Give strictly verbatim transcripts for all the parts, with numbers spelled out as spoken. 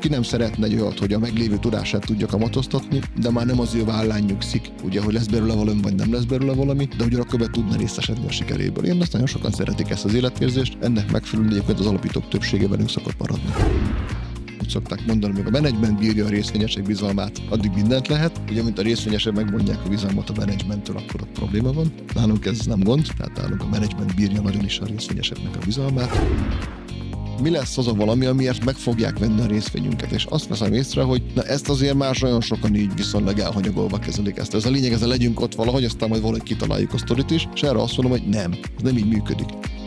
Ki nem szeretne egy olyat, hogy a meglévő tudását tudja kamatoztatni, de már nem az ő vállán nyugszik, ugye, hogy lesz belőle valami, vagy nem lesz belőle valami, de ugyanakkor be tudna részesedni a sikeréből. Én azt nagyon sokan szeretik ezt az életérzést, ennek megfelelően egyébként az alapítók többsége velünk szokott maradni. Úgy szokták mondani, hogy a menedzsment bírja a részvényesek bizalmát, addig mindent lehet. Ugye, mint a részvényesek megmondják a bizalmat a menedzsmenttől, akkor ott probléma van. Nálunk ez nem gond, tehát nálunk a menedzsment bírja nagyon is a részvényeseknek a bizalmát. Mi lesz az a valami, amiért meg fogják venni a részvényünket, és azt veszem észre, hogy na ezt azért más nagyon sokan így viszonylag elhanyagolva kezelik ezt. Ez a lényeg, ez a legyünk ott valahogy, aztán majd valahogy kitaláljuk a sztorit is, és erre azt mondom, hogy nem, ez nem így működik.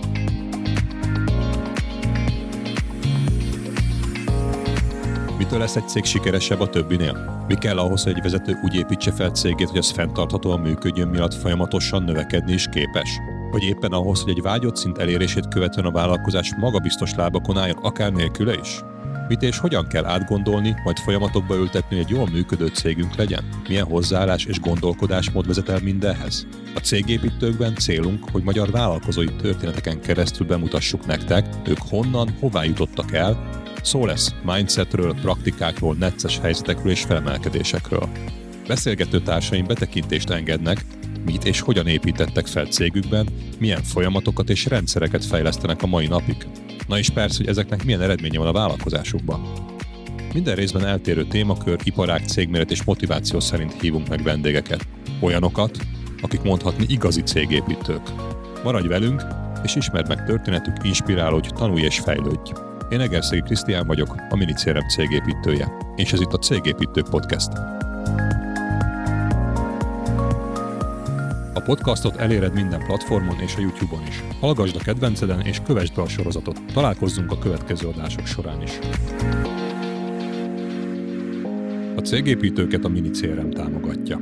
Mitől lesz egy cég sikeresebb a többinél? Mi kell ahhoz, hogy egy vezető úgy építse fel cégét, hogy az fenntarthatóan működjön, miatt folyamatosan növekedni is képes? Vagy éppen ahhoz, hogy egy vágyott szint elérését követően a vállalkozás magabiztos lábakon álljon, akár nélküle is? Mit és hogyan kell átgondolni, majd folyamatokba ültetni, hogy egy jól működő cégünk legyen? Milyen hozzáállás és gondolkodásmód vezet el mindenhez? A cégépítőkben célunk, hogy magyar vállalkozói történeteken keresztül bemutassuk nektek, ők honnan, hová jutottak el. Szó lesz mindsetről, praktikákról, necces helyzetekről és felemelkedésekről. Beszélgető társaim betekintést engednek, mit és hogyan építettek fel cégükben, milyen folyamatokat és rendszereket fejlesztenek a mai napig. Na és persze, hogy ezeknek milyen eredménye van a vállalkozásukban. Minden részben eltérő témakör, iparág, cégméret és motiváció szerint hívunk meg vendégeket. Olyanokat, akik mondhatni igazi cégépítők. Maradj velünk, és ismerd meg történetük, inspirálódj, tanulj és fejlődj. Én Egerszegi Krisztián vagyok, a Minicérem cégépítője, és ez itt a Cégépítők Podcast. A podcastot eléred minden platformon és a YouTube-on is. Hallgasd a kedvenceden és kövesd be a sorozatot. Találkozzunk a következő adások során is. A cégépítőket a Minicérem támogatja.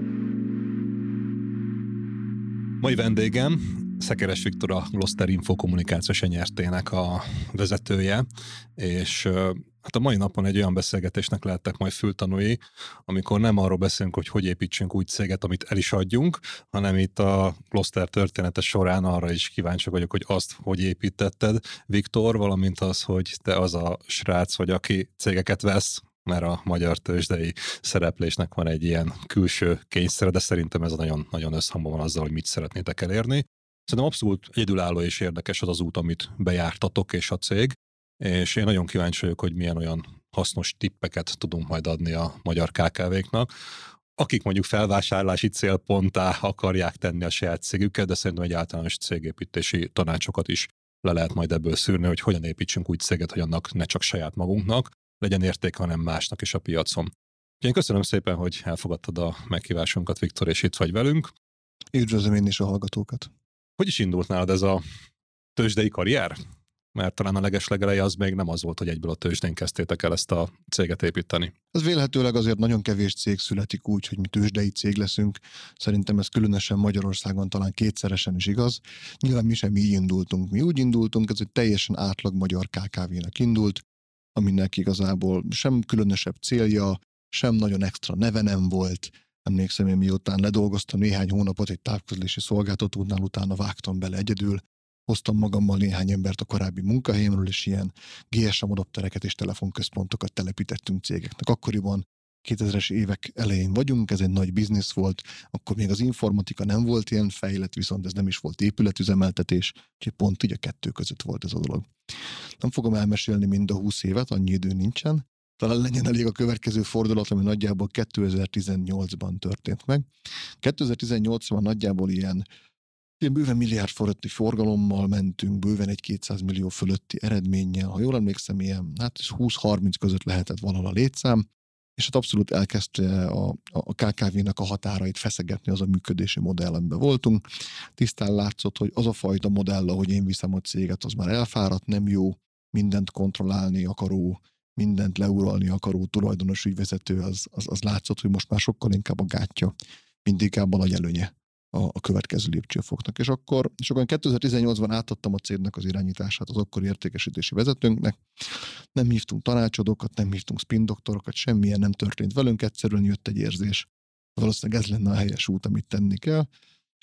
Mai vendégem Szekeres Viktor, a Gloster Info kommunikációs enyertének a vezetője, és hát a mai napon egy olyan beszélgetésnek lehettek majd fültanúi, amikor nem arról beszélünk, hogy hogy építsünk úgy céget, amit el is adjunk, hanem itt a Gloster története során arra is kíváncsi vagyok, hogy azt, hogy építetted, Viktor, valamint az, hogy te az a srác vagy, aki cégeket vesz, mert a magyar tőzsdei szereplésnek van egy ilyen külső kényszer, de szerintem ez nagyon, nagyon összhangban van azzal, hogy mit szeretnétek elérni. Szerintem abszolút egyedülálló és érdekes az az út, amit bejártatok és a cég, és én nagyon kíváncsi vagyok, hogy milyen olyan hasznos tippeket tudunk majd adni a magyar ká ká véknak, akik mondjuk felvásárlási célponttá akarják tenni a saját cégüket, de szerintem egy általános cégépítési tanácsokat is le lehet majd ebből szűrni, hogy hogyan építsünk úgy céget, hogy annak ne csak saját magunknak legyen értéke, hanem másnak is a piacon. Én köszönöm szépen, hogy elfogadtad a meghívásunkat, Viktor, és itt vagy velünk. Üdvözlöm én is a hallgatókat. Hogy is indult nálad ez a tőzsdei karrier? Mert talán a legeslegeleje az még nem az volt, hogy egyből a tőzsdén kezdtétek el ezt a céget építeni. Ez vélhetőleg azért nagyon kevés cég születik úgy, hogy mi tőzsdei cég leszünk. Szerintem ez különösen Magyarországon talán kétszeresen is igaz. Nyilván mi sem így indultunk. Mi úgy indultunk, ez egy teljesen átlag magyar ká ká vének indult, aminek igazából sem különösebb célja, sem nagyon extra neve nem volt. Emlékszem, én miután ledolgoztam néhány hónapot egy távközlési szolgáltatónál, utána vágtam bele egyedül, hoztam magammal néhány embert a korábbi munkahelyemről, és ilyen gé es em adaptereket és telefonközpontokat telepítettünk cégeknek. Akkoriban kétezres évek elején vagyunk, ez egy nagy biznisz volt, akkor még az informatika nem volt ilyen fejlett, viszont ez nem is volt épületüzemeltetés, úgyhogy pont így a kettő között volt ez a dolog. Nem fogom elmesélni mind a húsz évet, annyi idő nincsen. Talán legyen elég a következő fordulat, ami nagyjából kétezer-tizennyolcban történt meg. kétezer-tizennyolcban nagyjából ilyen, ilyen bőven milliárd fölötti forgalommal mentünk, bőven egy kétszáz millió fölötti eredménnyel. Ha jól emlékszem, ilyen hát húsz-harminc között lehetett valahol a létszám, és hát abszolút elkezdte a, a ká ká vének a határait feszegetni az a működési modell, amiben voltunk. Tisztán látszott, hogy az a fajta modell, ahogy én viszem a céget, az már elfáradt, nem jó, mindent kontrollálni akaró, mindent leuralni akaró tulajdonos ügyvezető, az, az, az látszott, hogy most már sokkal inkább a gátja, mint inkább a nagy előnye a, a következő lépcsőfoknak. És akkor, és akkor kétezer-tizennyolcban átadtam a cégnek az irányítását az akkori értékesítési vezetőnknek. Nem hívtunk tanácsadókat, nem hívtunk spin doktorokat, semmilyen nem történt velünk, egyszerűen jött egy érzés. Valószínűleg ez lenne a helyes út, amit tenni kell.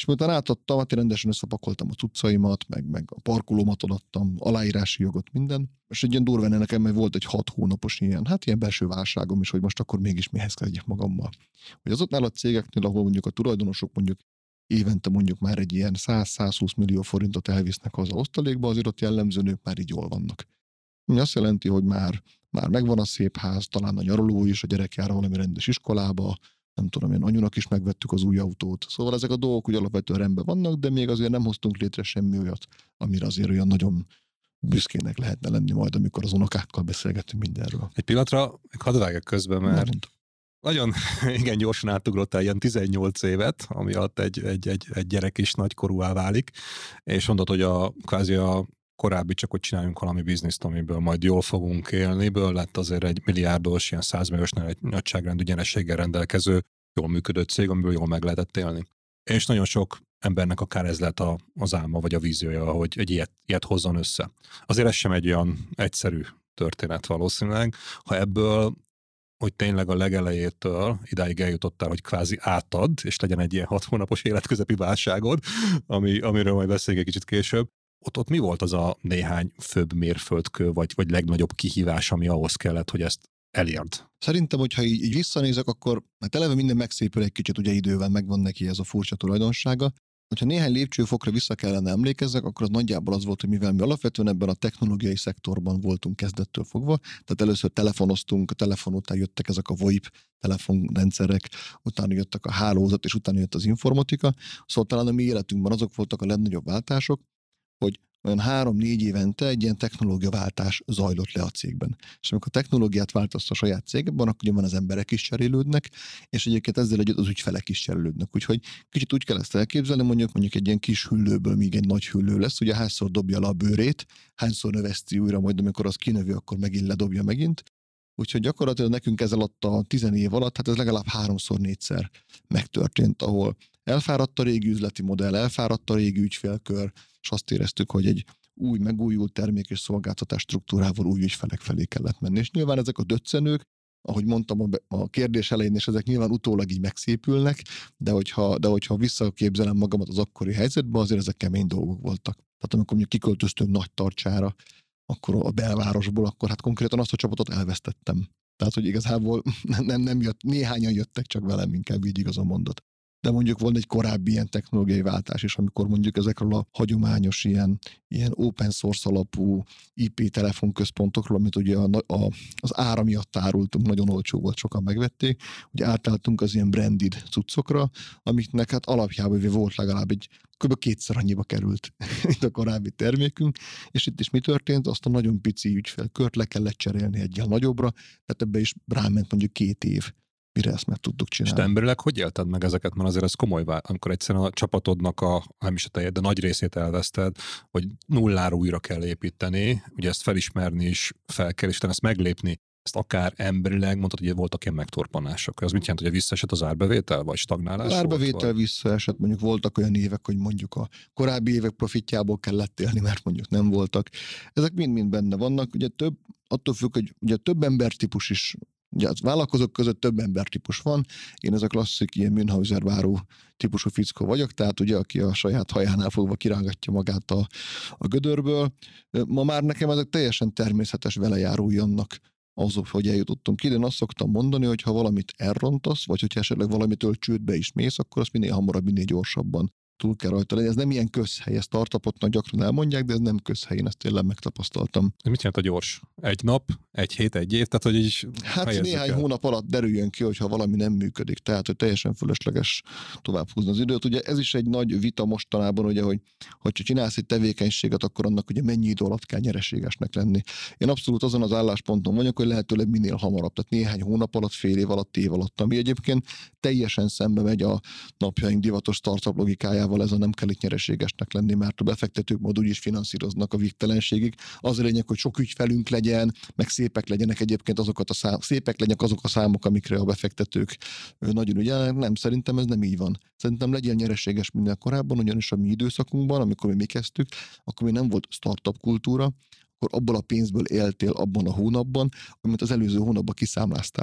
És miután átadtam, hát én rendesen összepakoltam a cuccaimat, meg, meg a parkolómat odaadtam, aláírási jogot, minden. És egy ilyen durván nekem mert volt egy hat hónapos ilyen, hát ilyen belső válságom is, hogy most akkor mégis mihez kezdjek magammal. Hogy azoknál a cégeknél, ahol mondjuk a tulajdonosok mondjuk évente mondjuk már egy ilyen száz-százhúsz millió forintot elvisznek haza osztalékba, azért ott jellemzően ők már így jól vannak. Ami azt jelenti, hogy már, már megvan a szép ház, talán a nyaraló is, a gyerek jár valami rendes iskolába, nem tudom én, anyunak is megvettük az új autót. Szóval ezek a dolgok úgy alapvetően rendben vannak, de még azért nem hoztunk létre semmi olyat, amire azért olyan nagyon büszkének lehetne lenni majd, amikor az unokákkal beszélgetünk mindenről. Egy pillanatra hadd vágjak közben, mert nagyon igen gyorsan átugrottál ilyen tizennyolc évet, ami alatt egy, egy, egy, egy gyerek is nagykorúvá válik, és mondod, hogy a kvázi a korábbi csak, hogy csináljunk valami bizniszt, amiből majd jól fogunk élni, ből lett azért egy milliárdos, ilyen százmilliósnál egy nagyságrendű nyereséggel rendelkező, jól működő cég, amiből jól meg lehetett élni. És nagyon sok embernek akár ez lett a, az álma, vagy a víziója, hogy egy ilyet, ilyet hozzon össze. Azért ez sem egy olyan egyszerű történet valószínűleg. Ha ebből, hogy tényleg a legelejétől idáig eljutottál, hogy kvázi átad, és legyen egy ilyen hat hónapos életközepi válságod, ami, amiről majd beszéljünk egy kicsit később, Ott, ott mi volt az a néhány főbb mérföldkő, vagy, vagy legnagyobb kihívás, ami ahhoz kellett, hogy ezt elérd? Szerintem, hogyha így, így visszanézek, akkor hát eleve minden megszépül egy kicsit, ugye idővel megvan neki ez a furcsa tulajdonsága. Hogyha néhány lépcsőfokra vissza kellene emlékezzek, akkor az nagyjából az volt, hogy mivel mi alapvetően ebben a technológiai szektorban voltunk kezdettől fogva, tehát először telefonoztunk, a telefon után jöttek ezek a VoIP telefonrendszerek, utána jöttek a hálózat, és utána jött az informatika. Szóval talán a mi életünkben azok voltak a legnagyobb váltások, hogy olyan három-négy évente egy ilyen technológiaváltás zajlott le a cégben. És amikor a technológiát változt a saját cégben, akkor nyilván az emberek is cserélődnek, és egyébként ezzel együtt az ügyfelek is cserélődnek. Úgyhogy kicsit úgy kell ezt elképzelni, mondjuk mondjuk egy ilyen kis hüllőből még egy nagy hüllő lesz, ugye hányszor dobja le a bőrét, hányszor növeszti újra, majd amikor az kinövi, akkor megint ledobja megint. Úgyhogy gyakorlatilag nekünk ez alatt a tizen év alatt, hát ez legalább háromszor, négyszer megtörtént, ahol elfáradt a régi üzleti modell, elfáradt a régi ügyfélkör, és azt éreztük, hogy egy új, megújult termék és szolgáltatás struktúrával új ügyfelek felé kellett menni. És nyilván ezek a döccenők, ahogy mondtam a kérdés elején, és ezek nyilván utólag így megszépülnek, de hogyha, de hogyha visszaképzelem magamat az akkori helyzetbe, azért ezek kemény dolgok voltak. Tehát amikor mondjuk kiköltöztünk Nagytarcsára, akkor a belvárosból, akkor hát konkrétan azt a csapatot elvesztettem. Tehát, hogy igazából nem, nem jött, néhányan jöttek csak velem, inkább így igaz a mondat. De mondjuk volt egy korábbi ilyen technológiai váltás is, amikor mondjuk ezekről a hagyományos ilyen, ilyen open source alapú I P telefonközpontokról, amit ugye a, a, az ára miatt árultunk, nagyon olcsó volt, sokan megvették, ugye átálltunk az ilyen branded cuccokra, amiknek hát alapjában volt legalább egy kb. Kétszer annyiba került, mint a korábbi termékünk, és itt is mi történt? Azt a nagyon pici ügyfélkört le kellett cserélni egyel nagyobbra, tehát ebbe is ráment mondjuk két év, mire ezt meg tudtuk csinálni. És te emberileg hogy élted meg ezeket? Mert azért ez komoly vál, amikor egyszerűen a csapatodnak a, nem is a teljes, de nagy részét elveszted, hogy nullára újra kell építeni, ugye ezt felismerni is fel kell, és ezt meglépni. Ezt akár emberileg mondtad, hogy voltak ilyen megtorpanások. Ez mit jelent, hogy visszaesett az árbevétel, vagy stagnálás? Az árbevétel volt, vagy? visszaesett, mondjuk voltak olyan évek, hogy mondjuk a korábbi évek profitjából kellett élni, mert mondjuk nem voltak. Ezek mind-mind benne vannak. Ugye több, attól függ, hogy ugye több embertípus is, ugye a vállalkozók között több embertípus van. Én ez a klasszik ilyen Münchhauser váró típusú fickó vagyok, tehát ugye aki a saját hajánál fogva kirángatja magát a, a gödörből. Ma már nekem ezek teljesen természetes velejárói annak, azok, hogy eljutottunk ide. Én azt szoktam mondani, hogy ha valamit elrontasz, vagy hogyha esetleg valamitől csődbe is mész, akkor azt minél hamarabb, minél gyorsabban túl kell rajta lenni. Ez nem ilyen közhely, ezt startupoknak gyakran elmondják, de ez nem közhely, én ezt tényleg megtapasztaltam. Mit jelent a gyors? Egy nap, egy hét, egy év? Tehát, hogy így hát néhány el. hónap alatt derüljön ki, hogyha valami nem működik, tehát hogy teljesen fölösleges tovább húzni az időt. Ugye ez is egy nagy vita mostanában, ugye, hogy hogyha csinálsz egy tevékenységet, akkor annak ugye mennyi idő alatt kell nyereségesnek lenni. Én abszolút azon az állásponton vagyok, hogy lehetőleg minél hamarabb, tehát néhány hónap alatt, fél év alatt, év alatt, ami egyébként teljesen szembe megy a napjaink divatos startup logikájával, ez a nem kell itt nyereségesnek lenni, mert a befektetők majd úgyis finanszíroznak a végtelenségig. Az a lényeg, hogy sok ügyfelünk legyen, meg szépek legyenek egyébként azokat a szám, szépek legyenek azok a számok, amikre a befektetők nagyon ügyelnek. Nem, szerintem ez nem így van. Szerintem legyen nyereséges minél korábban, ugyanis a mi időszakunkban, amikor mi, mi kezdtük, akkor még nem volt startup kultúra, akkor abból a pénzből éltél abban a hónapban, amit az előző hónapban kiszámláztál.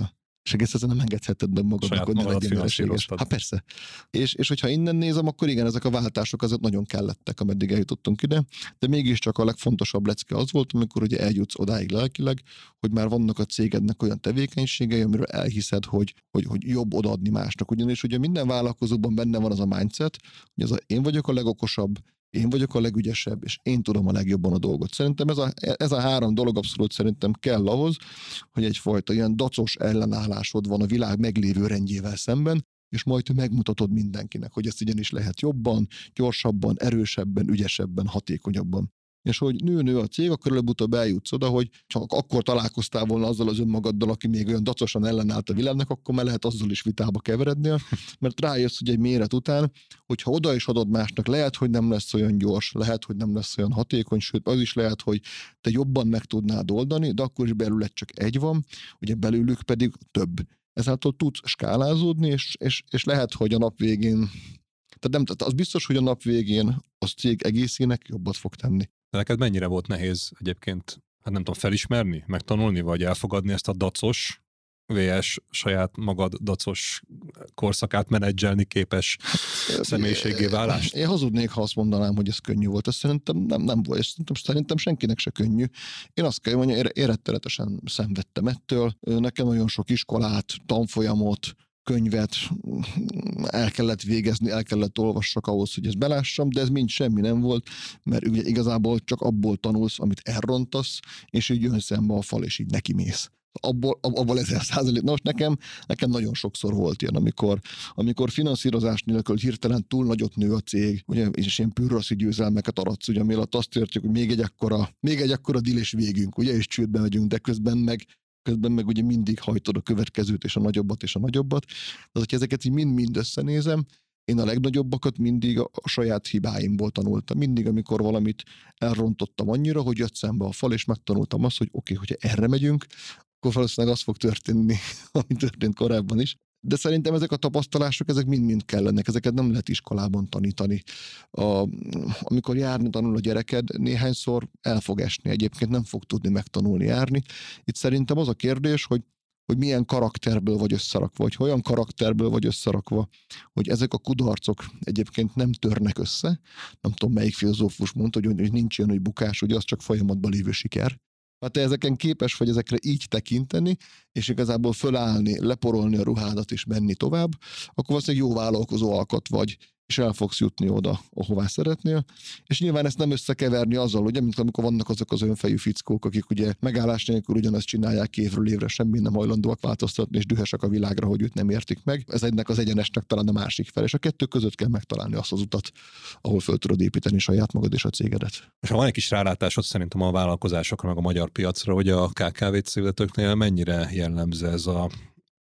és egész ezen nem engedheted meg magadnak, Saját hogy ne magadat legyen nyereséges. finanszíroztad. Hát persze. És, és hogyha innen nézem, akkor igen, ezek a váltások azok nagyon kellettek, ameddig eljutottunk ide, de mégiscsak a legfontosabb lecke az volt, amikor ugye eljutsz odáig lelkileg, hogy már vannak a cégednek olyan tevékenységei, amiről elhiszed, hogy, hogy, hogy jobb odaadni másnak. Ugyanis ugye minden vállalkozóban benne van az a mindset, hogy az a, én vagyok a legokosabb, én vagyok a legügyesebb, és én tudom a legjobban a dolgot. Szerintem ez a, ez a három dolog abszolút szerintem kell ahhoz, hogy egyfajta ilyen dacos ellenállásod van a világ meglévő rendjével szemben, és majd te megmutatod mindenkinek, hogy ezt igenis lehet jobban, gyorsabban, erősebben, ügyesebben, hatékonyabban. És hogy nő-nő a cég, akkor előbb-utóbb eljutsz oda, hogy csak akkor találkoztál volna azzal az önmagaddal, aki még olyan dacosan ellenállt a világnak, akkor már lehet azzal is vitába keverednél, mert rájössz, hogy egy méret után, hogyha oda is adod másnak, lehet, hogy nem lesz olyan gyors, lehet, hogy nem lesz olyan hatékony, sőt, az is lehet, hogy te jobban meg tudnád oldani, de akkor is belőled csak egy van, ugye belőlük pedig több. Ezáltal tudsz skálázódni, és, és, és lehet, hogy a nap végén, tehát, nem, tehát az biztos, hogy a nap végén az cég egészének jobbat fog tenni. De neked mennyire volt nehéz egyébként, hát nem tudom, felismerni, megtanulni, vagy elfogadni ezt a dacos, vé es saját magad dacos korszakát menedzselni képes személyiségé válást? Én hazudnék, ha azt mondanám, hogy ez könnyű volt. Ez szerintem nem, nem volt, és szerintem, szerintem senkinek se könnyű. Én azt kell mondani, éretteletesen szenvedtem ettől. Nekem nagyon sok iskolát, tanfolyamot, könyvet el kellett végezni, el kellett olvassak ahhoz, hogy ezt belássam, de ez mind semmi nem volt, mert ugye igazából csak abból tanulsz, amit elrontasz, és így jön szembe a fal, és így nekimész. Abból, abból ezer százalék. Na most nekem, nekem nagyon sokszor volt ilyen, amikor, amikor finanszírozás nélkül hirtelen túl nagyot nő a cég, ugye, és ilyen pürraszi győzelmeket aratsz, ugye, ami alatt azt értjük, hogy még egy akkora, még egy akkora deal és végünk, ugye, és csődbe megyünk, de közben meg közben meg ugye mindig hajtod a következőt, és a nagyobbat, és a nagyobbat. De hogyha ezeket így mind-mind összenézem, én a legnagyobbakat mindig a saját hibáimból tanultam. Mindig, amikor valamit elrontottam annyira, hogy jött szembe a fal, és megtanultam azt, hogy oké, okay, hogyha erre megyünk, akkor valószínűleg az fog történni, ami történt korábban is. De szerintem ezek a tapasztalások, ezek mind-mind kellenek, ezeket nem lehet iskolában tanítani. A, amikor járni tanul a gyereked, néhányszor el fog esni, egyébként nem fog tudni megtanulni járni. Itt szerintem az a kérdés, hogy, hogy milyen karakterből vagy összerakva, vagy olyan karakterből vagy összerakva, hogy ezek a kudarcok egyébként nem törnek össze. Nem tudom, melyik filozófus mondta, hogy, hogy nincs ilyen, hogy bukás, hogy az csak folyamatban lévő siker. Ha te ezeken képes vagy ezekre így tekinteni, és igazából fölállni, leporolni a ruhádat és menni tovább, akkor valószínűleg jó vállalkozó alkat vagy, és el fogsz jutni oda, ahová szeretnél. És nyilván ezt nem összekeverni azzal, ugye, mint amikor vannak azok az önfejű fickók, akik ugye megállás nélkül ugyanazt csinálják évről évre, semmi nem hajlandóak változtatni, és dühösek a világra, hogy őt nem értik meg. Ez egynek az egyenesnek talán a másik fel, és a kettő között kell megtalálni azt az utat, ahol föl tudod építeni saját magad és a cégedet. És ha van egy kis rálátásod szerintem a vállalkozásokra, meg a magyar piacra, hogy a ká ká vé cégvezetőknél mennyire jellemző ez a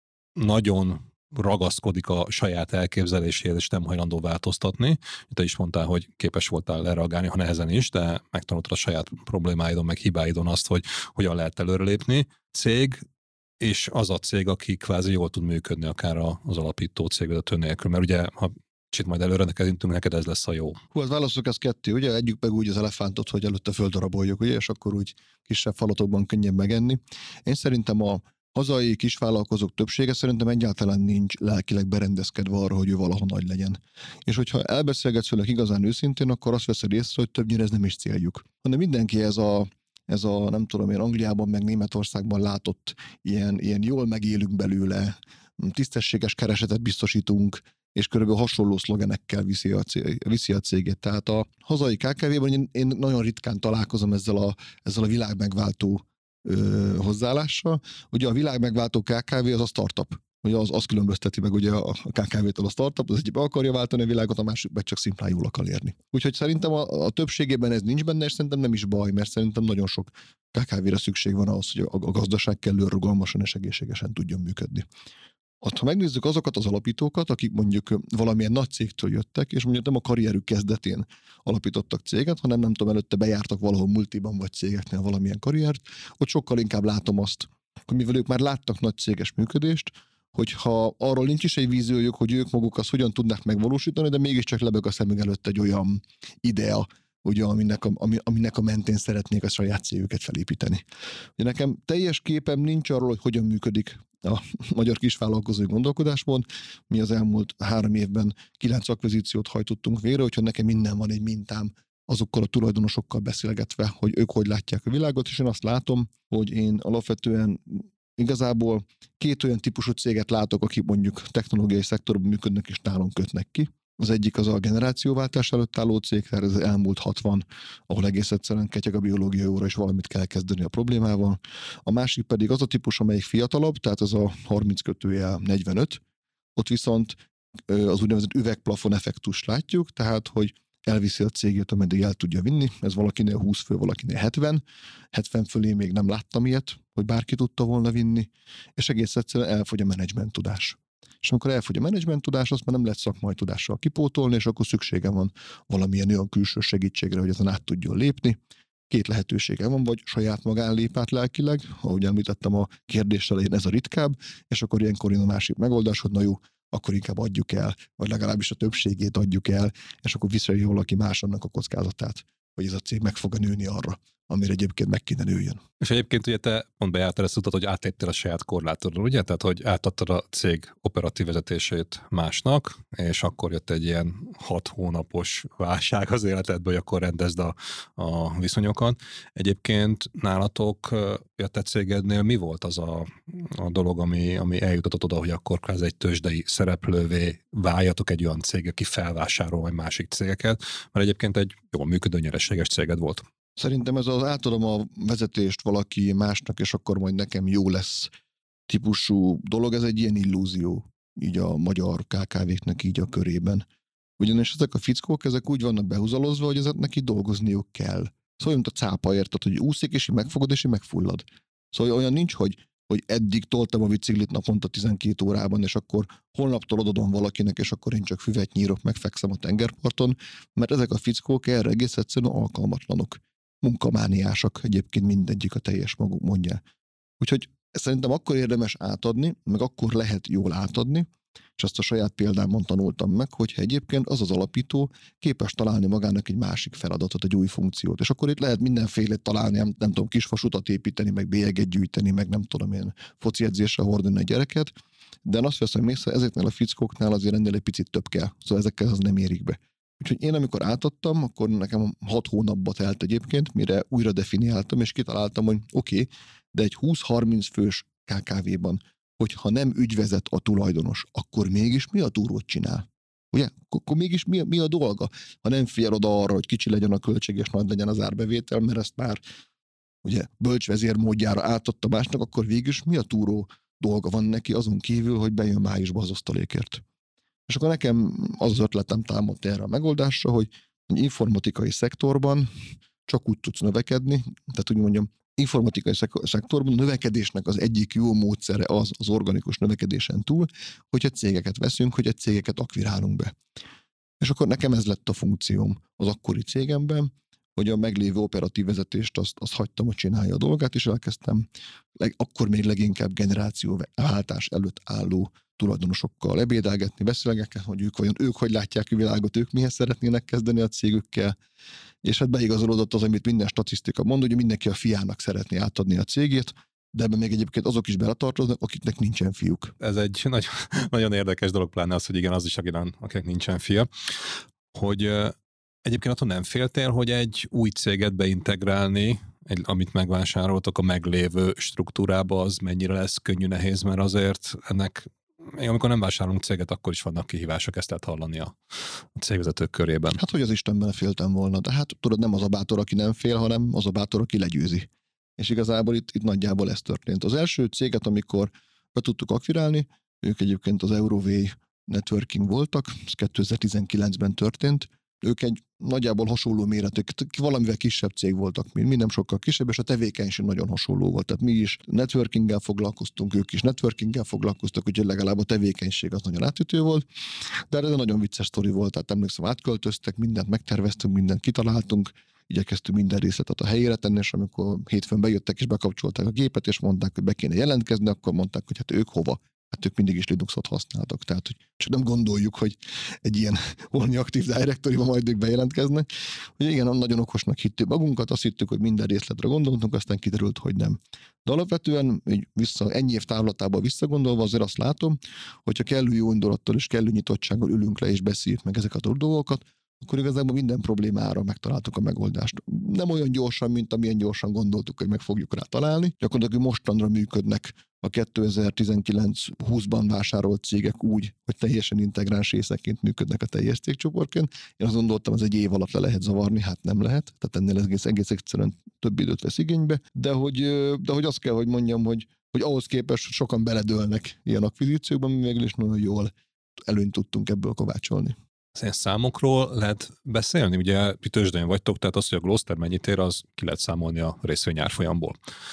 nagyon ragaszkodik a saját elképzeléséhez, és nem hajlandó változtatni. Te is mondtál, hogy képes voltál lereagálni, ha nehezen is, de megtanultad a saját problémáidon, meg hibáidon azt, hogy hogyan lehet előrelépni. Cég, és az a cég, aki kvázi jól tud működni akár az alapító cégvezető nélkül, mert ugye, ha kicsit majd előre neked, neked ez lesz a jó. Hú, hát válaszok, ez kettő, ugye? Együk meg úgy az elefántot, hogy előtte földaraboljuk, ugye? És akkor úgy kisebb falatokban könnyebb megenni. Én szerintem a hazai kisvállalkozók többsége szerintem egyáltalán nincs lelkileg berendezkedve arra, hogy ő valaha nagy legyen. És hogyha elbeszélgetsz velük igazán őszintén, akkor azt veszed észre, hogy többnyire ez nem is céljuk. Hanem mindenki ez a, ez a nem tudom én, Angliában meg Németországban látott ilyen, ilyen jól megélünk belőle, tisztességes keresetet biztosítunk, és körülbelül hasonló szlogenekkel viszi a, cég, viszi a cégét. Tehát a hazai ká ká vében én, én nagyon ritkán találkozom ezzel a, ezzel a világ megváltó ö, hozzáállással. Ugye a világ megváltó ká ká vé az a startup. Ugye az, az különbözteti meg ugye a ká ká vé-től a startup, az egyik be akarja váltani a világot, a másik meg csak szimplán jól akar érni. Úgyhogy szerintem a, a többségében ez nincs benne, és szerintem nem is baj, mert szerintem nagyon sok ká ká vé-re szükség van ahhoz, hogy a, a gazdaság kellően rugalmasan és egészségesen tudjon működni. Ha megnézzük azokat az alapítókat, akik mondjuk valamilyen nagy cégtől jöttek, és mondjuk nem a karrierük kezdetén alapítottak céget, hanem nem tudom, előtte bejártak valahol multiban vagy cégeknél valamilyen karriert, ott sokkal inkább látom azt, hogy mivel ők már láttak nagy céges működést, hogyha arról nincs is egy víziójuk, hogy ők maguk azt hogyan tudnak megvalósítani, de mégiscsak lebeg a szemük előtt egy olyan idea, ugye, aminek a, ami, aminek a mentén szeretnék a saját cégüket felépíteni. Ugye nekem teljes képem nincs arról, hogy hogyan működik a magyar kisvállalkozói gondolkodásmód. Mi az elmúlt három évben kilenc akvizíciót hajtottunk végre, hogyha nekem minden van egy mintám, azokkal a tulajdonosokkal beszélgetve, hogy ők hogy látják a világot, és én azt látom, hogy én alapvetően igazából két olyan típusú céget látok, akik mondjuk technológiai szektorban működnek és nálunk kötnek ki. Az egyik az a generációváltás előtt álló cég, tehát ez az elmúlt hatvan, ahol egész egyszerűen ketyeg a biológiai óra, és valamit kell kezdeni a problémával. A másik pedig az a típus, amelyik fiatalabb, tehát ez a harminc kötőjel negyvenöt. Ott viszont az úgynevezett üvegplafon effektust látjuk, tehát hogy elviszi a cégét, ameddig el tudja vinni. Ez valakinél húsz fő, valakinél hetven. hetven fölé még nem láttam ilyet, hogy bárki tudta volna vinni, és egész egyszerűen elfogy a menedzsment tudás. És amikor elfogy a menedzsment tudás, azt már nem lehet szakmai tudással kipótolni, és akkor szüksége van valamilyen olyan külső segítségre, hogy ezen át tudjon lépni. Két lehetősége van, vagy saját magán lép át lelkileg, ahogy említettem a kérdés elején, ez a ritkább, és akkor ilyenkor jön a másik megoldás, hogy na jó, akkor inkább adjuk el, vagy legalábbis a többségét adjuk el, és akkor viselje valaki más annak a kockázatát, hogy ez a cég meg fog nőni arra, amire egyébként meg kéne nőjön. És egyébként ugye te pont bejártál ezt utat, hogy átléptél a saját korlátodról, ugye? Tehát, hogy átadtad a cég operatív vezetését másnak, és akkor jött egy ilyen hat hónapos válság az életedből, hogy akkor rendezd a, a viszonyokat. Egyébként nálatok a te cégednél mi volt az a, a dolog, ami, ami eljutatott oda, hogy akkor ez egy tőzsdei szereplővé váljatok egy olyan cég, aki felvásárol egy másik cégeket, mert egyébként egy jól működő nyereséges céged volt. Szerintem ez az átadom a vezetést valaki másnak, és akkor majd nekem jó lesz típusú dolog, ez egy ilyen illúzió, így a magyar ká ká véknek így a körében. Ugyanis ezek a fickók, ezek úgy vannak behúzalozva, hogy ezeknek így dolgozniuk kell. Szóval, mint a cápa, érted, hogy úszik, és így megfogod, és így megfullad. Szóval olyan nincs, hogy, hogy eddig toltam a biciklit naponta tizenkét órában, és akkor holnaptól odadom valakinek, és akkor én csak füvet nyírok, megfekszem a tengerparton, mert ezek a fickók erre egész egyszerűen alkalmatlanok. Munkamániásak, egyébként mindegyik a teljes maguk mondja. Úgyhogy szerintem akkor érdemes átadni, meg akkor lehet jól átadni, és azt a saját példámon tanultam meg, hogyha egyébként az az alapító képes találni magának egy másik feladatot, egy új funkciót. És akkor itt lehet mindenfélét találni, nem, nem tudom, kisvasutat építeni, meg bélyeget gyűjteni, meg nem tudom, ilyen foci edzésre hordani a gyereket, de én azt veszem észre, ezeknél a fickóknál azért ennél egy picit több kell, szóval ezekkel az nem érik be. Úgyhogy én amikor átadtam, akkor nekem hat hónapba telt egyébként, mire újra definiáltam, és kitaláltam, hogy oké, okay, de egy húsz-harminc fős ká ká véban, hogyha nem ügyvezet a tulajdonos, akkor mégis mi a túrót csinál? Ugye? Akkor mégis mi a, mi a dolga? Ha nem figyel oda arra, hogy kicsi legyen a költség, és nagy legyen az árbevétel, mert ezt már ugye bölcsvezér módjára átadta másnak, akkor végülis mi a túró dolga van neki azon kívül, hogy bejön májusba az osztalékért? És akkor nekem az az ötletem támadt erre a megoldásra, hogy egy informatikai szektorban csak úgy tudsz növekedni, tehát úgy mondjam, informatikai szektorban a növekedésnek az egyik jó módszere az az organikus növekedésen túl, hogyha cégeket veszünk, hogy egy cégeket akvirálunk be. És akkor nekem ez lett a funkcióm az akkori cégemben, hogy a meglévő operatív vezetést azt, azt hagytam, hogy csinálja a dolgát, és elkezdtem leg, akkor még leginkább generációváltás előtt álló tulajdonosokkal ebédelgetni, beszélgetni, hogy ők vajon ők hogy látják a világot, ők mihez szeretnének kezdeni a cégükkel, és hát beigazolódott az, amit minden statisztika mond, hogy mindenki a fiának szeretné átadni a cégét, de ebben még egyébként azok is beletartoznak, akiknek nincsen fiúk. Ez egy nagy, nagyon érdekes dolog, pláne az, hogy igen, az is, akinek nincsen fia, hogy egyébként attól nem féltél, hogy egy új céget beintegrálni, egy, amit megvásároltok a meglévő struktúrába, az mennyire lesz könnyű, nehéz, mert azért ennek, még amikor nem vásárolunk céget, akkor is vannak kihívások, ezt lehet hallani a, a cégvezetők körében. Hát, hogy az Istenben féltem volna, de hát tudod, nem az a bátor, aki nem fél, hanem az a bátor, aki legyőzi. És igazából itt, itt nagyjából ez történt. Az első céget, amikor be tudtuk akvirálni, ők egyébként az Eurovay Networking voltak, ez kétezer-tizenkilencben történt, ők egy nagyjából hasonló méretű, valamivel kisebb cég voltak, mint mi, nem sokkal kisebb, és a tevékenység nagyon hasonló volt. Tehát mi is networkinggel foglalkoztunk, ők is networkinggel foglalkoztak, úgyhogy legalább a tevékenység az nagyon átütő volt. De ez egy nagyon vicces sztori volt, tehát emlékszem, átköltöztek, mindent megterveztünk, mindent kitaláltunk, igyekeztünk minden részletet a helyére tenni, és amikor hétfőn bejöttek és bekapcsolták a gépet, és mondták, hogy be kéne jelentkezni, akkor mondták, hogy hát ők hova. hát ők mindig is Linuxot használtak, tehát hogy csak nem gondoljuk, hogy egy ilyen valami Active Directory-ba majd ők bejelentkeznek, hogy igen, nagyon okosnak hittük magunkat, azt hittük, hogy minden részletre gondoltunk, aztán kiderült, hogy nem. De alapvetően vissza, ennyi év távlatában visszagondolva azért azt látom, hogyha kellő jó indulattal és kellő nyitottsággal ülünk le és beszéljük meg ezeket a dolgokat, akkor igazából minden problémára megtaláltuk a megoldást. Nem olyan gyorsan, mint amilyen gyorsan gondoltuk, hogy meg fogjuk rá találni. Gyakorlatilag mostanra működnek a kétezer-tizenkilenc-húszban vásárolt cégek úgy, hogy teljesen integráns részeként működnek a teljes cégcsoportként. Én azt gondoltam, az egy év alatt le lehet zavarni, hát nem lehet. Tehát ennél egész, egész egyszerűen több időt vesz igénybe. De hogy, de hogy azt kell, hogy mondjam, hogy, hogy ahhoz képest sokan beledőlnek ilyen akvizíciókban, mi mégis nagyon jól előnyt tudtunk ebből kovácsolni. Ilyen számokról lehet beszélni? Ugye ti tőzsdén vagytok, tehát az, hogy a Gloster mennyit ér, az ki lehet számolni a részvény árfolyamból.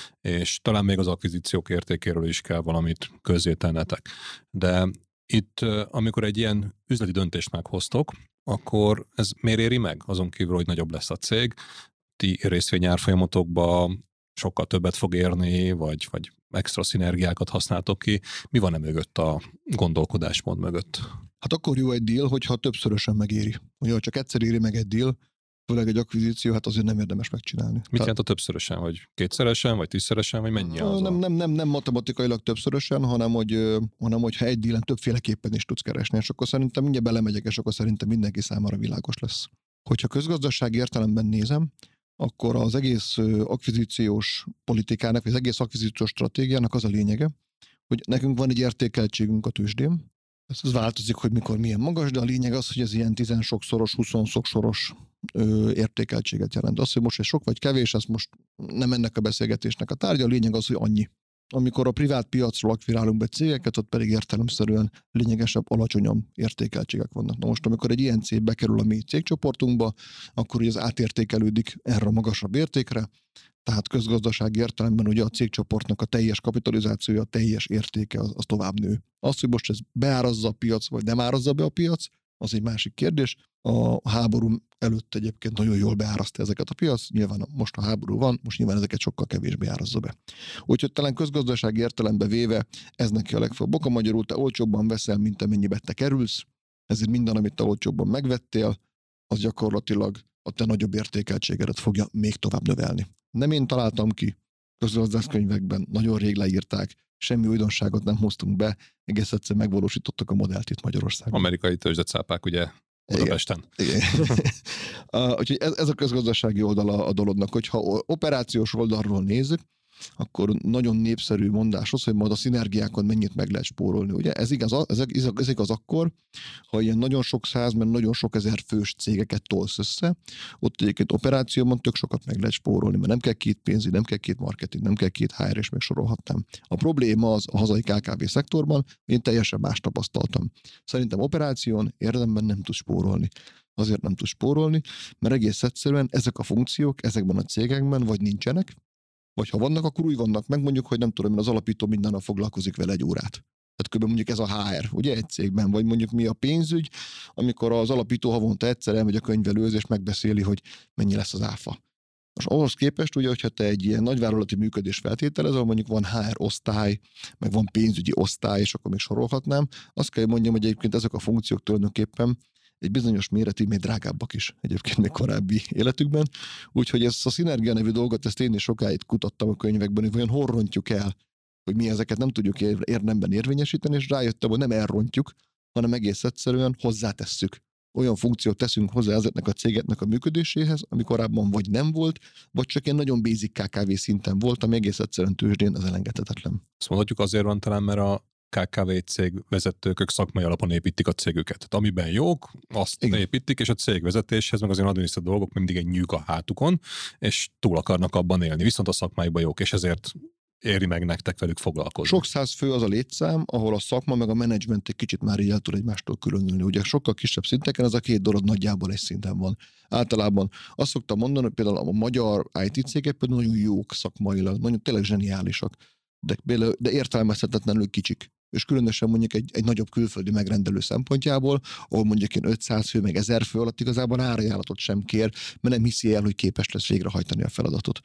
És talán még az akvizíciók értékéről is kell valamit közzétennetek. De itt, amikor egy ilyen üzleti döntést meghoztok, akkor ez miért éri meg? Azon kívül, hogy nagyobb lesz a cég, ti részvény árfolyamotokba sokkal többet fog érni, vagy, vagy extra szinergiákat használtok ki. Mi van e mögött a gondolkodásmód mögött? Hát akkor jó egy deal, hogyha többszörösen megéri. Ugye, ha csak egyszer éri meg egy deal, főleg egy akvizíció, hát azért nem érdemes megcsinálni. Mit Tehát... jelent a többszörösen? Hogy kétszeresen, vagy tízszeresen, vagy mennyi az? Nem, nem, nem, nem matematikailag többszörösen, hanem, hogy, hanem hogyha egy dealen többféleképpen is tudsz keresni, és akkor szerintem mindjárt belemegyek, és akkor szerintem mindenki számára világos lesz. Hogyha közgazdasági értelemben nézem, akkor az egész akvizíciós politikának, vagy az egész akvizíciós stratégiának az a lényege, hogy nekünk van egy értékeltségünk a tőzsdén. Ez változik, hogy mikor milyen magas, de a lényeg az, hogy ez ilyen tizensokszoros, huszonszoros értékeltséget jelent. Az, hogy most ez sok vagy kevés, ez most nem ennek a beszélgetésnek a tárgya, a lényeg az, hogy annyi. Amikor a privát piacról akvirálunk be cégeket, ott pedig értelemszerűen lényegesebb, alacsonyabb értékeltségek vannak. Na most, amikor egy ilyen cég bekerül a mi cégcsoportunkba, akkor ugye ez átértékelődik erre a magasabb értékre, tehát közgazdasági értelemben ugye a cégcsoportnak a teljes kapitalizációja, a teljes értéke az, az tovább nő. Az, hogy most ez beárazza a piac, vagy nem árazza be a piac, az egy másik kérdés. A háború előtt egyébként nagyon jól beárazta ezeket a piac, nyilván most a háború van, most nyilván ezeket sokkal kevésbé árazza be. Úgyhogy talán közgazdasági értelemben véve ez neki a legfőbb oka, magyarul te olcsóbban veszel, mint amennyibe te kerülsz, ezért minden, amit te olcsóbban megvettél, az gyakorlatilag a te nagyobb értékeltségedet fogja még tovább növelni. Nem én találtam ki, közgazdászkönyvekben nagyon rég leírták, semmi újdonságot nem hoztunk be, egész egyszer megvalósítottak a modellt itt Magyarországon. Amerikai tőzsdecápák, ugye, Budapesten. Igen. Igen. uh, úgyhogy ez, ez a közgazdasági oldala a dolognak, hogyha operációs oldalról nézzük, akkor nagyon népszerű mondás az, hogy majd a szinergiákon mennyit meg lehet spórolni. Ugye ez igaz, ez, ez, ez igaz akkor, ha ilyen nagyon sok száz, mert nagyon sok ezer fős cégeket tolsz össze, ott egyébként operációban tök sokat meg lehet spórolni, mert nem kell két pénzügy, nem kell két marketing, nem kell két há er, és még sorolhatnám. A probléma az a hazai ká ká vé szektorban, én teljesen más tapasztaltam. Szerintem operáción érdemben nem tud spórolni. Azért nem tud spórolni, mert egész egyszerűen ezek a funkciók ezekben a cégekben vagy nincsenek, vagy ha vannak, akkor úgy vannak meg, mondjuk, hogy nem tudom, én az alapító minden nap foglalkozik vele egy órát. Tehát kb. Mondjuk ez a há er, ugye egy cégben, vagy mondjuk mi a pénzügy, amikor az alapító havonta egyszer elmegy a könyvelőhöz, és megbeszéli, hogy mennyi lesz az áfa. Most ahhoz képest, ugye, hogyha te egy ilyen nagyvállalati működés feltételezel, mondjuk van há er osztály, meg van pénzügyi osztály, és akkor még sorolhatnám, azt kell, hogy mondjam, hogy egyébként ezek a funkciók tulajdonképpen egy bizonyos méretig még drágábbak is egyébként még korábbi életükben. Úgyhogy ezt a szinergia nevű dolgot, ezt én is sokáig kutattam a könyvekben, hogy vajon hol rontjuk el, hogy mi ezeket nem tudjuk érdemben érvényesíteni, és rájöttem, hogy nem elrontjuk, hanem egész egyszerűen hozzátesszük. Olyan funkciót teszünk hozzá ezeknek a cégeknek a működéséhez, ami korábban vagy nem volt, vagy csak egy nagyon basic ká ká vé szinten volt, ami egész egyszerűen tőzsdén az elengedhetetlen. Azt mondhatjuk azért van talán, mert a ká ká vé cég vezetők, ők szakmai alapon építik a cégüket. Tehát amiben jók, azt igen. építik, és a cégvezetéshez, meg azért adminisztratív dolgok mindig egy nyűg a hátukon, és túl akarnak abban élni. Viszont a szakmáikban jók, és ezért éri meg nektek velük foglalkozni. Sok száz fő az a létszám, ahol a szakma meg a menedzsment egy kicsit már így el tud egymástól különülni. Ugye sokkal kisebb szinteken ez a két dolog nagyjából egy szinten van. Általában azt szoktam mondani, hogy például a magyar i té cégek például nagyon jók szakmailag, nagyon tényleg zseniálisak, de, de értelmezhetetlenül kicsik. És különösen mondjuk egy, egy nagyobb külföldi megrendelő szempontjából, ahol mondjuk én ötszáz fő, meg ezer fő alatt igazából árajánlatot sem kér, mert nem hiszi el, hogy képes lesz végrehajtani a feladatot.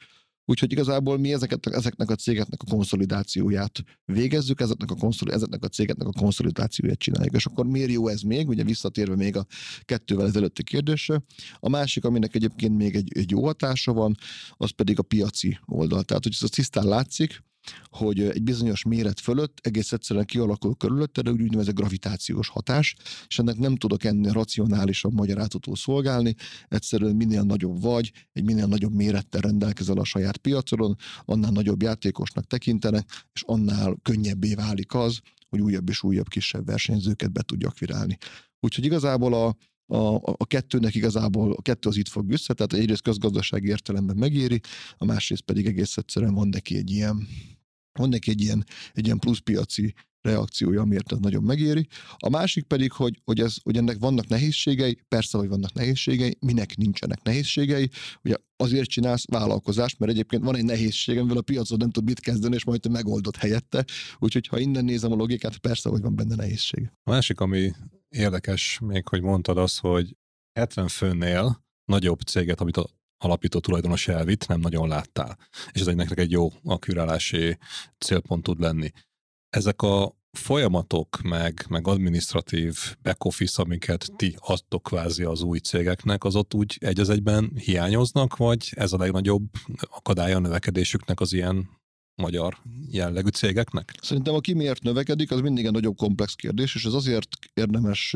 Úgyhogy igazából mi ezeket, ezeknek a cégeknek a konszolidációját végezzük, ezeknek a, konszol, ezeknek a cégeknek a konszolidációját csináljuk. És akkor miért jó ez még, ugye visszatérve még a kettővel ezelőtti kérdésre. A másik, aminek egyébként még egy, egy jó hatása van, az pedig a piaci oldal. Tehát, hogy ez tisztán látszik, hogy egy bizonyos méret fölött egész egyszerűen kialakul körülötte, de úgy úgynevezett gravitációs hatás, és ennek nem tudok ennél racionálisan magyarázatul szolgálni, egyszerűen minél nagyobb vagy, egy minél nagyobb mérettel rendelkezel a saját piacodon, annál nagyobb játékosnak tekintenek, és annál könnyebbé válik az, hogy újabb és újabb kisebb versenyzőket be tudj akvirálni. Úgyhogy igazából a A, a kettőnek igazából, a kettő az itt fog össze, tehát egyrészt közgazdasági értelemben megéri, a másrészt pedig egész egyszerűen van neki egy ilyen, van neki egy ilyen, egy ilyen plusz piaci reakciója, amiért ez nagyon megéri. A másik pedig, hogy, hogy, ez, hogy ennek vannak nehézségei, persze, hogy vannak nehézségei, minek nincsenek nehézségei. Ugye azért csinálsz vállalkozást, mert egyébként van egy nehézség, amivel a piacon nem tud mit kezdeni, és majd te megoldod helyette. Úgyhogy ha innen nézem a logikát, persze, hogy van benne nehézség. A másik, ami érdekes még, hogy mondtad az, hogy hetven főnél nagyobb céget, amit a alapító tulajdonos elvitt, nem nagyon láttál. És ez egy nektek egy jó akvirálási célpont tud lenni. Ezek a folyamatok, meg, meg adminisztratív back-office, amiket ti adtok kvázi az új cégeknek, az ott úgy egy az egyben hiányoznak, vagy ez a legnagyobb akadálya a növekedésüknek az ilyen magyar jellegű cégeknek? Szerintem aki miért növekedik, az mindig egy nagyobb komplex kérdés, és ez azért érdemes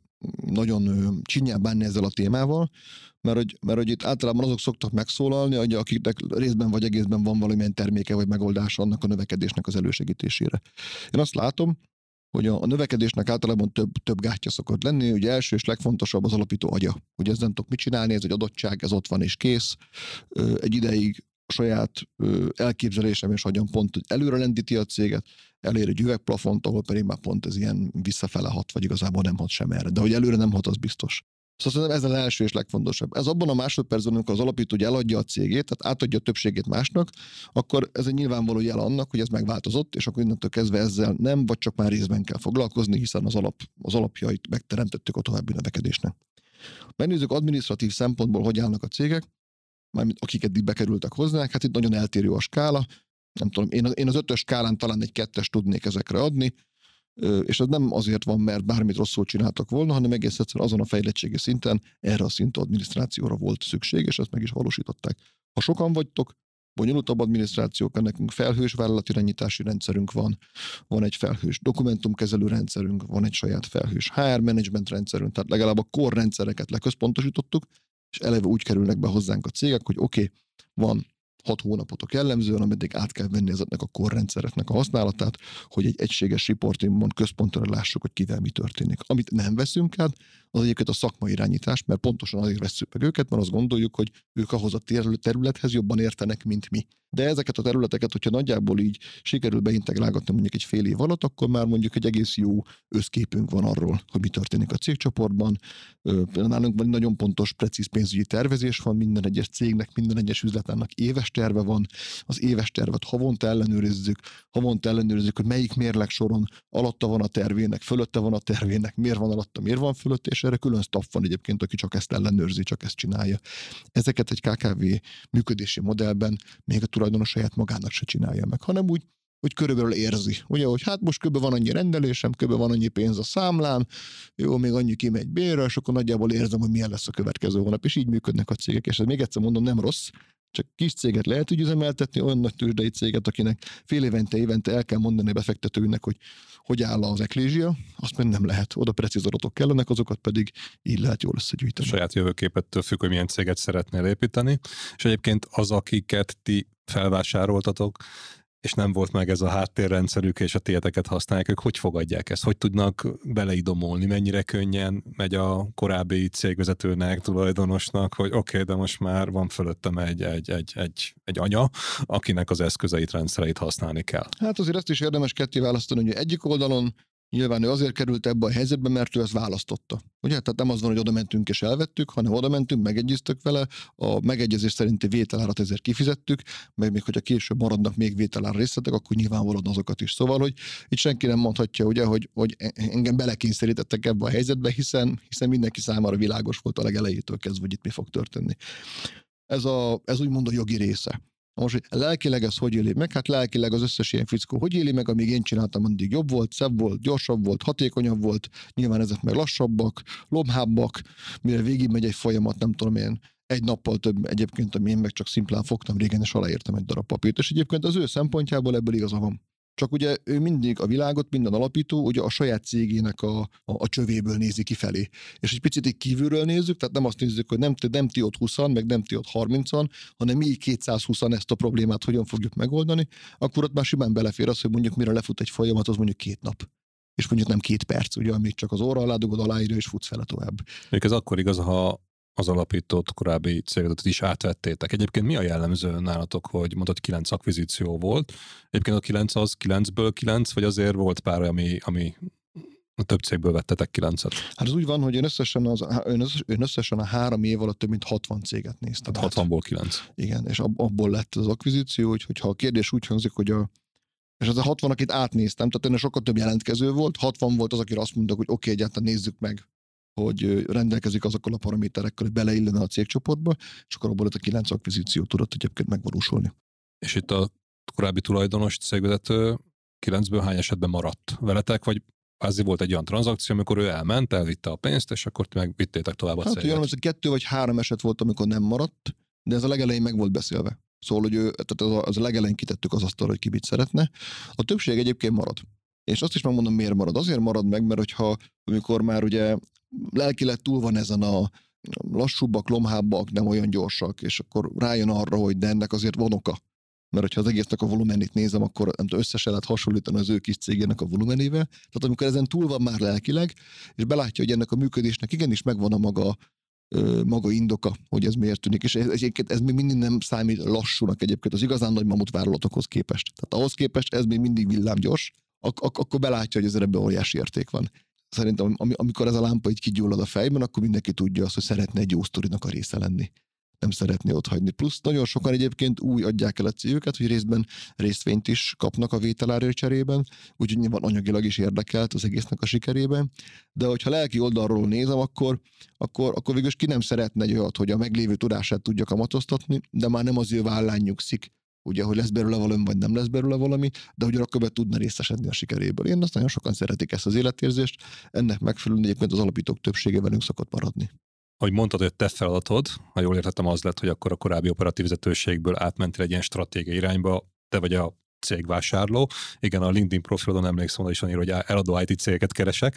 nagyon csinyán bánni ezzel a témával, mert hogy, mert hogy itt általában azok szoktak megszólalni, hogy akiknek részben vagy egészben van valamilyen terméke vagy megoldása annak a növekedésnek az elősegítésére. Én azt látom, hogy a növekedésnek általában több, több gátja szokott lenni, ugye első és legfontosabb az alapító agya. Ugye ez nem tudok mit csinálni, ez egy adottság, ez ott van és kész. Egy ideig a saját elképzelésem és agyam pont, hogy előre lendíti a céget, elér egy üvegplafont, ahol pedig már pont ez ilyen visszafele hat, vagy igazából nem hat sem erre. De hogy előre nem hat, az biztos. Szóval szerintem ez az első és legfontosabb. Ez abban a másodpercben, amikor az alapító hogy eladja a cégét, tehát átadja a többségét másnak, akkor ez egy nyilvánvaló jel annak, hogy ez megváltozott, és akkor innentől kezdve ezzel nem, vagy csak már részben kell foglalkozni, hiszen az, alap, az alapjait megteremtettük a további növekedésnek. Megnézzük adminisztratív szempontból, hogy állnak a cégek, mármint akik eddig bekerültek hozzánk, hát itt nagyon eltérő a skála. Nem tudom, én az, én az ötös skálán talán egy kettes tudnék ezekre adni, és ez nem azért van, mert bármit rosszul csináltak volna, hanem egész egyszerűen azon a fejlettségi szinten erre a szintű adminisztrációra volt szükség, és ezt meg is valósították. Ha sokan vagytok, bonyolultabb adminisztrációk, nekünk felhős vállalatirányítási rendszerünk van, van egy felhős dokumentumkezelő rendszerünk, van egy saját felhős há er management rendszerünk, tehát legalább a core rendszereket leközpontosítottuk, és eleve úgy kerülnek be hozzánk a cégek, hogy oké, okay, van hat hónapotok jellemzően, ameddig át kell venni ezeknek a core rendszereknek a használatát, hogy egy egységes reportingban központra lássuk, hogy kivel mi történik. Amit nem veszünk át, az egyébként a szakmai irányítás, mert pontosan azért vesszük meg őket, mert azt gondoljuk, hogy ők ahhoz a területhez jobban értenek, mint mi. De ezeket a területeket, hogyha nagyjából így sikerül beintegrálgatni mondjuk egy fél év alatt, akkor már mondjuk egy egész jó összképünk van arról, hogy mi történik a cégcsoportban. Nálunk van nagyon pontos, precíz pénzügyi tervezés van, minden egyes cégnek, minden egyes üzletának éves terve van, az éves tervet havonta ellenőrizzük, havonta ellenőrizzük, hogy melyik mérleg soron alatta van a tervének, fölötte van a tervének, miért van alatta, miért van fölött, és erre külön staff van egyébként, aki csak ezt ellenőrzi, csak ezt csinálja. Ezeket egy ká ká vé működési modellben még a tulajdonos saját magának se csinálja meg, hanem úgy, hogy körülbelül érzi. Ugye, hogy hát most kb. Van annyi rendelésem, kb. Van annyi pénz a számlán, jó, még annyi kimegy bérre, és akkor nagyjából érzem, hogy milyen lesz a következő hónap, és így működnek a cégek, és ez még egyszer mondom, nem rossz, csak kis céget lehet úgy üzemeltetni, olyan nagy tőzsdei céget, akinek fél évente, évente el kell mondani a befektetőnek, hogy hogy áll az eklézsia, azt meg nem lehet. Oda precíz adatok kellenek, azokat pedig így lehet jól összegyűjteni. Saját jövőképettől függ, hogy milyen céget szeretnél építeni, és egyébként az, akiket ti felvásároltatok, és nem volt meg ez a háttérrendszerük, és a tiéteket használják, ők hogy fogadják ezt? Hogy tudnak beleidomolni? Mennyire könnyen megy a korábbi cégvezetőnek, tulajdonosnak, hogy oké, okay, de most már van fölöttem egy, egy, egy, egy, egy anya, akinek az eszközeit, rendszereit használni kell. Hát azért ezt is érdemes ketté választani, hogy egyik oldalon nyilván ő azért került ebbe a helyzetbe, mert ő ezt választotta. Ugye? Tehát nem az van, hogy oda mentünk és elvettük, hanem oda mentünk, megegyeztük vele, a megegyezés szerinti vételárat ezért kifizettük, meg még hogyha később maradnak még vételár részletek, akkor nyilvánvalóan azokat is. Szóval, hogy itt senki nem mondhatja, ugye, hogy, hogy engem belekényszerítettek ebbe a helyzetbe, hiszen, hiszen mindenki számára világos volt a legelejétől kezdve, hogy itt mi fog történni. Ez, a, ez úgymond a jogi része. Most, hogy lelkileg ez hogy éli meg? Hát lelkileg az összes ilyen fickó hogy éli meg, amíg én csináltam, addig jobb volt, szebb volt, gyorsabb volt, hatékonyabb volt, nyilván ezek meg lassabbak, lomhábbak, mire végigmegy egy folyamat, nem tudom én, egy nappal több egyébként, ami én meg csak szimplán fogtam régen, és aláírtam egy darab papírt, és egyébként az ő szempontjából ebből igaza van. Csak ugye ő mindig a világot, minden alapító, ugye a saját cégének a, a, a csövéből nézi kifelé. És egy picit így kívülről nézzük, tehát nem azt nézzük, hogy nem, nem ti ott húszan, meg nem ti ott harmincan, hanem mi kétszázhúszan ezt a problémát hogyan fogjuk megoldani, akkor ott már simán belefér az, hogy mondjuk mire lefut egy folyamat, az mondjuk két nap. És mondjuk nem két perc, ugye, amíg csak az óra alá dugod, aláírja, és futsz vele tovább. Még ez akkor igaz, ha az alapított korábbi cégedet is átvettétek. Egyébként mi a jellemző nálatok, hogy mondod, kilenc akvizíció volt? Egyébként a kilenc az kilencből kilenc, vagy azért volt pár, ami, ami a több cégből vettetek kilencet? Hát az úgy van, hogy én összesen, az, én összesen a három év alatt több mint hatvan céget néztem. Tehát hatvanból kilenc. Igen, és abból lett az akvizíció, hogy ha a kérdés úgy hangzik, hogy a és az a hatvan, akit átnéztem, tehát ennek sokkal több jelentkező volt, hatvan volt az, akire azt mondtak, hogy oké, okay, egyáltalán nézzük meg, hogy rendelkezik azokkal a paraméterekkel, hogy beleillene a cégcsoportba, és akkor abból lett a kilenc akvizíció tudott egyébként megvalósulni. És itt a korábbi tulajdonos cégvezető kilencből hány esetben maradt veletek, vagy azért volt egy olyan tranzakció, amikor ő elment, elvitte a pénzt, és akkor ti meg vittétek tovább a hát, céget? Hát, hogy kettő vagy három eset volt, amikor nem maradt, de ez a legelején meg volt beszélve. Szóval, hogy ő, tehát az, az a legelején kitettük az asztalra, hogy ki mit szeretne. A többség egyébként marad. És azt is megmondom, miért marad. Azért marad meg, mert hogyha amikor már ugye lelkileg túl van ezen a lassúbbak, lomhábbak, nem olyan gyorsak, és akkor rájön arra, hogy de ennek azért van oka. Mert hogyha az egésznek a volumenét nézem, akkor nem tudom, összesen lehet hasonlítani az ő kis cégének a volumenével. Tehát amikor ezen túl van már lelkileg, és belátja, hogy ennek a működésnek igenis megvan a maga maga indoka, hogy ez miért tűnik, és ez, ez még mindig nem számít lassúnak egyébként az igazán nagy mamutvállalatokhoz képest. Tehát ahhoz képest ez még mindig villámgyors, ak- ak- akkor belátja, hogy ez ebben óriási érték van. Szerintem am- amikor ez a lámpa így kigyullad a fejben, akkor mindenki tudja azt, hogy szeretne egy jó sztorinak a része lenni. Nem szeretné ott hagyni. Plusz nagyon sokan egyébként úgy adják el a cégüket, hogy részben részvényt is kapnak a vételárért cserében, úgyhogy nyilván anyagilag is érdekelt az egésznek a sikerében. De hogyha lelki oldalról nézem, akkor, akkor, akkor végülis ki nem szeretne egy olyat, hogy a meglévő tudását tudja kamatoztatni, de már nem az ő vállán nyugszik, ugye, hogy lesz belőle valami, vagy nem lesz belőle valami, de hogy akkor tudna részesedni a sikeréből. Én azt nagyon sokan szeretik ezt az életérzést, ennek megfelelően egyébként az alapítók többsége velünk szokott maradni. Ahogy mondtad, hogy te feladatod, ha jól értettem, az lett, hogy akkor a korábbi operatív vezetőségből átmentél egy ilyen stratégiai irányba, te vagy a cégvásárló. Igen, a LinkedIn profilodon emlékszem, oda is van írva, hogy eladó i té cégeket keresek,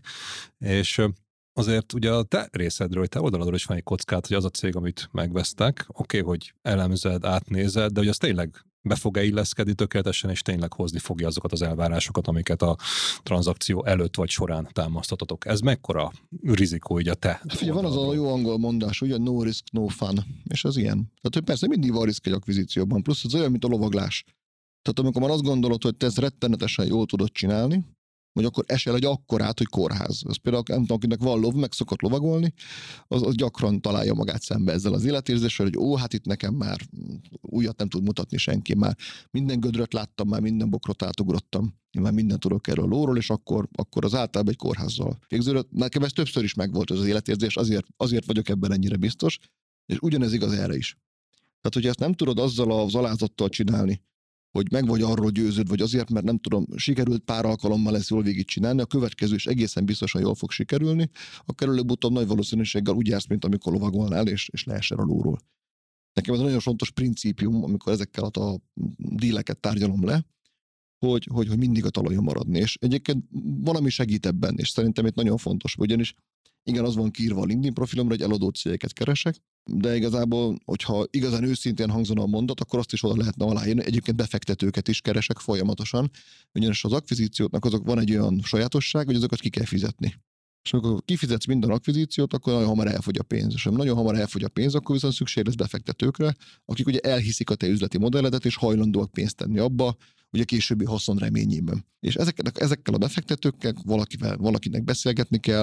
és azért ugye a te részedről, hogy te oldaladról is van egy kockát, hogy az a cég, amit megvesztek, oké, okay, hogy elemzed, átnézed, de hogy az tényleg be fog-e illeszkedni tökéletesen, és tényleg hozni fogja azokat az elvárásokat, amiket a tranzakció előtt vagy során támasztatotok. Ez mekkora rizikó így a te? Figyelj, van az a jó angol mondás, ugye no risk, no fun, és ez ilyen. Tehát, hogy persze mindig van risk egy akvizícióban, plusz az olyan, mint a lovaglás. Tehát amikor már azt gondolod, hogy te ezt rettenetesen jól tudod csinálni, hogy akkor esel egy akkorát, hogy kórház. Ez például, nem tudom, akinek van lov, meg szokott lovagolni, az, az gyakran találja magát szembe ezzel az életérzéssel, hogy ó, hát itt nekem már újat nem tud mutatni senki, már minden gödröt láttam, már minden bokrot átugrottam, én már mindent tudok erről a lóról, és akkor, akkor az általában egy kórházzal végződött. Nekem ez többször is megvolt ez az életérzés, azért, azért vagyok ebben ennyire biztos, és ugyanez igaz erre is. Tehát, hogyha ezt nem tudod azzal az alázattal csinálni, hogy meg vagy arról győződ, vagy azért, mert nem tudom, sikerült pár alkalommal lesz jól végigcsinálni, a következő is egészen biztosan jól fog sikerülni, akkor előbb-utóbb nagy valószínűséggel úgy jársz, mint amikor lovagolnál, és, és leesel a lóról. Nekem ez nagyon fontos principium, amikor ezekkel a díleket tárgyalom le, hogy, hogy, hogy mindig a talajon maradni. És egyébként valami segít ebben, és szerintem itt nagyon fontos, ugyanis igen, az van kiírva a LinkedIn profilomra, hogy eladó cégeket keresek, de igazából, hogyha igazán őszintén hangzana a mondat, akkor azt is oda lehetne aláírni. Egyébként befektetőket is keresek folyamatosan, ugyanis az akvizícióknak azok van egy olyan sajátosság, hogy azokat ki kell fizetni. És amikor kifizetsz minden akvizíciót, akkor nagyon hamar elfogy a pénz. És ha nagyon hamar elfogy a pénz, akkor viszont szükség lesz befektetőkre, akik ugye elhiszik a te üzleti modelledet, és hajlandóak pénzt tenni abba, ugye későbbi haszon reményében. És ezekkel, ezekkel a befektetőkkel valakivel, valakinek beszélgetni kell,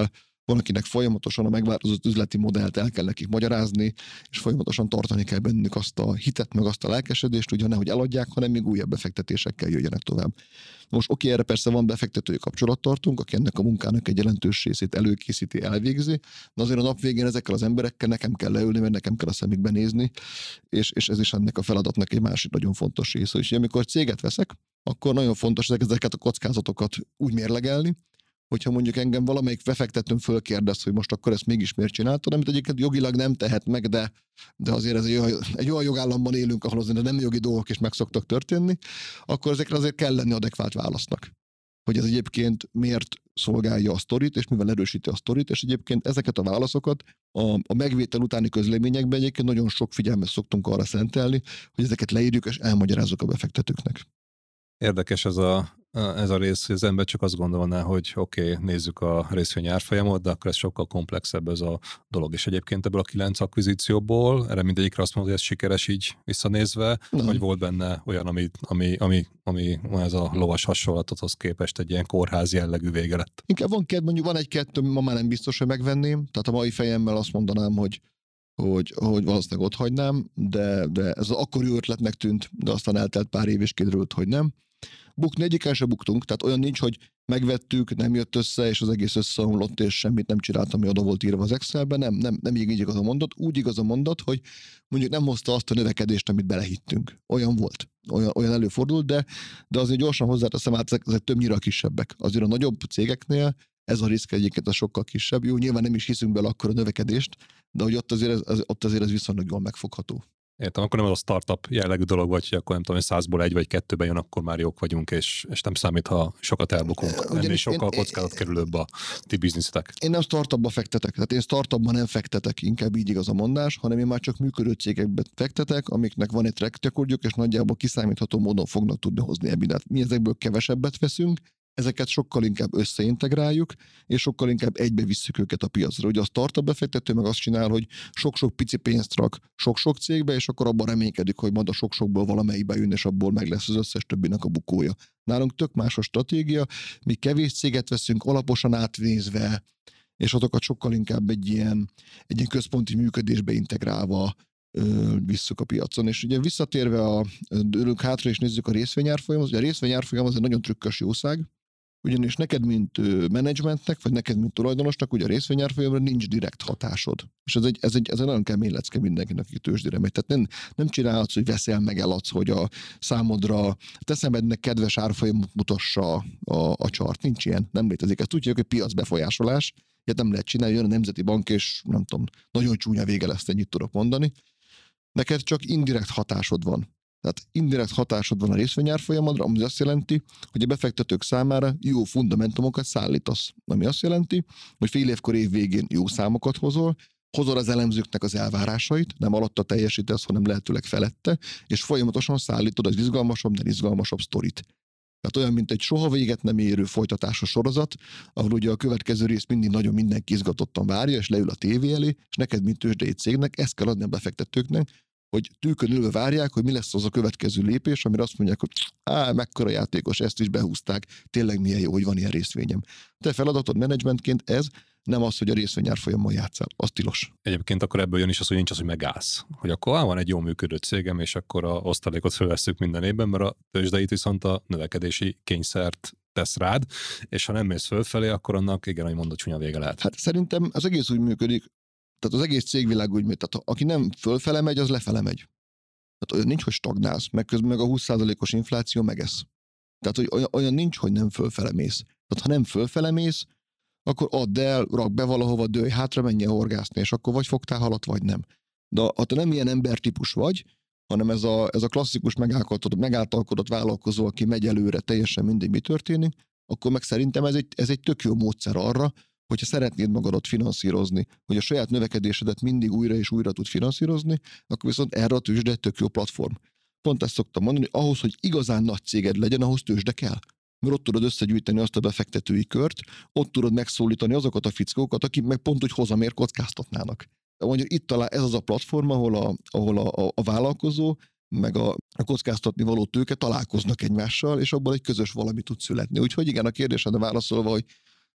Valakinek folyamatosan a megváltozott üzleti modellt el kell nekik magyarázni, és folyamatosan tartani kell bennük azt a hitet, meg azt a lelkesedést, ugye nehogy eladják, hanem még újabb befektetésekkel jöjjenek tovább. Most oké, erre persze van befektetői kapcsolattartunk, aki ennek a munkának egy jelentős részét előkészíti, elvégzi, de azért a nap végén ezekkel az emberekkel nekem kell leülni, mert nekem kell a szemükbe nézni, és, és ez is ennek a feladatnak egy másik nagyon fontos része. És amikor céget veszek, akkor nagyon fontos ezeket a kockázatokat úgy mérlegelni, hogyha mondjuk engem valamelyik befektetőm fölkérdez, hogy most akkor ezt mégis miért csináltad, amit egyébként jogilag nem tehet meg, de, de azért ez egy olyan, egy olyan jogállamban élünk, ahol azért nem jogi dolgok is meg szoktak történni, akkor ezekre azért kell lenni adekvát válasznak. Hogy ez egyébként miért szolgálja a sztorit, és mivel erősíti a sztorit, és egyébként ezeket a válaszokat a, a megvétel utáni közleményekben egyébként nagyon sok figyelmet szoktunk arra szentelni, hogy ezeket leírjuk és elmagyarázzuk a befektetőknek. Érdekes ez a, ez a rész, hogy az ember csak azt gondolná, hogy oké, okay, nézzük a részvény árfolyamot, de akkor ez sokkal komplexebb ez a dolog. És egyébként ebből a kilenc akvizícióból, erre mindegyikre azt mondod, hogy ez sikeres így visszanézve, nem. Vagy volt benne olyan, ami, ami, ami, ami ez a lovas hasonlatothoz képest egy ilyen kórház jellegű vége lett? Inkább van, mondjuk van egy-kettő, ma már nem biztos, hogy megvenném, tehát a mai fejemmel azt mondanám, hogy hogy, hogy valószínűleg ott hagynám, de, de ez az akkori ötletnek tűnt, de aztán eltelt pár év és kiderült, hogy nem. Bukni egyiken se buktunk, tehát olyan nincs, hogy megvettük, nem jött össze, és az egész összeomlott, és semmit nem csinált, ami oda volt írva az Excelben, nem, nem, nem így igaz a mondat, úgy igaz a mondat, hogy mondjuk nem hozta azt a növekedést, amit belehittünk. Olyan volt, olyan, olyan előfordult, de, de azért gyorsan hozzáteszem át, ezek, ezek többnyire a kisebbek. Azért a nagyobb cégeknél ez a risk egyébként a sokkal kisebb. Jó, nyilván nem is hiszünk bele akkor a növekedést, de hogy ott azért ez, ott azért ez viszonylag jól megfogható. Értem, akkor nem az a startup jellegű dolog vagy, hogy akkor nem tudom, hogy százból egy vagy kettőben jön, akkor már jók vagyunk, és, és nem számít, ha sokat elbukunk. Ennél sokkal kockázatkerülőbb a ti bizniszetek. Én nem startupba fektetek, tehát én startupban nem fektetek, inkább így igaz a mondás, hanem én már csak működő cégekbe fektetek, amiknek van egy track recordjuk, és nagyjából kiszámítható módon fognak tudni hozni ebitdát. Mi ezekből kevesebbet veszünk, ezeket sokkal inkább összeintegráljuk, és sokkal inkább egybe visszük őket a piacra. Ugye a startup befektető meg azt csinál, hogy sok-sok pici pénzt rak sok-sok cégbe, és akkor abban reménykedik, hogy majd a sok-sokból valamelyikbe jön, és abból meg lesz az összes többinek a bukója. Nálunk tök más a stratégia, mi kevés céget veszünk, alaposan átnézve, és azokat sokkal inkább egy ilyen, egy ilyen központi működésbe integrálva ö, visszük a piacon. És ugye visszatérve a dőlünk hátra, és nézzük a részvényárfolyamot, ugye a részvényárfolyam az egy nagyon trükkös jószág, ugyanis neked, mint menedzsmentnek, vagy neked, mint tulajdonosnak, ugye a részvényárfolyamra nincs direkt hatásod. És ez egy, ez egy, ez egy nagyon kemény lecke mindenkinek, aki tőzsdére megy. Tehát nem, nem csinálhatsz, hogy veszel, meg eladsz, hogy a számodra teszemednek kedves árfolyamot mutassa a, a csart. Nincs ilyen, nem létezik. Ez tudjuk, hogy piac befolyásolás, ilyet nem lehet csinálni, jön a Nemzeti Bank, és nem tudom, nagyon csúnya vége lesz, ennyit tudok mondani. Neked csak indirekt hatásod van. Tehát indirekt hatásod van a részvényárfolyamodra, ami azt jelenti, hogy a befektetők számára jó fundamentumokat szállítasz. Ami azt jelenti, hogy fél évkor év végén jó számokat hozol, hozol az elemzőknek az elvárásait, nem alatta teljesítesz, hanem lehetőleg felette, és folyamatosan szállítod az izgalmasabb, de izgalmasabb sztorit. Tehát olyan, mint egy soha véget nem érő folytatásos sorozat, ahol ugye a következő rész mindig nagyon mindenki izgatottan várja, és leül a tévé elé, és neked, mint tőzsdei cégnek, ezt kell adni a befektetőknek, hogy tűkön ülve várják, hogy mi lesz az a következő lépés, amire azt mondják, hogy á, mekkora játékos, ezt is behúzták, tényleg milyen jó, hogy van ilyen részvényem. Te feladatod menedzsmentként ez, nem az, hogy a részvényárfolyammal játszál, az tilos. Egyébként akkor ebből jön is az, hogy nincs az, hogy megállsz. Hogy akkor á, van egy jó működő cégem, és akkor a osztalékot fölvesszük minden évben, mert a tőzsdeit viszont a növekedési kényszert tesz rád, és ha nem mész fölfelé, akkor annak igen, hogy mondod, csúnya vége lehet. Hát szerintem az egész úgy működik, tehát az egész cégvilág úgy működik, tehát aki nem fölfele megy, az lefele megy. Tehát olyan nincs, hogy stagnálsz, meg közben meg a húsz százalékos infláció megesz. Tehát hogy olyan, olyan nincs, hogy nem fölfele mész. Tehát ha nem fölfele mész, akkor add el, rak be valahova, dőj hátra, menjen horgászni, és akkor vagy fogtál halat, vagy nem. De ha te nem ilyen embertípus vagy, hanem ez a, ez a klasszikus megálkodott, megáltalkodott vállalkozó, aki megy előre, teljesen mindig mi történik, akkor meg szerintem ez egy, ez egy tök jó módszer arra, hogyha szeretnéd magadat finanszírozni, hogy a saját növekedésedet mindig újra és újra tud finanszírozni, akkor viszont erre a tőzsde egy tök jó platform. Pont ezt szoktam mondani, hogy ahhoz, hogy igazán nagy céged legyen, ahhoz tőzsde kell. Mert ott tudod összegyűjteni azt a befektetői kört, ott tudod megszólítani azokat a fickókat, akik meg pont úgy hozamér kockáztatnának. Mondjuk itt talán ez az a platform, ahol a, ahol a, a, a vállalkozó meg a, a kockáztatni való tőke találkoznak egymással, és abból egy közös valami tud születni. Úgyhogy igen, a kérdésedre válaszolva, hogy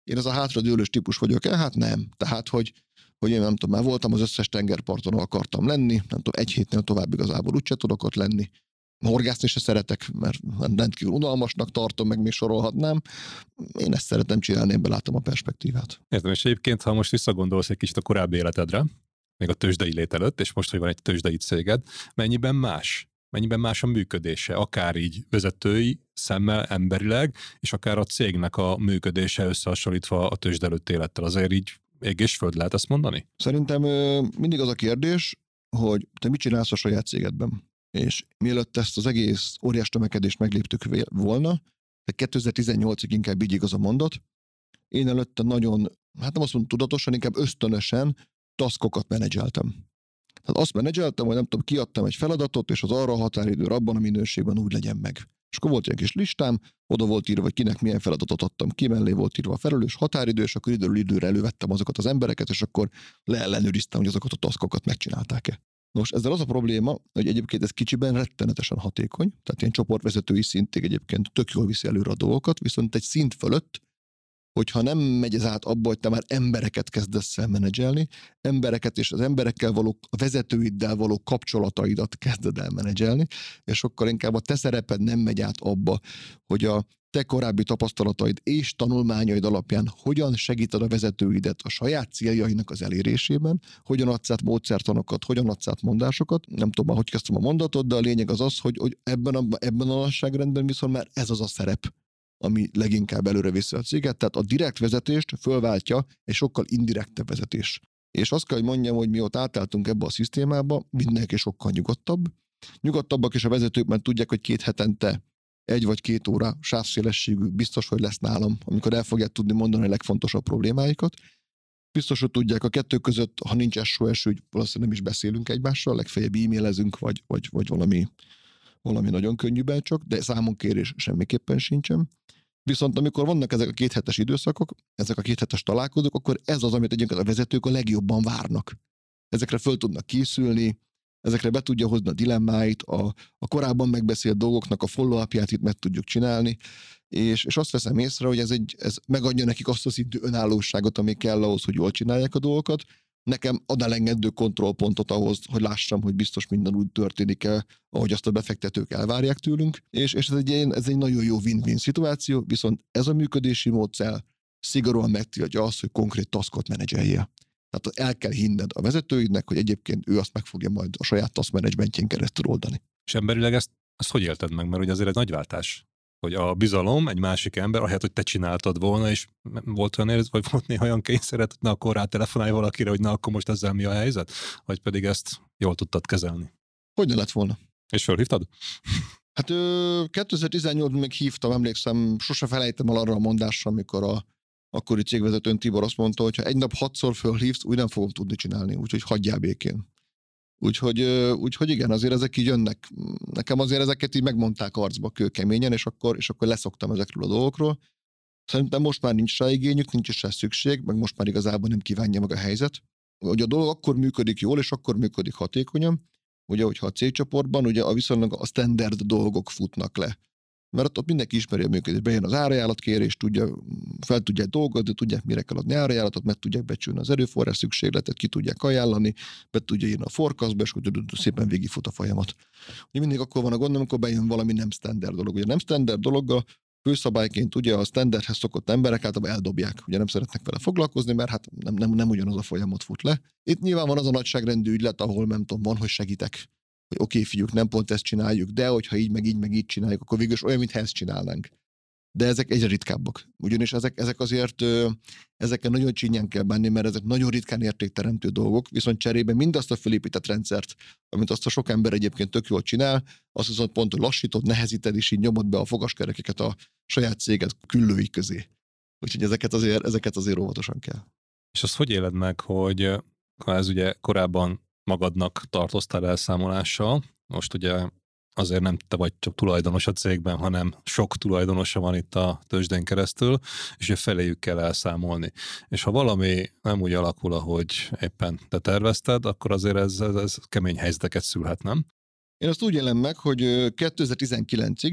én ez a hátradőlős típus vagyok-e? Hát nem. Tehát, hogy, hogy én nem tudom, már voltam az összes tengerparton, ahol akartam lenni, nem tudom, egy hétnél tovább igazából úgyse tudok ott lenni. Horgászni se szeretek, mert rendkívül unalmasnak tartom, meg még sorolhatnám. Én ezt szeretem csinálni, én belátom a perspektívát. Értem, és egyébként, ha most visszagondolsz egy kicsit a korábbi életedre, még a tőzsdei lét előtt, és most, hogy van egy tőzsdei céged, mennyiben más? Mennyiben más a működése, akár így vezetői szemmel emberileg, és akár a cégnek a működése összehasonlítva a tőzsde előtt élettel. Azért így ég és föld, lehet ezt mondani? Szerintem mindig az a kérdés, hogy te mit csinálsz a saját cégedben. És mielőtt ezt az egész óriás tömegedést megléptük volna, de kétezer-tizennyolcig inkább így igaz a mondat, én előtte nagyon, hát nem azt mondom tudatosan, inkább ösztönösen taskokat menedzseltem. Tehát azt menedzseltem, hogy nem tudom, kiadtam egy feladatot, és az arra a határidőre abban a minőségben úgy legyen meg. És akkor volt ilyen kis listám, oda volt írva, hogy kinek milyen feladatot adtam ki, mellé volt írva a felelős határidő, és akkor időről időre elővettem azokat az embereket, és akkor leellenőriztem, hogy azokat a taskokat megcsinálták-e. Nos, ezzel az a probléma, hogy egyébként ez kicsiben rettenetesen hatékony, tehát ilyen csoportvezetői szintig egyébként tök jól viszi előre a dolgokat, viszont egy szint fölött, hogyha nem megy ez át abba, hogy te már embereket kezdesz el menedzselni, embereket és az emberekkel való, a vezetőiddel való kapcsolataidat kezded el menedzselni, és sokkal inkább a te szereped nem megy át abba, hogy a te korábbi tapasztalataid és tanulmányaid alapján hogyan segíted a vezetőidet a saját céljainak az elérésében, hogyan adsz át módszertanokat, hogyan adsz át mondásokat. Nem tudom már, hogy kezdtem a mondatot, de a lényeg az az, hogy, hogy ebben, a, ebben a nagyságrendben viszont már ez az a szerep, ami leginkább előre viszi a céget, tehát a direkt vezetést fölváltja egy sokkal indirektebb vezetés. És azt kell, hogy mondjam, hogy mióta átálltunk ebbe a szisztémába, mindenki sokkal nyugodtabb. Nyugodtabbak is a vezetők, mert tudják, hogy két hetente egy vagy két óra sávszélességű biztos, hogy lesz nálam, amikor el fogják tudni mondani a legfontosabb problémáikat. Biztos, hogy tudják a kettő között, ha nincs eső eső, hogy valószínűleg nem is beszélünk egymással, legfeljebb e-mailezünk, vagy, vagy, vagy valami, valami nagyon könnyűben csak, de számonkérés semmiképpen sincsen. Viszont amikor vannak ezek a kéthetes időszakok, ezek a kéthetes találkozók, akkor ez az, amit egyébként a vezetők a legjobban várnak. Ezekre föl tudnak készülni, ezekre be tudja hozni a dilemmáit, a, a korábban megbeszélt dolgoknak a follow-upját itt meg tudjuk csinálni, és, és azt veszem észre, hogy ez, egy, ez megadja nekik azt a szintű önállóságot, ami kell ahhoz, hogy jól csinálják a dolgokat. Nekem ad elengedő kontrollpontot ahhoz, hogy lássam, hogy biztos minden úgy történik el, ahogy azt a befektetők elvárják tőlünk, és, és ez, egy, ez egy nagyon jó win-win szituáció, viszont ez a működési módszer szigorúan megtiltja azt, hogy konkrét taskot menedzseljél. Tehát el kell hinned a vezetőidnek, hogy egyébként ő azt meg fogja majd a saját task managementjén keresztül oldani. És emberileg ezt, ezt hogy élted meg? Mert ugye azért egy nagy váltás, hogy a bizalom egy másik ember, ahelyett, hogy te csináltad volna, és volt olyan érzet, vagy volt néha olyan kényszeret, hogy na akkor rá telefonálj valakire, hogy na akkor most ezzel mi a helyzet? Vagy pedig ezt jól tudtad kezelni? Hogy ne lett volna? És fölhívtad? Hát kétezer-tizennyolcban még hívtam, emlékszem, sose felejtem el arra a mondásra, amikor a akkori cégvezetőn Tibor azt mondta, hogy ha egy nap hatszor fölhívsz, úgy nem fogom tudni csinálni, úgyhogy hagyjál békén. Úgyhogy, úgyhogy igen, azért ezek így jönnek. Nekem azért ezeket így megmondták arcba kőkeményen, és akkor, és akkor leszoktam ezekről a dolgokról. Szerintem most már nincs rá igényük, nincs is rá szükség, meg most már igazából nem kívánja meg a helyzet. Ugye a dolog akkor működik jól, és akkor működik hatékonyan, ugye, hogyha a cégcsoportban ugye a viszonylag a standard dolgok futnak le. Mert ott mindenki ismeri a működést. Bejön az árajánlatkérés, tudja, fel tudják dolgozni, tudják, mire kell adni árajánlatot, meg tudják becsülni az erőforrás szükségletet, ki tudják ajánlani, be tudja írni a forecastbe, és szépen végigfut a folyamat. Ugye mindig akkor van a gond, amikor bejön valami nem standard dolog. Ugye nem standard dologgal főszabályként ugye a standardhez szokott emberek általában eldobják. Ugye nem szeretnek vele foglalkozni, mert hát nem, nem, nem ugyanaz a folyamat fut le. Itt nyilván van az a nagyságrendű ügylet, ahol nem tudom, van, hogy segítek. Hogy oké, okay, figyük, nem pont ezt csináljuk, de hogyha így, meg így, meg így csináljuk, akkor végül is olyan, mintha ezt csinálnánk. De ezek egyre ritkábbak. Ugyanis ezek, ezek azért, ezekkel nagyon csinyán kell bánni, mert ezek nagyon ritkán értékteremtő dolgok, viszont cserébe mindazt a felépített rendszert, amit azt a sok ember egyébként tök jól csinál, azt viszont pont, hogy lassítod, nehezíted, és így nyomod be a fogaskerekeket a saját céged küllői közé. Úgyhogy ezeket azért, ezeket azért óvatosan kell. És azt hogy éled meg, hogy ha ez ugye korábban magadnak tartoztál elszámolással, most ugye azért nem te vagy csak tulajdonos a cégben, hanem sok tulajdonosa van itt a tőzsdén keresztül, és feléjük kell elszámolni. És ha valami nem úgy alakul, ahogy éppen te tervezted, akkor azért ez, ez, ez kemény helyzeteket szülhet, nem? Én azt úgy élem meg, hogy kétezer-tizenkilencig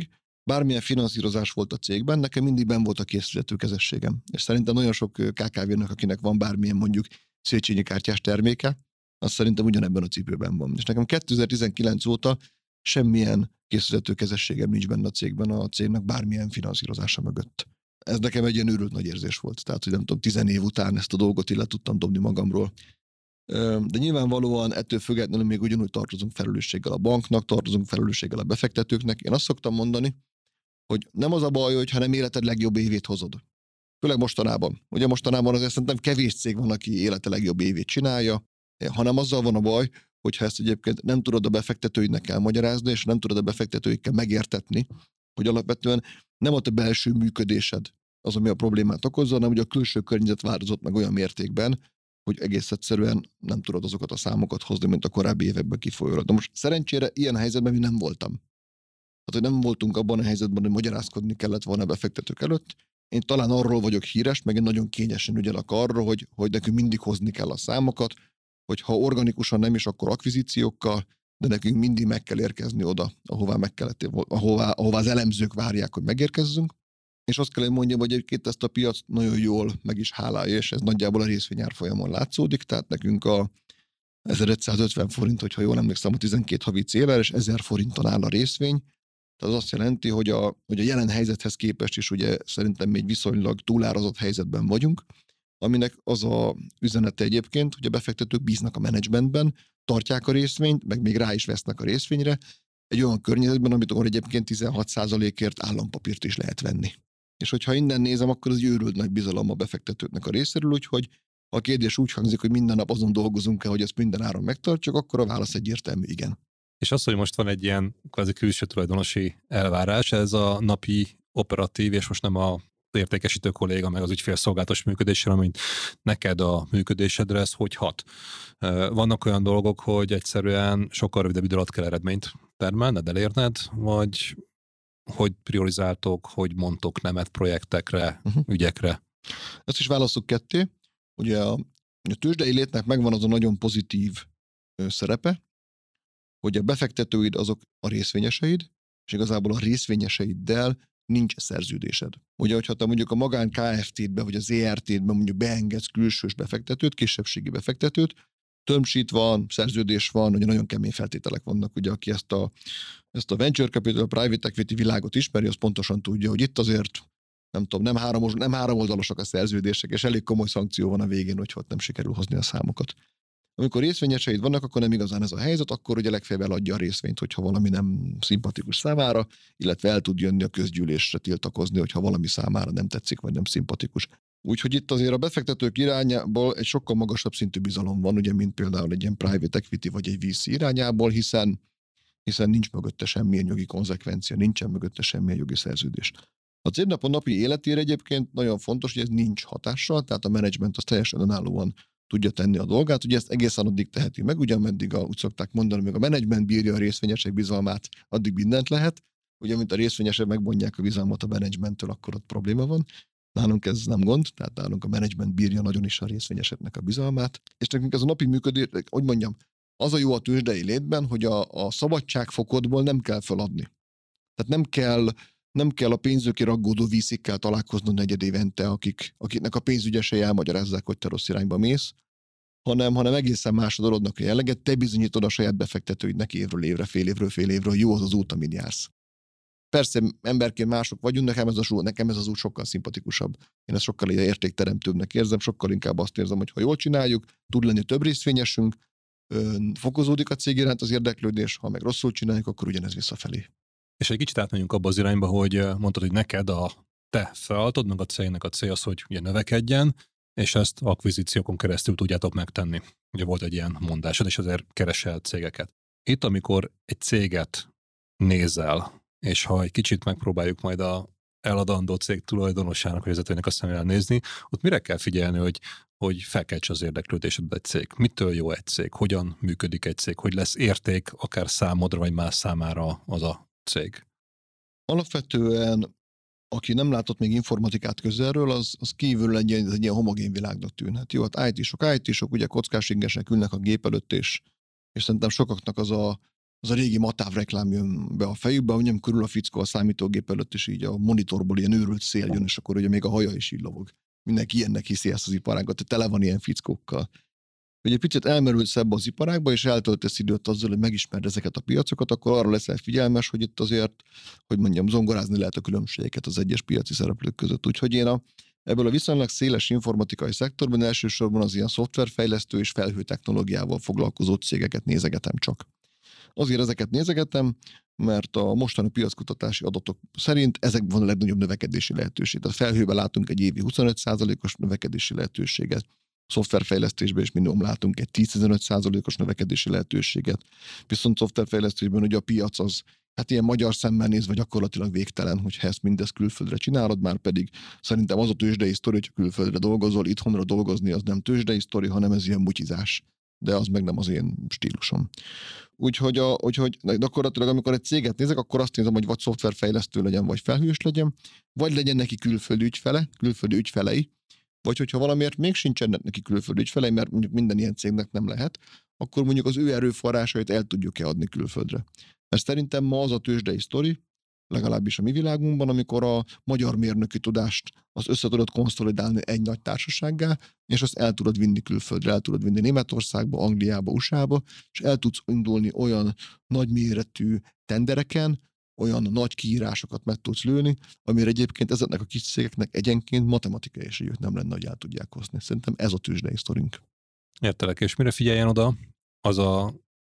bármilyen finanszírozás volt a cégben, nekem mindig benn volt a készfizetőkezességem. És szerintem nagyon sok ká ká vé-nek, akinek van bármilyen mondjuk Széchenyi kártyás terméke, az szerintem ugyanebben a cipőben van. És nekem kétezer-tizenkilenc óta semmilyen készfizetőkezességem nincs benne a cégben, a cégnek bármilyen finanszírozása mögött. Ez nekem egy ilyen őrült nagy érzés volt. Tehát, hogy nem tudom, tizen év után ezt a dolgot így le tudtam dobni magamról. De nyilvánvalóan ettől függetlenül még ugyanúgy tartozunk felelősséggel a banknak, tartozunk felelősséggel a befektetőknek. Én azt szoktam mondani, hogy nem az a baj, hogyha nem életed legjobb évét hozod. Főleg mostanában. Ugye mostanában azért szerintem kevés cég van, aki élete legjobb évét csinálja, hanem azzal van a baj, hogyha ezt egyébként nem tudod a befektetőidnek elmagyarázni, és nem tudod a befektetőikkel megértetni, hogy alapvetően nem a te belső működésed az, ami a problémát okozza, hanem hogy a külső környezet változott meg olyan mértékben, hogy egész egyszerűen nem tudod azokat a számokat hozni, mint a korábbi években kifolyólag. De most szerencsére ilyen helyzetben mi nem voltam. Tehát, hogy nem voltunk abban a helyzetben, hogy magyarázkodni kellett volna a befektetők előtt. Én talán arról vagyok híres, meg én nagyon kényesen ügyelek arra, hogy, hogy nekünk mindig hozni kell a számokat, hogy ha organikusan nem is, akkor akvizíciókkal, de nekünk mindig meg kell érkezni oda, ahová, meg kellett, ahová, ahová az elemzők várják, hogy megérkezzünk. És azt kell, hogy mondjam, hogy egyébként ezt a piac nagyon jól meg is hálálja, és ez nagyjából a részvényárfolyamon látszódik, tehát nekünk a ezerötszázötven forint, hogyha jól emlékszem, a tizenkét havi célár, és ezer forinton áll a részvény. Tehát az azt jelenti, hogy a, hogy a jelen helyzethez képest is ugye szerintem még viszonylag túlárazott helyzetben vagyunk, aminek az a üzenete egyébként, hogy a befektetők bíznak a menedzsmentben, tartják a részvényt, meg még rá is vesznek a részvényre, egy olyan környezetben, amit ahol egyébként tizenhat százalékért állampapírt is lehet venni. És hogyha innen nézem, akkor az egy őrült nagy bizalom a befektetőknek a részéről, úgyhogy ha a kérdés úgy hangzik, hogy minden nap azon dolgozunk-e, hogy ezt minden áron megtartjuk, akkor a válasz egyértelmű igen. És az, hogy most van egy ilyen kvázi külső tulajdonosi elvárás, ez a napi operatív, és most nem a értékesítő kolléga, meg az ügyfélszolgálatos működésre, mint neked a működésedre, ez hogy hat? Vannak olyan dolgok, hogy egyszerűen sokkal rövidebb idő alatt kell eredményt termelned, elérned, vagy hogy priorizáltok, hogy mondtok nemet projektekre, uh-huh. ügyekre? Ezt is válaszok ketté. Ugye a, a tőzsdei létnek megvan az a nagyon pozitív ö, szerepe, hogy a befektetőid azok a részvényeseid, és igazából a részvényeseiddel nincs szerződésed. Ugye, hogyha te mondjuk a magán ká ef té-be, vagy a zé er té-be mondjuk beengedsz külsős befektetőt, kisebbségi befektetőt, termsheet van, szerződés van, ugye nagyon kemény feltételek vannak, ugye, aki ezt a, ezt a venture capital, a private equity világot ismeri, az pontosan tudja, hogy itt azért nem tudom, nem három, nem három oldalasak a szerződések, és elég komoly szankció van a végén, hogy ott nem sikerül hozni a számokat. Amikor részvényeseid vannak, akkor nem igazán ez a helyzet, akkor ugye legfeljebb eladja a részvényt, hogyha valami nem szimpatikus számára, illetve el tud jönni a közgyűlésre tiltakozni, hogyha valami számára nem tetszik, vagy nem szimpatikus. Úgyhogy itt azért a befektetők irányából egy sokkal magasabb szintű bizalom van, ugye, mint például egy ilyen private equity vagy egy vé cé irányából, hiszen, hiszen nincs mögötte semmilyen jogi konzekvencia, nincsen mögötte semmilyen jogi szerződés. A cégnapon napi életére egyébként nagyon fontos, hogy ez nincs hatással, tehát a menedzsment az teljesen önállóan tudja tenni a dolgát, ugye ezt egészen addig teheti meg, ugye ameddig a, úgy szokták mondani, még a menedzsment bírja a részvényesek bizalmát, addig mindent lehet, ugye mint a részvényesek megmondják a bizalmat a menedzsmenttől, akkor ott probléma van. Nálunk ez nem gond, tehát nálunk a menedzsment bírja nagyon is a részvényeseknek a bizalmát, és nekünk ez a napi működés, hogy mondjam, az a jó a tőzsdei létben, hogy a, a szabadságfokodból nem kell feladni. Tehát nem kell Nem kell a pénzőkért aggódó vé cé-kkel találkoznod negyed évente, akik, akiknek a pénzügyesei elmagyarázzák, hogy te rossz irányba mész, hanem, hanem egészen más a dolognak a jelleget, te bizonyítod a saját befektetőidnek évről évre, fél évről fél évről, jó az az út, amin jársz. Persze emberként mások vagyunk, nekem ez, a, nekem ez az út sokkal szimpatikusabb. Én ezt sokkal értékteremtőbbnek érzem, sokkal inkább azt érzem, hogy ha jól csináljuk, tud lenni több részvényesünk, fokozódik a cég iránt az érdeklődés, ha meg rosszul csináljuk, akkor ugyanez visszafelé. És egy kicsit átmegyünk abba az irányba, hogy mondtad, hogy neked a te feladatod, meg a cégnek a cél az, hogy ugye növekedjen, és ezt akvizíciókon keresztül tudjátok megtenni. Ugye volt egy ilyen mondásod, és azért keresel cégeket. Itt, amikor egy céget nézel, és ha egy kicsit megpróbáljuk majd a eladandó cég tulajdonosának, vagy vezetőnek a szemével nézni, ott mire kell figyelni, hogy, hogy felkeltse az érdeklődésed egy cég? Mitől jó egy cég? Hogyan működik egy cég? Hogy lesz érték akár számodra, vagy más számára az a cég? Alapvetően, aki nem látott még informatikát közelről, az, az kívül egy, egy ilyen homogén világnak tűnhet. Jó, hát í té-sok, í té-sok, ugye kockás ingesek ülnek a gép előtt, és, és szerintem sokaknak az a, az a régi Matáv reklám jön be a fejükbe, hogy nem körül a fickó a számítógép előtt, és így a monitorból ilyen őrült szél jön, és akkor ugye még a haja is így lovog. Mindenki ilyennek hiszi ezt az iparágat, hogy tele van ilyen fickókkal. Hogy egy picit elmerülsz ebbe az iparágba, és eltöltesz időt azzal, hogy megismerd ezeket a piacokat, akkor arra leszel figyelmes, hogy itt azért, hogy mondjam, zongorázni lehet a különbségeket az egyes piaci szereplők között. Úgyhogy én a, ebből a viszonylag széles informatikai szektorban elsősorban az ilyen szoftverfejlesztő és felhőtechnológiával foglalkozó cégeket nézegetem csak. Azért ezeket nézegetem, mert a mostani piackutatási adatok szerint ezekben van a legnagyobb növekedési lehetőség. Tehát felhőben látunk egy évi huszonöt százalékos növekedési lehetőséget, szoftverfejlesztésben is minimum látunk egy tíz-tizenöt százalékos növekedési lehetőséget. Viszont szoftverfejlesztésben ugye a piac az, hát ilyen magyar szemmel nézve gyakorlatilag végtelen, hogyha ezt mindezt külföldre csinálod, már pedig szerintem az a tőzsdei sztori, hogyha külföldre dolgozol, itthonra dolgozni, az nem tőzsdei sztori, hanem ez ilyen mutyizás. De az meg nem az én stílusom. Úgyhogy, a, úgyhogy gyakorlatilag amikor egy céget nézek, akkor azt nézem, hogy vagy szoftverfejlesztő legyen, vagy felhős legyen, vagy legyen neki külföldi ügyfele, külföldi ügyfelei, vagy hogyha valamiért még sincsenek neki külföldi ügyfelei, mert mondjuk minden ilyen cégnek nem lehet, akkor mondjuk az ő erőforrásait el tudjuk-e adni külföldre. Mert szerintem ma az a tőzsdei sztori, legalábbis a mi világunkban, amikor a magyar mérnöki tudást az össze tudod konszolidálni egy nagy társasággá, és azt el tudod vinni külföldre, el tudod vinni Németországba, Angliába, u es á-ba, és el tudsz indulni olyan nagyméretű tendereken, olyan nagy kiírásokat meg tudsz lőni, amire egyébként ezeknek a kis cégeknek egyenként matematikai esélyük nem lenne, hogy el tudják hozni. Szerintem ez a tőzsdei sztorink. Értelek, és mire figyeljen oda az a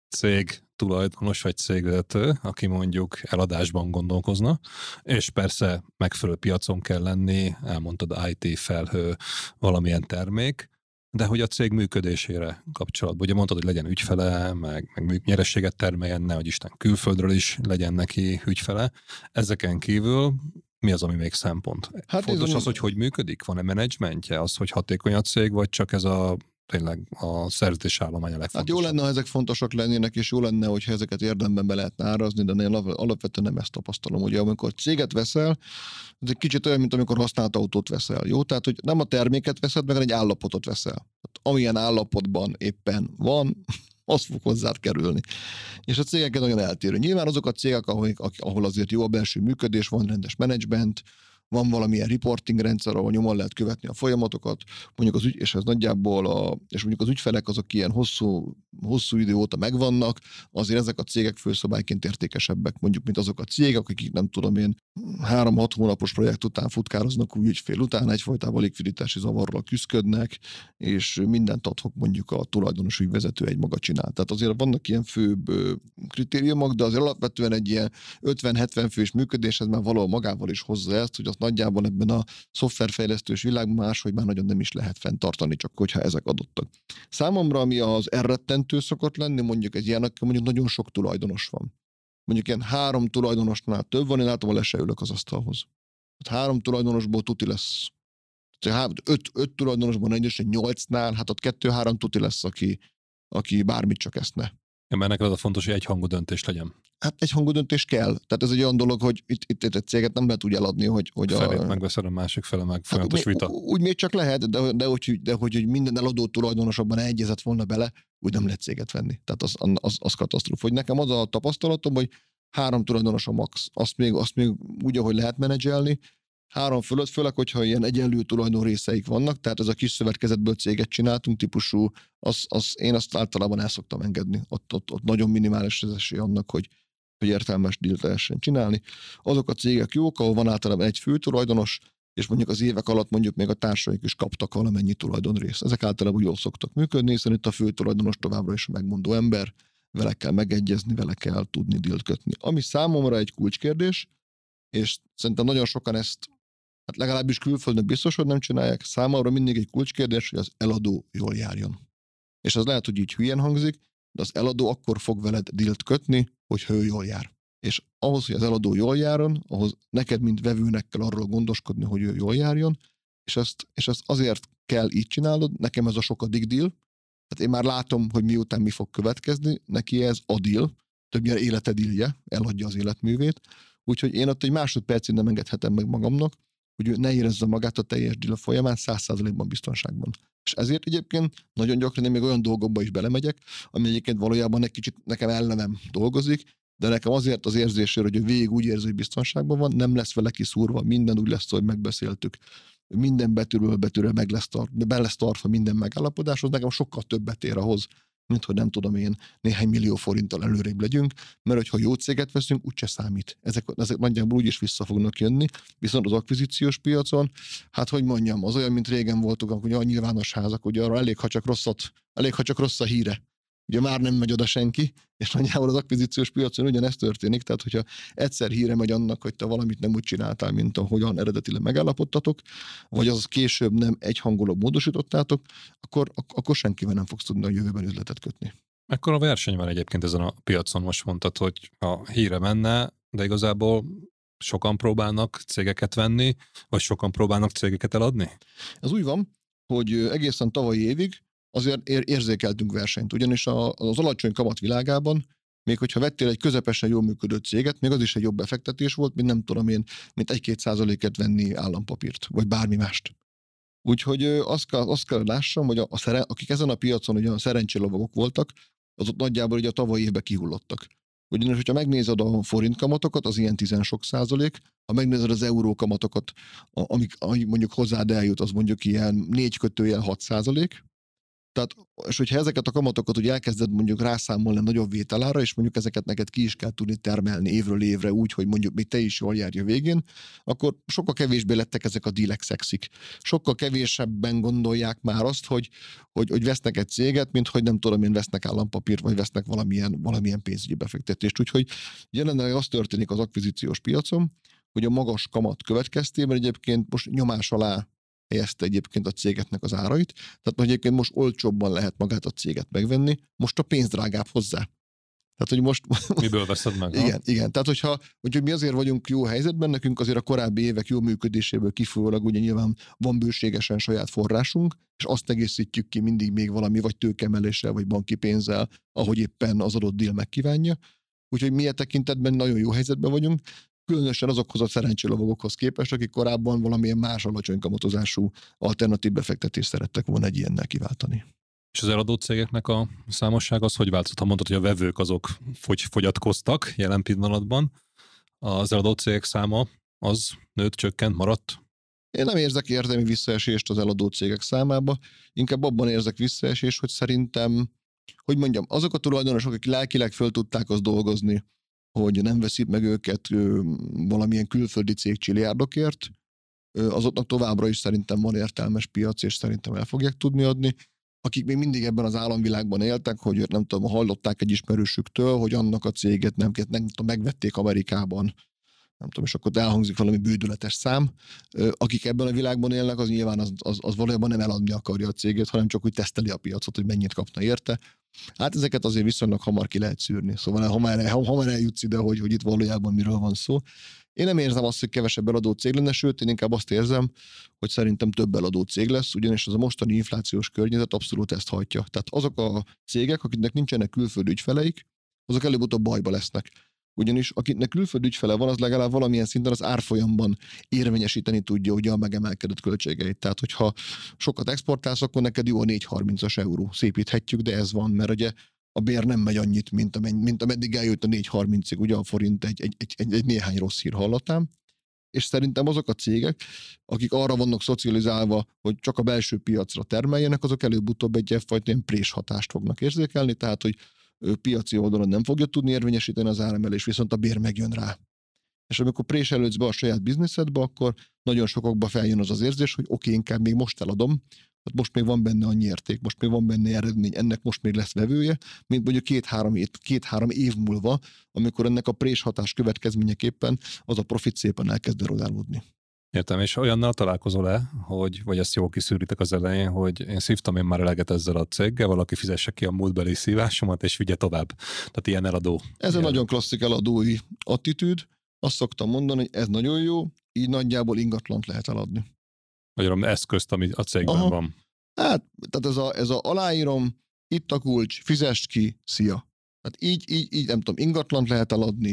cég tulajdonos vagy cégvezető, aki mondjuk eladásban gondolkozna, és persze megfelelő piacon kell lenni, elmondtad i té, felhő, valamilyen termék, de hogy a cég működésére kapcsolatban. Ugye mondtad, hogy legyen ügyfele, meg, meg nyerességet termeljen, nehogy Isten külföldről is legyen neki ügyfele. Ezeken kívül mi az, ami még szempont? Hát fontos az, hogy hogy működik? Van-e menedzsmentje? Az, hogy hatékony a cég, vagy csak ez a tényleg a szerződésállomány a legfontosabb? Hát jó lenne, ha ezek fontosak lennének, és jó lenne, hogyha ezeket érdemben be lehetne árazni, de én alapvetően nem ezt tapasztalom. Ugye amikor céget veszel, ez egy kicsit olyan, mint amikor használt autót veszel. Jó? Tehát, hogy nem a terméket veszed, meg egy állapotot veszel. Hát, amilyen állapotban éppen van, az fog hozzád kerülni. És a cégeket nagyon eltérő. Nyilván azok a cégek, ahol, ahol azért jó a belső működés, van rendes menedzsment, van valamilyen reporting rendszer, ahol nyomon lehet követni a folyamatokat, mondjuk az ügy, és ez nagyjából a, és mondjuk az ügyfelek azok ilyen hosszú, hosszú idő óta megvannak, azért ezek a cégek főszabályként értékesebbek, mondjuk, mint azok a cégek, akik nem tudom én, három-hat hónapos projekt után futkároznak új ügyfél után, egyfajtában likviditási zavarral küzdködnek, és mindent adhok mondjuk a tulajdonos ügyvezető egy maga csinál. Tehát azért vannak ilyen főbb kritériumok, de azért alapvetően egy ilyen ötven-hetven fős működéshez már valahol magával is hozza ezt, hogy azt nagyjából ebben a szoftverfejlesztős világban máshogy már nagyon nem is lehet fenntartani, csak hogyha ezek adottak. Számomra, ami az elrettentő szokott lenni, mondjuk egy ilyen, akkor mondjuk nagyon sok tulajdonos van. Mondjuk ilyen három tulajdonosnál több van, én látom, le se ülök az asztalhoz. Hát három tulajdonosból tuti lesz. Öt, öt tulajdonosból egyesen nyolcnál, hát ott kettő-három tuti lesz, aki, aki bármit csak eszne. Ja, mert neked az a fontos, hogy egyhangú döntés legyen. Hát egyhangú döntés kell. Tehát ez egy olyan dolog, hogy itt, itt egy céget nem lehet úgy eladni, hogy... hogy Felét a... megveszed, a másik fele meg folyamatos hát, vita. Úgy még csak lehet, de, de, hogy, de hogy, hogy minden eladó tulajdonosabban egyezett volna bele, úgy nem lehet céget venni. Tehát az, az, az katasztrófa. Hogy nekem az a tapasztalatom, hogy három tulajdonos a max. Azt még, azt még úgy, ahogy lehet menedzselni. Három fölött, főleg, hogyha ilyen egyenlő tulajdon részeik vannak, tehát ez a kis szövetkezetből céget csináltunk típusú, az, az, én azt általában el szoktam engedni. Ott, ott, ott nagyon minimális az esély annak, hogy, hogy értelmes dílt lehessen csinálni. Azok a cégek jók, ahol van általában egy fő tulajdonos, és mondjuk az évek alatt mondjuk még a társaik is kaptak valamennyi tulajdonrészt. Ezek általában jól szoktak működni, hiszen itt a fő tulajdonos továbbra is megmondó ember, vele kell megegyezni, vele kell tudni dílt kötni. Ami számomra egy kulcskérdés, és szerintem nagyon sokan ezt, hát legalábbis külföldön biztos, hogy nem csinálják, számomra mindig egy kulcskérdés, hogy az eladó jól járjon. És az lehet, hogy így hülyen hangzik, de az eladó akkor fog veled dílt kötni, hogy ő jól jár. És ahhoz, hogy az eladó jól járjon, ahhoz neked, mint vevőnek kell arról gondoskodni, hogy ő jól járjon, és ezt, és ezt azért kell így csinálod, nekem ez a sokadik deal, tehát én már látom, hogy miután mi fog következni, neki ez a deal, többnyire élete dealje, eladja az életművét, úgyhogy én ott egy másodpercig nem engedhetem meg magamnak, hogy ő ne érezze magát a teljes deal folyamán száz százalékban biztonságban. És ezért egyébként nagyon gyakran én még olyan dolgokba is belemegyek, ami egyébként valójában egy kicsit nekem ellenem dolgozik, de nekem azért az érzésére, hogy ő végig úgy érzi, hogy biztonságban van, nem lesz vele kiszúrva, minden úgy lesz, hogy megbeszéltük. Minden betűről betűre meg lesz tart, be lesz tartva minden megállapodáshoz, nekem sokkal többet ér ahhoz, mint hogy nem tudom én, néhány millió forinttal előrébb legyünk, mert hogyha jó céget veszünk, úgyse számít. Ezek, ezek nagyjából úgyis vissza fognak jönni, viszont az akvizíciós piacon, hát hogy mondjam, az olyan, mint régen voltunk, hogy a nyilvános házak, ugye arra elég, ha csak rosszat, elég, ha csak rossz a híre. Ugye már nem megy oda senki, és nagyjából az akvizíciós piacon ugyanezt történik, tehát hogyha egyszer híre megy annak, hogy te valamit nem úgy csináltál, mint ahogyan eredetileg megállapodtatok, vagy az később nem egyhangulag módosítottátok, akkor, ak- akkor senkivel nem fogsz tudni a jövőben üzletet kötni. Mekkora verseny van egyébként ezen a piacon? Most mondtad, hogy a híre menne, de igazából sokan próbálnak cégeket venni, vagy sokan próbálnak cégeket eladni? Ez úgy van, hogy egészen tavalyi évig azért ér- érzékeltünk versenyt, ugyanis a, az alacsony kamat világában, még hogyha vettél egy közepesen jól működő céget, még az is egy jobb befektetés volt, mint nem tudom én, mint egy-két százaléket venni állampapírt, vagy bármi mást. Úgyhogy azt kell, azt kell lássam, hogy a, a szeren, akik ezen a piacon ugye a szerencsélovagok voltak, azok nagyjából ugye a tavalyi évben kihullottak. Ugyanis, hogyha megnézed a forint kamatokat, az ilyen tizen sok százalék, ha megnézed az euró kamatokat, amik, amik mondjuk hozzád eljut, az mondjuk ilyen négy kötőjel hat százalék. Tehát, és hogyha ezeket a kamatokat ugye elkezded mondjuk rászámolni nagyobb vételára, és mondjuk ezeket neked ki is kell tudni termelni évről évre úgy, hogy mondjuk még te is jól járj a végén, akkor sokkal kevésbé lettek ezek a dílek szexik. Sokkal kevésebben gondolják már azt, hogy, hogy, hogy vesznek egy céget, mint hogy nem tudom én, vesznek állampapírt, vagy vesznek valamilyen, valamilyen pénzügyi befektetést. Úgyhogy jelenleg az történik az akvizíciós piacon, hogy a magas kamat következtében egyébként most nyomás alá helyezte egyébként a cégeknek az árait, tehát egyébként most olcsóbban lehet magát a céget megvenni, most a pénz drágább hozzá. Tehát, hogy most... Miből veszed meg? Igen, ha? igen. Tehát, hogyha hogy mi azért vagyunk jó helyzetben, nekünk azért a korábbi évek jó működéséből kifolyólag ugye nyilván van bőségesen saját forrásunk, és azt egészítjük ki mindig még valami vagy tőkemeléssel, vagy banki pénzzel, ahogy éppen az adott deal megkívánja. Úgyhogy milyen tekintetben nagyon jó helyzetben vagyunk, különösen azokhoz a szerencsélovagokhoz képest, akik korábban valamilyen más alacsony kamatozású alternatív befektetést szerettek volna egy ilyennel kiváltani. És az eladó cégeknek a számosság az hogy változott? Ha mondtad, hogy a vevők azok fogy, fogyatkoztak jelen pillanatban, az eladó cégek száma az nőtt, csökkent, maradt? Én nem érzek érdemi visszaesést az eladó cégek számába, inkább abban érzek visszaesést, hogy szerintem, hogy mondjam, azok a tulajdonosok, akik lelkileg föl tudták azt dolgozni, hogy nem veszik meg őket ö, valamilyen külföldi cég csiliárdokért, ö, azoknak továbbra is szerintem van értelmes piac, és szerintem el fogják tudni adni. Akik még mindig ebben az államvilágban éltek, hogy nem tudom, hallották egy ismerősüktől, hogy annak a céget nem, nem tudom, megvették Amerikában, nem tudom, és akkor elhangzik valami bődületes szám. Ö, akik ebben a világban élnek, az nyilván az, az, az valójában nem eladni akarja a céget, hanem csak úgy teszteli a piacot, hogy mennyit kapna érte. Hát ezeket azért viszonylag hamar ki lehet szűrni. Szóval hamar, hamar eljutsz ide, hogy, hogy itt valójában miről van szó. Én nem érzem azt, hogy kevesebb eladó cég lenne, sőt, én inkább azt érzem, hogy szerintem több eladó cég lesz, ugyanis az a mostani inflációs környezet abszolút ezt hajtja. Tehát azok a cégek, akiknek nincsenek külföldi ügyfeleik, azok előbb-utóbb bajba lesznek. Ugyanis akiknek külföldi ügyfele van, az legalább valamilyen szinten az árfolyamban érvényesíteni tudja ugye a megemelkedett költségeit. Tehát, hogyha sokat exportálsz, akkor neked jó a négy harmincas euró. Szépíthetjük, de ez van, mert ugye a bér nem megy annyit, mint, amen, mint ameddig eljött a négy harmincig, ugye a forint egy, egy, egy, egy, egy néhány rossz hír hallatán. És szerintem azok a cégek, akik arra vannak szocializálva, hogy csak a belső piacra termeljenek, azok előbb-utóbb egy egyfajta ilyen prés hatást fognak érzékelni, tehát, hogy piaci oldalon nem fogja tudni érvényesíteni az áremelés, viszont a bér megjön rá. És amikor préselődsz be a saját bizniszedbe, akkor nagyon sokakba feljön az az érzés, hogy oké, okay, inkább még most eladom, tehát most még van benne annyi érték, most még van benne eredmény, ennek most még lesz vevője, mint mondjuk két-három év, két-három év múlva, amikor ennek a prés hatás következményeképpen az a profit szépen elkezd erodálódni. Értem, és olyannal találkozol-e, hogy, vagy ezt jól kiszűritek az elején, hogy én szívtam én már eleget ezzel a céggel, valaki fizesse ki a múltbeli szívásomat, és vigye tovább. Tehát ilyen eladó. Ez ilyen... egy nagyon klasszik eladói attitűd. Azt szoktam mondani, hogy ez nagyon jó, így nagyjából ingatlant lehet eladni. Magyarul eszközt, ami a cégben Aha. van. Hát, tehát ez a, ez a aláírom, itt a kulcs, fizest ki, szia. Tehát így, így, így, nem tudom, ingatlant lehet eladni,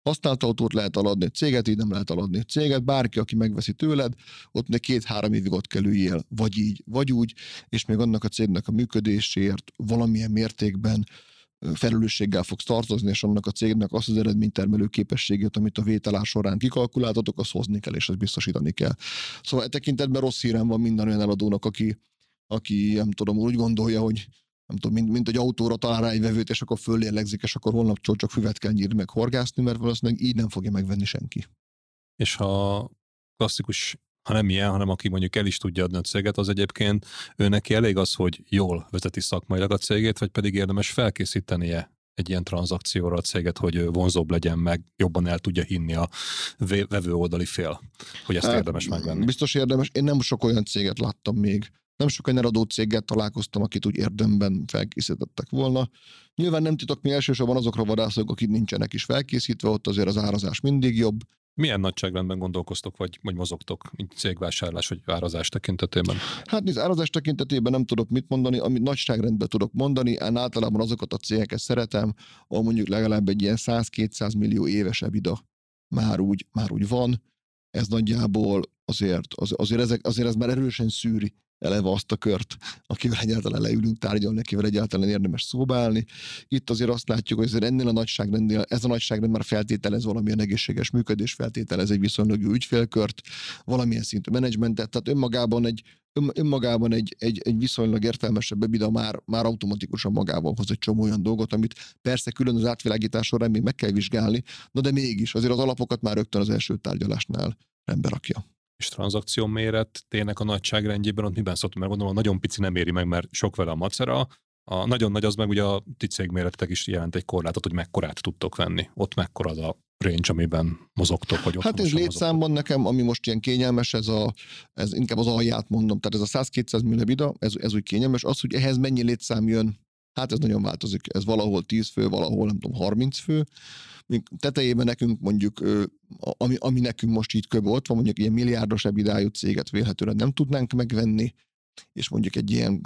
Használt autót lehet eladni, céget így nem lehet eladni. Céget bárki, aki megveszi tőled, ott még két-három évig ott kell üljél, vagy így, vagy úgy, és még annak a cégnek a működéséért valamilyen mértékben felelősséggel fogsz tartozni, és annak a cégnek azt az eredménytermelő képességét, amit a vételár során kikalkuláltatok, azt hozni kell, és azt biztosítani kell. Szóval e tekintetben rossz hírem van minden olyan eladónak, aki, aki nem tudom, úgy gondolja, hogy nem tudom, mint, mint egy autóra talál rá egy vevőt, és akkor föllélegzik, és akkor holnaptól csak füvet kell nyírni, meg horgászni, mert valószínűleg így nem fogja megvenni senki. És ha klasszikus, ha nem ilyen, hanem aki mondjuk el is tudja adni a céget, az egyébként ő neki elég az, hogy jól vezeti szakmailag a cégét, vagy pedig érdemes felkészítenie egy ilyen tranzakcióra a céget, hogy vonzóbb legyen, meg jobban el tudja hinni a vevő oldali fél, hogy ezt hát, érdemes megvenni. Biztos érdemes. Én nem sok olyan céget láttam még. Nem sok olyan eladó céggel találkoztam, akit úgy érdemben felkészítettek volna. Nyilván nem titok, mi elsősorban azokra vadászok, akik nincsenek is felkészítve, ott azért az árazás mindig jobb. Milyen nagyságrendben gondolkoztok, vagy, vagy mozogtok cégvásárlás vagy árazás tekintetében? Hát nézd, árazás tekintetében nem tudok mit mondani, amit nagyságrendben tudok mondani, én általában azokat a cégeket szeretem, ahol mondjuk legalább egy ilyen száz-kétszáz millió éves EBITDA már úgy, már úgy van. Ez nagyjából azért, az, azért, ezek, azért ez már erősen szűri eleve azt a kört, akivel egyáltalán leülünk tárgyalni, akivel egyáltalán érdemes szóba állni. Itt azért azt látjuk, hogy azért ennél a nagyságrendnél, ez a nagyságrend már feltételez valamilyen egészséges működés, feltételez egy viszonylag jó ügyfélkört, valamilyen szintű menedzsmentet, tehát önmagában egy, ön, önmagában egy, egy, egy viszonylag értelmesebb EBITDA már, már automatikusan magával hoz egy csomó olyan dolgot, amit persze külön az átvilágítás során még meg kell vizsgálni, na de mégis azért az alapokat már rögtön az első tárgyalásnál rendbe rakja. És tranzakció méret tényleg a nagyságrendjében ott miben szoktunk, mert gondolom a nagyon pici nem éri meg, mert sok vele a macera, a nagyon nagy az meg ugye a ti cégméretetek is jelent egy korlátot, hogy mekkorát tudtok venni. Ott mekkora az a range, amiben mozogtok, vagy ott hát ez létszámban nekem, ami most ilyen kényelmes, ez, a, ez inkább az alját mondom, tehát ez a száz-kétszáz millió EBITDA, ez, ez úgy kényelmes, az, hogy ehhez mennyi létszám jön, hát ez nagyon változik, ez valahol tíz fő, valahol nem tudom, harminc fő, tetejében nekünk mondjuk, ami, ami nekünk most így kb. Ott van, mondjuk ilyen milliárdos ebidájú céget vélhetően nem tudnánk megvenni, és mondjuk egy ilyen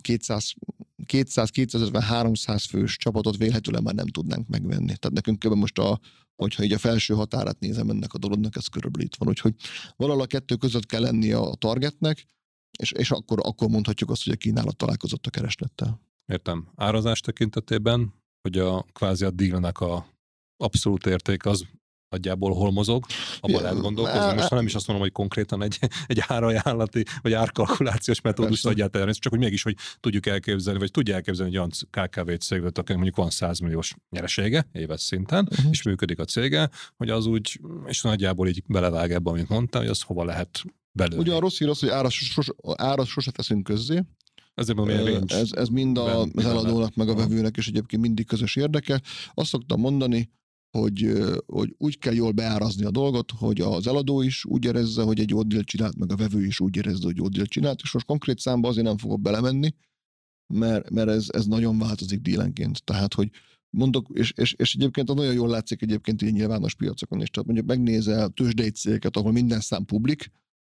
kétszáz-kétszázötven háromszáz fős csapatot vélhetően már nem tudnánk megvenni. Tehát nekünk kb. Most a, hogyha így a felső határát nézem ennek a dolognak, ez körülbelül itt van. Úgyhogy valahol a kettő között kell lennie a targetnek, és, és akkor, akkor mondhatjuk azt, hogy a kínálat találkozott a kereslettel. Értem. Árazás tekintetében, hogy a kvázi a dealnek a abszolút érték az nagyjából hol mozog, abban lehet gondolkozni. Most nem is azt mondom, hogy konkrétan egy, egy árajánlati, vagy árkalkulációs metódust adját el, csak hogy mégis, hogy tudjuk elképzelni, vagy tudja elképzelni, hogy olyan ká ká vé céglet, akinek mondjuk van száz milliós nyeresége éves szinten, uh-huh. és működik a cége, hogy az úgy, és nagyjából így belevág ebbe, amit mondtam, hogy az hova lehet belőle. Ugye a rossz hír az, hogy árat sos, árat sose teszünk közzé. Ezért mondom, ez, ez mind a, az eladónak, meg a vevőnek is egyébként mindig közös érdeke. Azt szoktam mondani, hogy, hogy úgy kell jól beárazni a dolgot, hogy az eladó is úgy érezze, hogy egy jó dílt csinált, meg a vevő is úgy érezze, hogy jó dílt csinált, és most konkrét számba azért nem fogok belemenni, mert, mert ez, ez nagyon változik dílenként. Tehát, hogy mondok, és, és, és egyébként az nagyon jól látszik egyébként ilyen nyilvános piacokon is. Tehát mondjuk megnézel tőzsdei cégeket, ahol minden szám publik,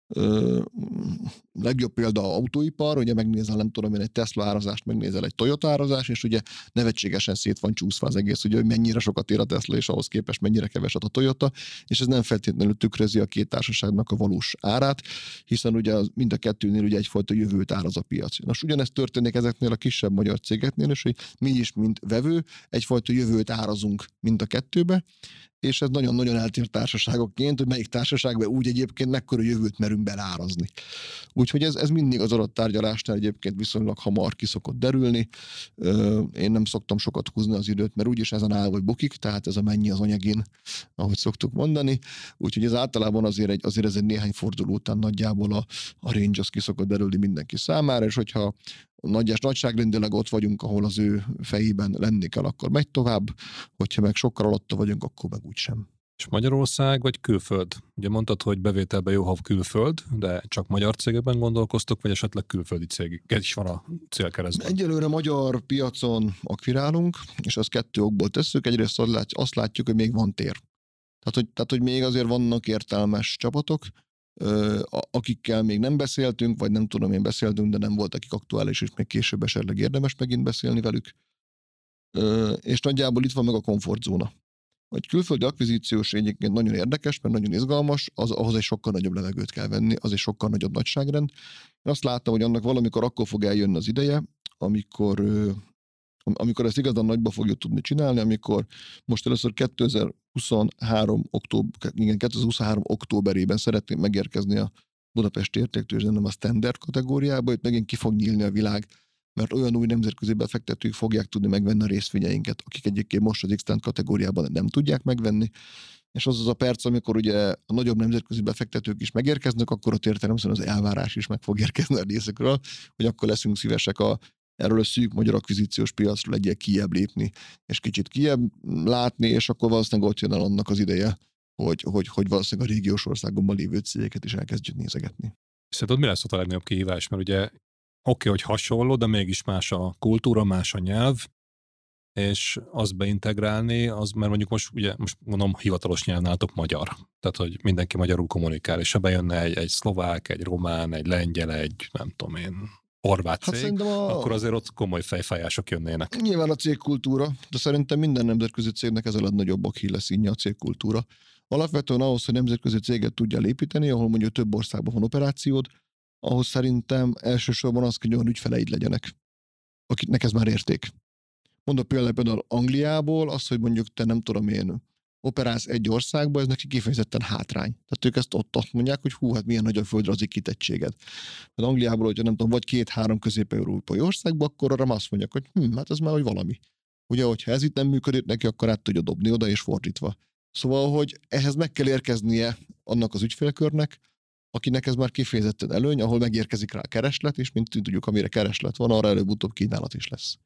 Ö, legjobb példa autóipar, ugye megnézel, nem tudom én, egy Tesla árazást, megnézel egy Toyota árazást, és ugye nevetségesen szét van csúszva az egész, ugye, hogy mennyire sokat ér a Tesla, és ahhoz képest mennyire keveset a Toyota, és ez nem feltétlenül tükrözi a két társaságnak a valós árát, hiszen ugye az, mind a kettőnél ugye egyfajta jövőt áraz a piac. Nos, ugyanezt történik ezeknél a kisebb magyar cégeknél is, hogy mi is, mint vevő, egyfajta jövőt árazunk mind a kettőbe, és ez nagyon-nagyon eltér társaságokként, hogy melyik társaságban úgy egyébként mekkora jövőt merünk belárazni. Úgyhogy ez, ez mindig az adott tárgyalásnál egyébként viszonylag hamar ki szokott derülni. Én nem szoktam sokat húzni az időt, mert úgyis ezen áll vagy bukik, tehát ez a mennyi az anyagén, ahogy szoktuk mondani. Úgyhogy ez általában azért, egy, azért ez egy néhány forduló után nagyjából a, a range az ki szokott derülni mindenki számára, és hogyha nagyjás nagyságrendileg ott vagyunk, ahol az ő fejében lenni kell, akkor megy tovább, hogyha meg sokkal alatta vagyunk, akkor meg úgysem. És Magyarország vagy külföld? Ugye mondtad, hogy bevételben jó, ha külföld, de csak magyar cégekben gondolkoztok, vagy esetleg külföldi cégek is van a célkeresztben? Egyelőre magyar piacon akvirálunk, és azt kettő okból tesszük. Egyrészt azt látjuk, hogy még van tér. Tehát hogy, tehát, hogy még azért vannak értelmes csapatok, akikkel még nem beszéltünk, vagy nem tudom én beszéltünk, de nem volt, akik aktuális, és még később esetleg érdemes megint beszélni velük. És nagyjából itt van meg a komfortzóna. Egy külföldi akvizíciós egyébként nagyon érdekes, mert nagyon izgalmas, az, ahhoz egy sokkal nagyobb levegőt kell venni, az egy sokkal nagyobb nagyságrend. Én azt láttam, hogy annak valamikor akkor fog eljönni az ideje, amikor, amikor ezt igazán nagyba fogjuk tudni csinálni, amikor most először kétezer-huszonhárom, október, igen, kétezer-huszonhárom októberében szeretném megérkezni a Budapesti Értéktőzsdén, nem a standard kategóriába, itt megint ki fog nyílni a világ, mert olyan új nemzetközi befektetők fogják tudni megvenni a részvényeinket, akik egyébként most az X-Tent kategóriában nem tudják megvenni, és az az a perc, amikor ugye a nagyobb nemzetközi befektetők is megérkeznek, akkor ott értelemszerűen az elvárás is meg fog érkezni a részekről, hogy akkor leszünk szívesek a, erről a szűk magyar akvizíciós piacról egyel kijebb lépni, és kicsit kijebb látni, és akkor valószínűleg ott jön el annak az ideje, hogy, hogy, hogy valószínűleg a régiós országokban lévő cégeket is elkezdjük nézegetni. Szerinted mi lesz ott a legnagyobb kihívás? Mert ugye oké, okay, hogy hasonló, de mégis más a kultúra, más a nyelv, és azt beintegrálni, az, mert mondjuk most ugye, most mondom, hivatalos nyelv nálatok magyar. Tehát, hogy mindenki magyarul kommunikál, és ha bejönne egy, egy szlovák, egy román, egy lengyel, egy nem tudom én, horvát cég, hát a... akkor azért ott komoly fejfájások jönnének. Nyilván a cégkultúra, de szerintem minden nemzetközi cégnek ez a legnagyobb Achilles-színje a cégkultúra. Alapvetően ahhoz, hogy nemzetközi céget tudja építeni, ahol mondjuk több országban van operációd, ahhoz szerintem elsősorban az, hogy olyan ügyfeleid legyenek, akiknek ez már érték. Mondok például, például Angliából, az, hogy mondjuk te nem tudom én operálsz egy országba, ez neki kifejezetten hátrány. Tehát ők ezt ott azt mondják, hogy hú, hát milyen nagy a földrajzi kitettséged. Mert Angliából, hogyha nem tudom, vagy két-három közép-európai országba, akkor arra azt mondják, hogy hm, hát ez már hogy valami. Ugye, hogyha ez itt nem működik neki, akkor át tudja dobni oda, és fordítva. Szóval, hogy ehhez meg kell érkeznie annak az ügyfélkörnek, akinek ez már kifejezetten előny, ahol megérkezik rá a kereslet, és mint tudjuk, amire kereslet van, arra előbb-utóbb kínálat is lesz.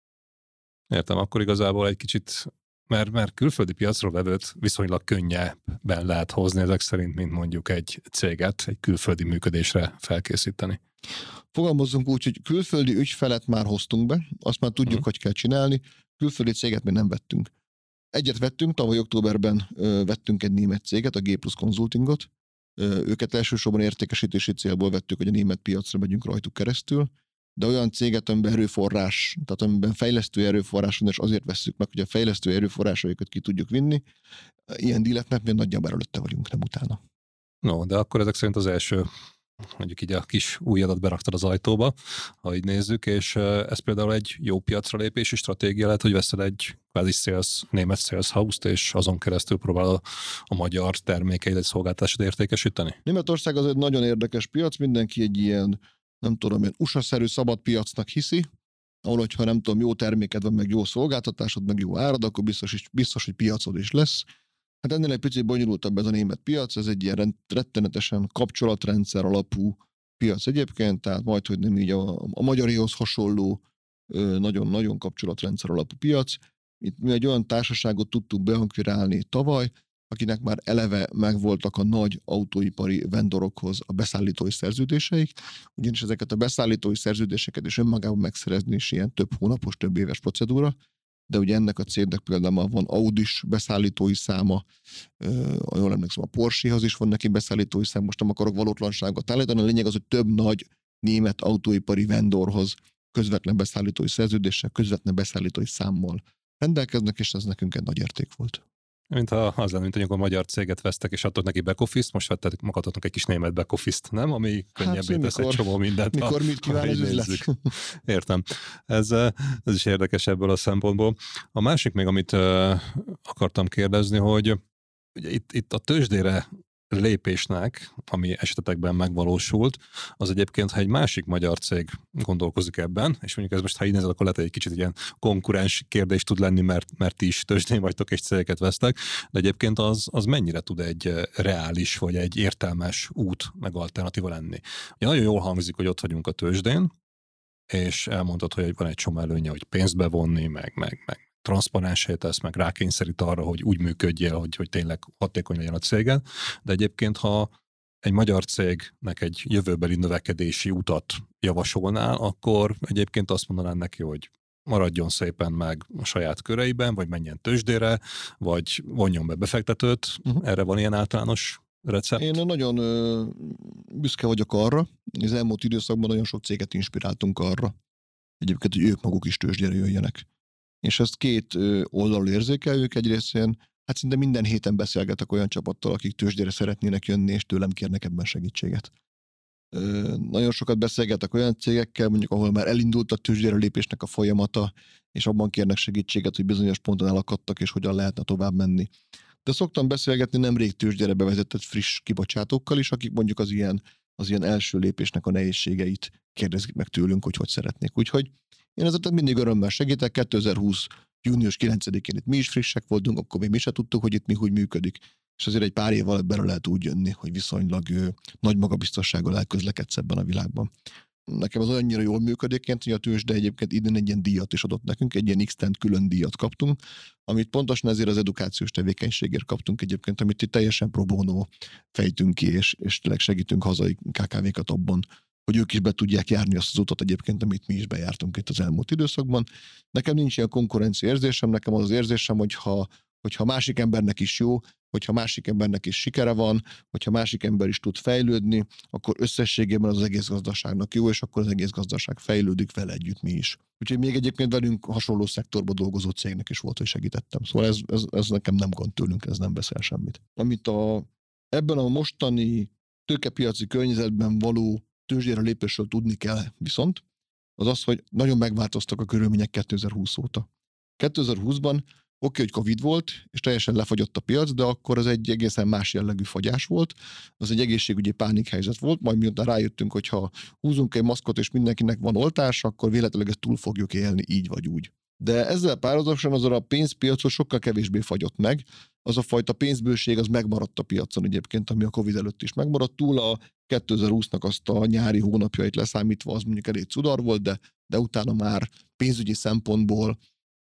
Értem, akkor igazából egy kicsit, mert, mert külföldi piacról vevőt viszonylag könnyebben lehet hozni ezek szerint, mint mondjuk egy céget, egy külföldi működésre felkészíteni. Fogalmazzunk úgy, hogy külföldi ügyfelet már hoztunk be, azt már tudjuk, hmm. hogy kell csinálni, külföldi céget még nem vettünk. Egyet vettünk, tavaly októberben ö, vettünk egy német céget, a G plusz Consultingot. Ö, őket elsősorban értékesítési célból vettük, hogy a német piacra megyünk rajtuk keresztül, de olyan céget, amiben erőforrás, tehát amiben fejlesztő erőforrás van, és azért vesszük meg, hogy a fejlesztő erőforrásaikat ki tudjuk vinni. Ilyen díleknek mi nagyjából előtte vagyunk, nem utána. No, de akkor ezek szerint az első, mondjuk így a kis új adat beraktad az ajtóba, ha így nézzük, és ez például egy jó piacra lépési stratégia lehet, hogy veszel egy kvázi sales, német sales house-t, és azon keresztül próbál a, a magyar termékeid, egy szolgáltatásod értékesíteni? Németország az egy nagyon érdekes piac, mindenki egy ilyen, nem tudom, ilyen u es á-szerű szabad piacnak hiszi, ahol, hogyha nem tudom, jó terméked van, meg jó szolgáltatásod, meg jó árad, akkor biztos, biztos hogy piacod is lesz. Hát ennél egy picit bonyolultabb ez a német piac, ez egy ilyen rettenetesen kapcsolatrendszer alapú piac egyébként, tehát majd, hogy nem így a, a magyarihoz hasonló nagyon-nagyon kapcsolatrendszer alapú piac. Itt mi egy olyan társaságot tudtuk beankvirálni tavaly, akinek már eleve megvoltak a nagy autóipari vendorokhoz a beszállítói szerződéseik, ugyanis ezeket a beszállítói szerződéseket is önmagában megszerezni is ilyen több hónapos, több éves procedúra, de ugye ennek a cégnek például van Audis beszállítói száma, ha jól emlékszem, a Porsche-hoz is van neki beszállítói szám, most nem akarok valótlanságot állítani, a lényeg az, hogy több nagy német autóipari vendorhoz közvetlen beszállítói szerződéssel, közvetlen beszállítói számmal rendelkeznek, és ez nekünk egy nagy érték volt. Mint ha az lenne, mint amikor a magyar céget vesztek, és adtok neki back office-t, most vettetek magadotnak egy kis német back office-t, nem? Ami könnyebbé hát, tesz egy csomó mindent. Mikor mit kíván az üzlet? Értem. Ez, ez is érdekes ebből a szempontból. A másik még, amit uh, akartam kérdezni, hogy ugye itt, itt a tőzsdére lépésnek, ami esetekben megvalósult, az egyébként, ha egy másik magyar cég gondolkozik ebben, és mondjuk ez most, ha így nézel, akkor lehet, hogy egy kicsit ilyen konkurens kérdés tud lenni, mert, mert ti is tőzsdén vagytok és cégeket vesztek, de egyébként az, az mennyire tud egy reális, vagy egy értelmes út meg alternatíva lenni. Ugye nagyon jól hangzik, hogy ott vagyunk a tőzsdén, és elmondtad, hogy van egy csomó előnye, hogy pénzt bevonni, meg, meg, meg transzparensé tesz, meg rákényszerít arra, hogy úgy működjél, hogy, hogy tényleg hatékony legyen a céged. De egyébként, ha egy magyar cégnek egy jövőbeli növekedési utat javasolnál, akkor egyébként azt mondanám neki, hogy maradjon szépen meg a saját köreiben, vagy menjen tőzsdére, vagy vonjon be befektetőt. Uh-huh. Erre van ilyen általános recept? Én nagyon ö, büszke vagyok arra, az elmúlt időszakban nagyon sok céget inspiráltunk arra, egyébként, hogy ők maguk is tőzsdére jöjjenek. És ezt két oldalról érzékeljük. Egyrészt Hát szinte minden héten beszélgetek olyan csapattal, akik tőzsdére szeretnének jönni, és tőlem kérnek ebben segítséget. Ö, nagyon sokat beszélgetek olyan cégekkel, mondjuk ahol már elindult a tőzsdére lépésnek a folyamata, és abban kérnek segítséget, hogy bizonyos ponton elakadtak, és hogyan lehetne tovább menni. De szoktam beszélgetni nemrég tőzsdére bevezetett friss kibocsátókkal is, akik mondjuk az ilyen, az ilyen első lépésnek a nehézségeit kérdezik meg tőlünk, hogy hogy szeretnék. Úgyhogy én ezért mindig örömmel segítek. kétezer-húsz június kilencedikén itt mi is frissek voltunk, akkor még mi se tudtuk, hogy itt mi hogy működik. És azért egy pár év alatt bele lehet úgy jönni, hogy viszonylag ő, nagy magabiztossággal elközlekedsz ebben a világban. Nekem az olyannyira jól működik, hogy a tőzsde egyébként idén egy ilyen díjat is adott nekünk, egy ilyen X-Tent külön díjat kaptunk, amit pontosan ezért az edukációs tevékenységért kaptunk egyébként, amit itt teljesen pro bono fejtünk ki, és, és tényleg segítünk hazai ká ká vékat abban, hogy ők is be tudják járni azt az utat egyébként, amit mi is bejártunk itt az elmúlt időszakban. Nekem nincs ilyen konkurencia érzésem, nekem az az érzésem, hogyha, hogyha másik embernek is jó, hogyha másik embernek is sikere van, hogyha másik ember is tud fejlődni, akkor összességében az egész gazdaságnak jó, és akkor az egész gazdaság fejlődik vele együtt mi is. Úgyhogy még egyébként velünk hasonló szektorban dolgozó cégnek is volt, hogy segítettem. Szóval ez, ez, ez nekem nem gond tőlünk, ez nem beszél semmit. Amit a, ebben a mostani tőkepiaci környezetben való tőzsdére lépésről tudni kell viszont, az az, hogy nagyon megváltoztak a körülmények kétezer-húsz óta. kétezer-húszban oké, hogy Covid volt, és teljesen lefagyott a piac, de akkor az egy egészen más jellegű fagyás volt, az egy egészségügyi pánikhelyzet volt, majd miután rájöttünk, hogy ha húzunk egy maszkot, és mindenkinek van oltás, akkor véletlenül ezt túl fogjuk élni így vagy úgy. De ezzel párhuzamosan azon a pénzpiacon sokkal kevésbé fagyott meg, az a fajta pénzbőség az megmaradt a piacon egyébként, ami a Covid előtt is megmaradt, túl a kétezer-húsznak azt a nyári hónapjait leszámítva, az mondjuk elég cudar volt, de, de utána már pénzügyi szempontból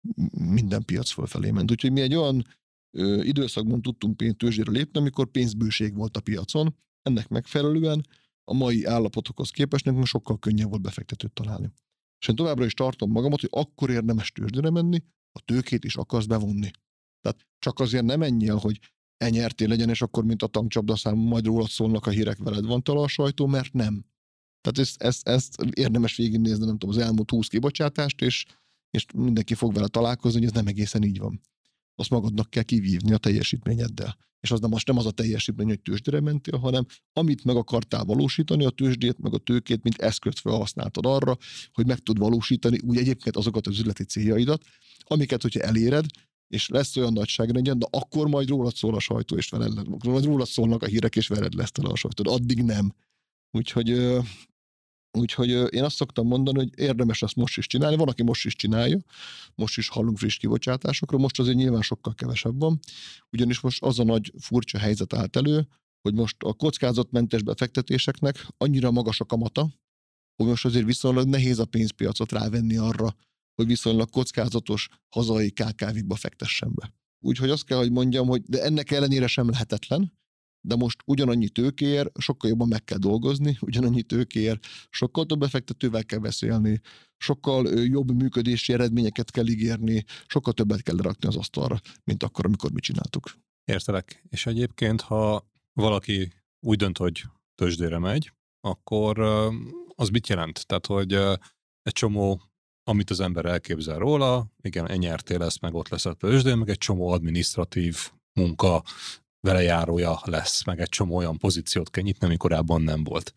minden piac fölfelé ment. Úgyhogy mi egy olyan ö, időszakban tudtunk pénztőzsdére lépni, amikor pénzbőség volt a piacon, ennek megfelelően a mai állapotokhoz képest nekünk sokkal könnyebb volt befektetőt találni. És én továbbra is tartom magamat, hogy akkor érdemes tőzsdére menni, a tőkét is akarsz bevonni. Tehát csak azért nem menjél, hogy enyertél legyen, és akkor, mint a tankcsapdaszám, majd rólad szólnak a hírek, veled van tele a sajtó, mert nem. Tehát ezt, ezt, ezt érdemes végignézni, nem tudom, az elmúlt húsz kibocsátást, és, és mindenki fog vele találkozni, hogy ez nem egészen így van. Azt magadnak kell kivívni a teljesítményeddel. És az nem, most nem az a teljesítmény, hogy tőzsdére mentél, hanem amit meg akartál valósítani, a tőzsdét, meg a tőkét, mint eszközt felhasználtad arra, hogy meg tud valósítani úgy egyébként azokat az üzleti céljaidat, amiket, hogyha eléred, és lesz olyan nagyságrendjen, de akkor majd rólad szól a sajtó, és veled, majd rólad szólnak a hírek, és veled lesz tele a sajtó. Addig nem. Úgyhogy, úgyhogy én azt szoktam mondani, hogy érdemes ezt most is csinálni. Van, aki most is csinálja, most is hallunk friss kibocsátásokról, most azért nyilván sokkal kevesebb van, ugyanis most az a nagy furcsa helyzet állt elő, hogy most a kockázatmentes befektetéseknek annyira magas a kamata, hogy most azért viszonylag nehéz a pénzpiacot rávenni arra, hogy viszonylag kockázatos hazai ká ká vékba fektessen be. Úgyhogy azt kell, hogy mondjam, hogy de ennek ellenére sem lehetetlen, de most ugyanannyi tőkéért sokkal jobban meg kell dolgozni, ugyanannyi tőkéért sokkal több befektetővel kell beszélni, sokkal jobb működési eredményeket kell ígérni, sokkal többet kell lerakni az asztalra, mint akkor, amikor mi csináltuk. Értelek. És egyébként, ha valaki úgy dönt, hogy tőzsdére megy, akkor az mit jelent? Tehát, hogy egy csomó, amit az ember elképzel róla, igen, enyertél ezt, meg ott lesz a tőzsdén, meg egy csomó adminisztratív munka velejárója lesz, meg egy csomó olyan pozíciót kell nyitni, ami korábban nem volt.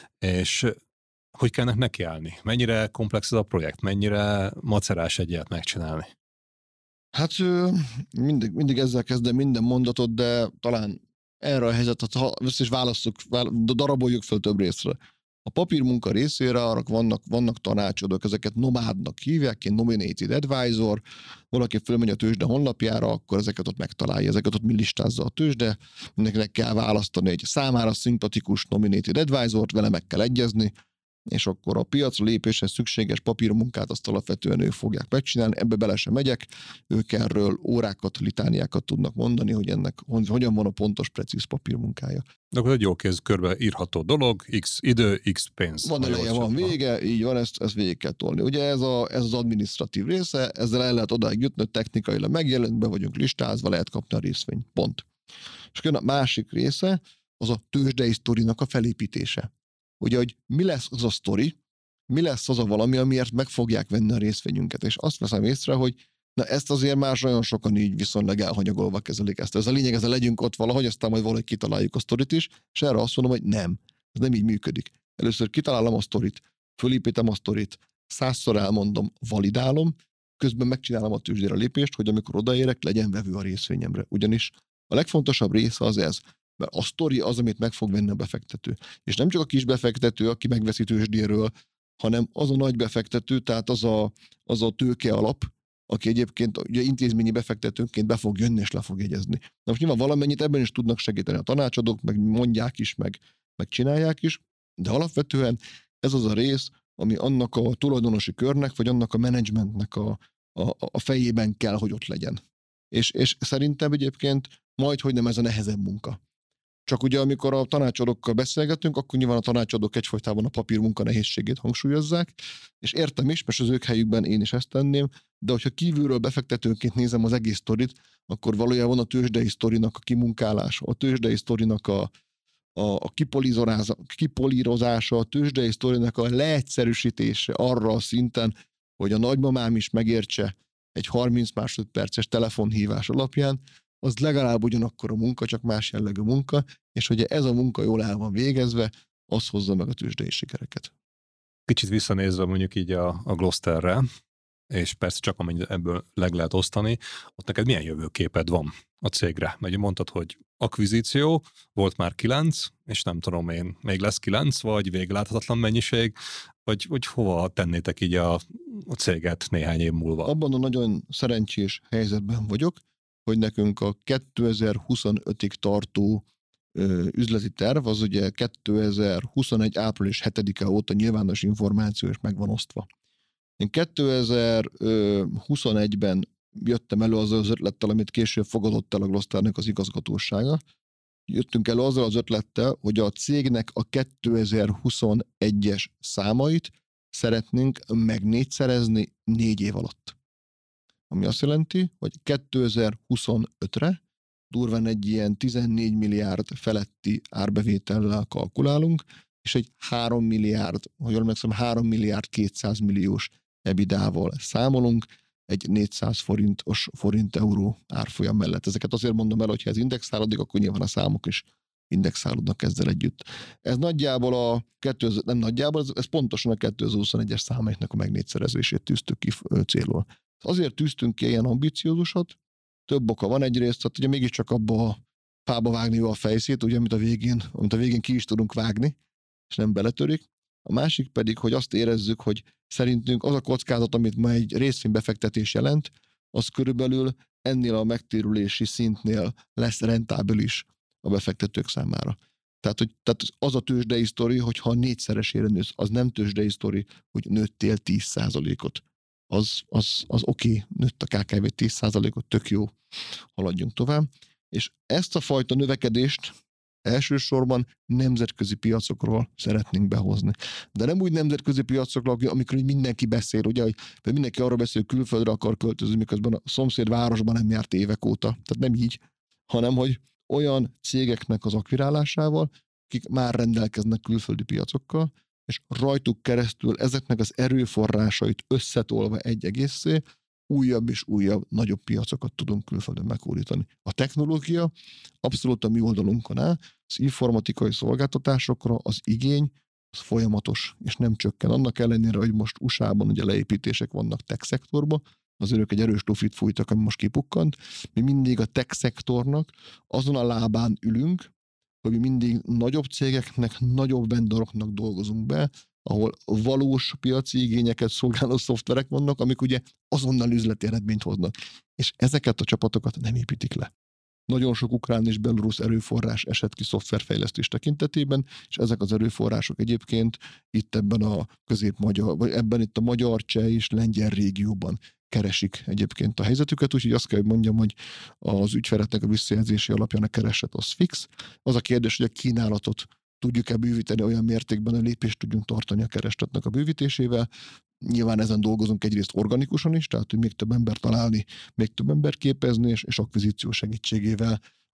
És hogy kell ennek nekiállni? Mennyire komplex ez a projekt? Mennyire macerás egy ilyet megcsinálni? Hát mindig, mindig ezzel kezdem minden mondatot, de talán erre a helyzetet, ha ezt is válasszuk, daraboljuk föl több részre. A papírmunka részére arra vannak, vannak tanácsadók, ezeket nomádnak hívják, én nominated advisor, valaki fölmegy a tőzsde honlapjára, akkor ezeket ott megtalálja, ezeket ott mi listázza a tőzsde, mindenkinek kell választani egy számára szimpatikus nominated advisort, vele meg kell egyezni, és akkor a piacra lépéshez szükséges papírmunkát azt alapvetően ők fogják megcsinálni, ebbe bele sem megyek, ők erről órákat, litániákat tudnak mondani, hogy ennek hogyan van a pontos, precíz papírmunkája. De akkor egy jó kéz körbe írható dolog, x idő, x pénz. Van eleje, van vége, így van, ezt, ezt végig kell tolni. Ugye ez, a, ez az adminisztratív része, ezzel el lehet odáig jutni, hogy technikailag megjelent, be vagyunk listázva, lehet kapni a részvényt. Pont. És a másik része, az a tőzsdei sztorinak a felépítése. Ugye, hogy mi lesz az a sztori, mi lesz az a valami, amiért meg fogják venni a részvényünket. És azt veszem észre, hogy Na ezt azért más nagyon sokan így viszonylag elhanyagolva kezelik ezt. Ez a lényeg, ez a legyünk ott valahogy, aztán majd valahogy kitaláljuk a sztorit is, és erre azt mondom, hogy nem. Ez nem így működik. Először kitalálom a sztorit, fölépítem a sztorit, százszor elmondom, validálom, közben megcsinálom a tőzsdére lépést, hogy amikor odaérek, legyen vevő a részvényemre. Ugyanis a legfontosabb része az ez, mert a sztori az, amit meg fog venni a befektető. És nem csak a kis befektető, aki megveszi tőzsdéről, hanem az a nagy befektető, tehát az a, az a tőke alap, aki egyébként ugye intézményi befektetőként be fog jönni és le fog jegyezni. Na most nyilván valamennyit ebben is tudnak segíteni a tanácsadók, meg mondják is, meg, meg csinálják is, de alapvetően ez az a rész, ami annak a tulajdonosi körnek, vagy annak a menedzsmentnek a, a, a fejében kell, hogy ott legyen. És, és szerintem egyébként majdhogy nem ez a nehezebb munka. Csak ugye amikor a tanácsadókkal beszélgetünk, akkor nyilván a tanácsadók egyfolytában a papírmunka nehézségét hangsúlyozzák, és értem is, mert az ők helyükben én is ezt tenném, de hogyha kívülről befektetőként nézem az egész sztorit, akkor valójában a tőzsdei sztorinak a kimunkálása, a tőzsdei sztorinak a, a, a kipolírozása, a tőzsdei sztorinak a leegyszerűsítése arra a szinten, hogy a nagymamám is megértse egy harminc másodperces telefonhívás alapján, az legalább ugyanakkor a munka, csak más jellegű munka, és hogy ez a munka jól el van végezve, az hozza meg a tőzsdei sikereket. Kicsit visszanézve mondjuk így a, a Glosterre, és persze csak amennyit ebből leg lehet osztani, ott neked milyen jövőképed van a cégre? Mert mondtad, hogy akvizíció, volt már kilenc, és nem tudom én, még lesz kilenc, vagy végláthatatlan mennyiség, vagy, vagy hova tennétek így a, a céget néhány év múlva? Abban a nagyon szerencsés helyzetben vagyok, hogy nekünk a kétezer-huszonötig tartó ö, üzleti terv, az ugye kétezer-huszonegy április hetedike óta nyilvános információ is meg van osztva. Én kétezer-huszonegyben jöttem elő azzal az ötlettel, amit később fogadott el a Glosternek az igazgatósága. Jöttünk elő azzal az ötlettel, hogy a cégnek a kétezer-huszonegyes számait szeretnénk megnégyszerezni négy év alatt. Ami azt jelenti, hogy kétezer-huszonötre durván egy ilyen tizennégy milliárd feletti árbevétellel kalkulálunk, és egy három milliárd, ha jól emlékszem, három milliárd kétszáz milliós ebidával számolunk, egy négyszáz forintos forint-euró árfolyam mellett. Ezeket azért mondom el, hogy ha ez indexálódik, akkor nyilván a számok is indexálódnak ezzel együtt. Ez nagyjából a, kettő, nem nagyjából, ez, ez pontosan a kétezer-huszonegyes számaiknak a megnégyszerezését tűztük ki célul. Azért tűztünk ki ilyen ambiciózusat, több oka van egyrészt, tehát ugye mégiscsak abba a fába vágni jó a fejszét, ugye, amit a végén, amit a végén ki is tudunk vágni, és nem beletörik. A másik pedig, hogy azt érezzük, hogy szerintünk az a kockázat, amit ma egy részvénybefektetés jelent, az körülbelül ennél a megtérülési szintnél lesz rentábilis a befektetők számára. Tehát, hogy, tehát az a tőzsdei sztori, hogyha négyszeresére nősz, az nem tőzsdei sztori, hogy nőttél tíz százalékot. Az, az, az oké, okay, nőtt a ká ká vé tíz százalékot, tök jó, haladjunk tovább. És ezt a fajta növekedést elsősorban nemzetközi piacokról szeretnénk behozni. De nem úgy nemzetközi piacokról, amikor mindenki beszél, ugye, hogy mindenki arra beszél, hogy külföldre akar költözni, miközben a szomszéd városban nem járt évek óta. Tehát nem így, hanem hogy olyan cégeknek az akvirálásával, akik már rendelkeznek külföldi piacokkal, és rajtuk keresztül ezeknek az erőforrásait összetolva egy egészé, újabb és újabb, nagyobb piacokat tudunk külföldön meghódítani. A technológia abszolút a mi oldalunkon áll, az informatikai szolgáltatásokra az igény az folyamatos, és nem csökken. Annak ellenére, hogy most u es á-ban ugye leépítések vannak tech szektorban, azért ők egy erős lufit fújtak, ami most kipukkant. Mi mindig a tech szektornak azon a lábán ülünk, hogy mi mindig nagyobb cégeknek, nagyobb vendoroknak dolgozunk be, ahol valós piaci igényeket szolgáló szoftverek vannak, amik ugye azonnal üzleti eredményt hoznak. És ezeket a csapatokat nem építik le. Nagyon sok ukrán és belorusz erőforrás esett ki szoftverfejlesztés tekintetében, és ezek az erőforrások egyébként itt ebben a közép-magyar, vagy ebben itt a magyar, cseh és lengyel régióban keresik egyébként a helyzetüket, úgyhogy azt kell, hogy mondjam, hogy az ügyfeleknek a visszajelzési alapján a kereset az fix. Az a kérdés, hogy a kínálatot tudjuk-e bővíteni olyan mértékben, hogy lépést tudjunk tartani a keresletnek a bővítésével. Nyilván ezen dolgozunk egyrészt organikusan is, tehát hogy még több ember találni, még több ember képezni, és, és akvizíció segítségével,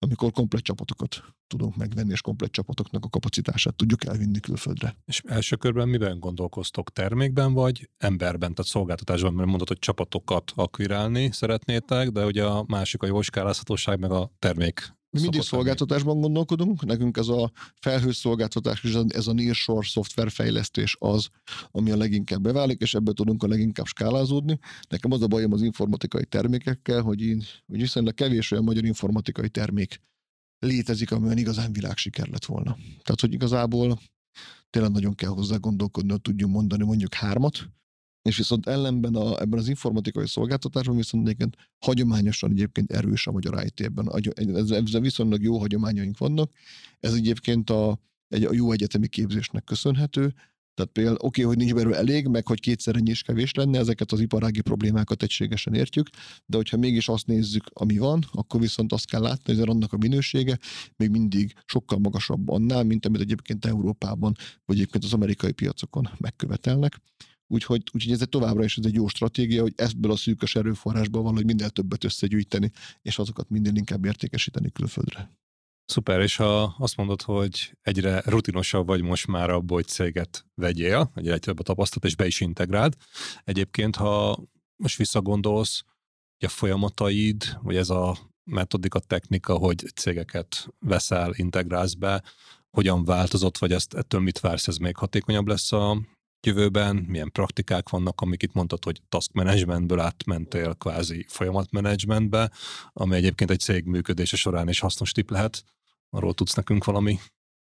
amikor komplett csapatokat tudunk megvenni, és komplett csapatoknak a kapacitását tudjuk elvinni külföldre. És első körben miben gondolkoztok? Termékben vagy emberben, tehát szolgáltatásban, mert mondod, hogy csapatokat akvirálni szeretnétek, de ugye a másik a jó skálázhatóság, meg a termék. Mi mindig szolgáltatásban gondolkodunk, nekünk ez a felhős szolgáltatás és ez a nearshore szoftverfejlesztés az, ami a leginkább beválik, és ebből tudunk a leginkább skálázódni. Nekem az a bajom az informatikai termékekkel, hogy, én, hogy viszonylag kevés olyan magyar informatikai termék létezik, amilyen igazán világsiker lett volna. Tehát, hogy igazából tényleg nagyon kell hozzá gondolkodni, hogy tudjunk mondani mondjuk hármat, és viszont ellenben a, ebben az informatikai szolgáltatásban viszont egyébként hagyományosan egyébként erős a magyar i té ebben. Ezzel viszonylag jó hagyományaink vannak. Ez egyébként a, egy, a jó egyetemi képzésnek köszönhető. Tehát például oké, okay, hogy nincs belőle elég, meg hogy kétszer ennyi is kevés lenne, ezeket az iparági problémákat egységesen értjük, de hogyha mégis azt nézzük, ami van, akkor viszont azt kell látni, hogy annak a minősége még mindig sokkal magasabb annál, mint amit egyébként Európában, vagy egyébként az amerikai piacokon megkövetelnek. Úgyhogy, úgyhogy ez egy továbbra is ez egy jó stratégia, hogy ebből a szűkös erőforrásból valahogy minél többet összegyűjteni, és azokat minél inkább értékesíteni külföldre. Szuper, és ha azt mondod, hogy egyre rutinosabb vagy most már abból, hogy céget vegyél, egyre több a tapasztalat, és be is integráld. Egyébként, ha most visszagondolsz, hogy a folyamataid, vagy ez a metodika, technika, hogy cégeket veszel, integrálsz be, hogyan változott, vagy ezt, ettől mit vársz, ez még hatékonyabb lesz a jövőben, milyen praktikák vannak, amik itt mondtad, hogy task managementből átmentél kvázi folyamatmenedzsmentbe, ami egyébként egy cég működése során is hasznos tipp lehet. Arról tudsz nekünk valami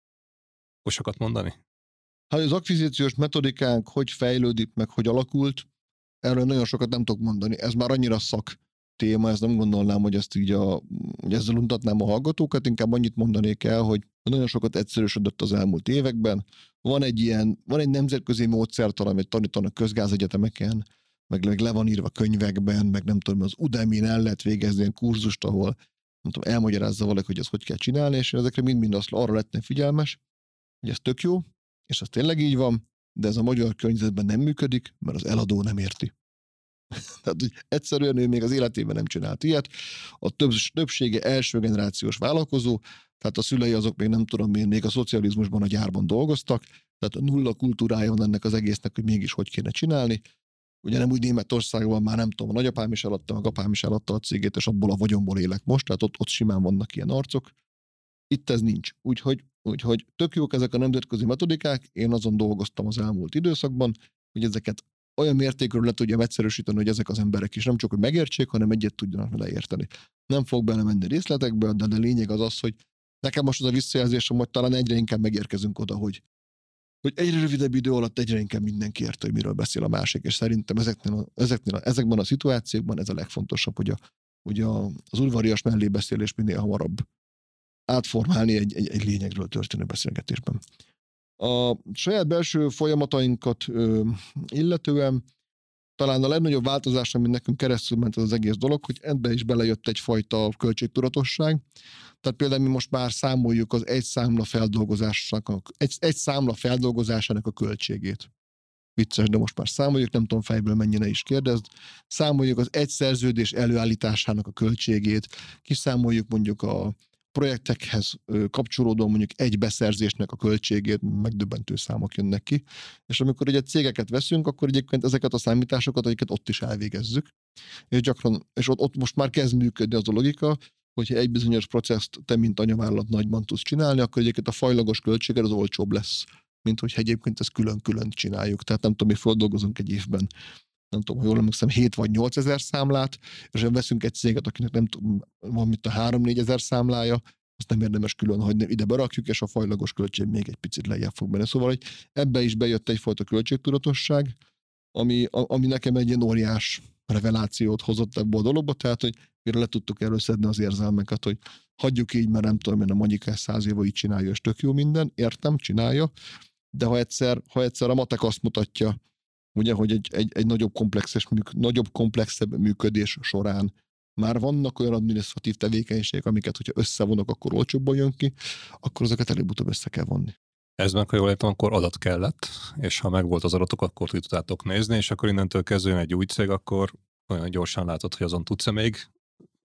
okosakat mondani? Hát az akvizíciós metodikánk hogy fejlődik, meg hogy alakult, erről nagyon sokat nem tudok mondani. Ez már annyira szak téma, ezt nem gondolnám, hogy ezt így a, hogy ezzel untatnám a hallgatókat, inkább annyit mondanék el, hogy nagyon sokat egyszerűsödött az elmúlt években. Van egy ilyen, van egy nemzetközi módszertan, amit tanítanak közgázegyetemeken, meg, meg le van írva könyvekben, meg nem tudom, az Udemy-n el lehet végezni ilyen kurzust, ahol nem tudom, elmagyarázza valaki, hogy ezt hogy kell csinálni, és én ezekre mind-mind azt, arra lettem figyelmes, hogy ez tök jó, és ez tényleg így van, de ez a magyar környezetben nem működik, mert az eladó nem érti. Tehát, hogy egyszerűen ő még az életében nem csinált ilyet. A több, többsége első generációs vállalkozó, tehát a szülei azok még nem tudom én, még a szocializmusban a gyárban dolgoztak, tehát a nulla kultúrája van ennek az egésznek, hogy mégis hogy kéne csinálni. Ugye nem úgy Németországban már nem tudom, a nagyapám is eladta, meg apám is eladta a cégét, és abból a vagyomból élek most, tehát ott, ott simán vannak ilyen arcok. Itt ez nincs. Úgyhogy, úgyhogy tök jók ezek a nemzetközi metodikák, én azon dolgoztam az elmúlt időszakban, hogy ezeket olyan mértékről le tudjam egyszerűsíteni, hogy ezek az emberek is nem csak, hogy megértsék, hanem egyet tudjanak vele érteni. Nem fog belemenni részletekbe, de a lényeg az az, hogy nekem most az a visszajelzésem, hogy talán egyre inkább megérkezünk oda, hogy, hogy egyre rövidebb idő alatt egyre inkább mindenki érte, hogy miről beszél a másik, és szerintem ezeknél a, ezeknél a, ezekben a szituációkban ez a legfontosabb, hogy, a, hogy a, az udvarias mellébeszélés minél hamarabb átformálni egy, egy, egy lényegről történő beszélgetésben. A saját belső folyamatainkat ö, illetően talán a legnagyobb változás, ami nekünk keresztül ment az egész dolog, hogy ebbe is belejött egyfajta költségtudatosság. Tehát például mi most már számoljuk az egy számla feldolgozásának, egy, egy számla feldolgozásának a költségét. Vicces, de most már számoljuk, nem tudom fejből mennyire is kérdezd. Számoljuk az egy szerződés előállításának a költségét, kiszámoljuk mondjuk a projektekhez kapcsolódó mondjuk egy beszerzésnek a költségét, megdöbbentő számok jönnek ki, és amikor ugye cégeket veszünk, akkor egyébként ezeket a számításokat egyiket ott is elvégezzük, és gyakran, és ott, ott most már kezd működni az a logika, hogyha egy bizonyos processzt te, mint anyavállalat nagyban tudsz csinálni, akkor egyébként a fajlagos költséged az olcsóbb lesz, mint hogyha egyébként ezt külön-külön csináljuk. Tehát nem tudom, mi feldolgozunk egy évben, nem tudom, ha jól emlékszem, hét vagy nyolc ezer számlát, és veszünk egy céget, akinek nem tudom, van mit a három-négy ezer számlája, azt nem érdemes külön hagyni, ide berakjuk, és a fajlagos költség még egy picit lejjebb fog menni. Szóval, hogy ebbe is bejött egyfajta költségtudatosság, ami, ami nekem egy ilyen óriás revelációt hozott ebbe a dologba, tehát, hogy mire le tudtuk előszedni az érzelmeket, hogy hagyjuk így, mert nem tudom, én a Magyikás száz éve így csinálja, és tök jó minden, értem, csinálja, de ha egyszer, ha egyszer a matek azt mutatja, ugye, hogy egy, egy, egy nagyobb, komplexes, nagyobb, komplexebb működés során már vannak olyan adminisztratív tevékenységek, amiket, hogyha összevonok, akkor olcsóbban jön ki, akkor azokat előbb-utóbb össze kell vonni. Ez meg, ha jól értem, akkor adat kellett, és ha megvolt az adatok, akkor tudtátok nézni, és akkor innentől kezdően egy új cég, akkor olyan gyorsan látod, hogy azon tudsz-e még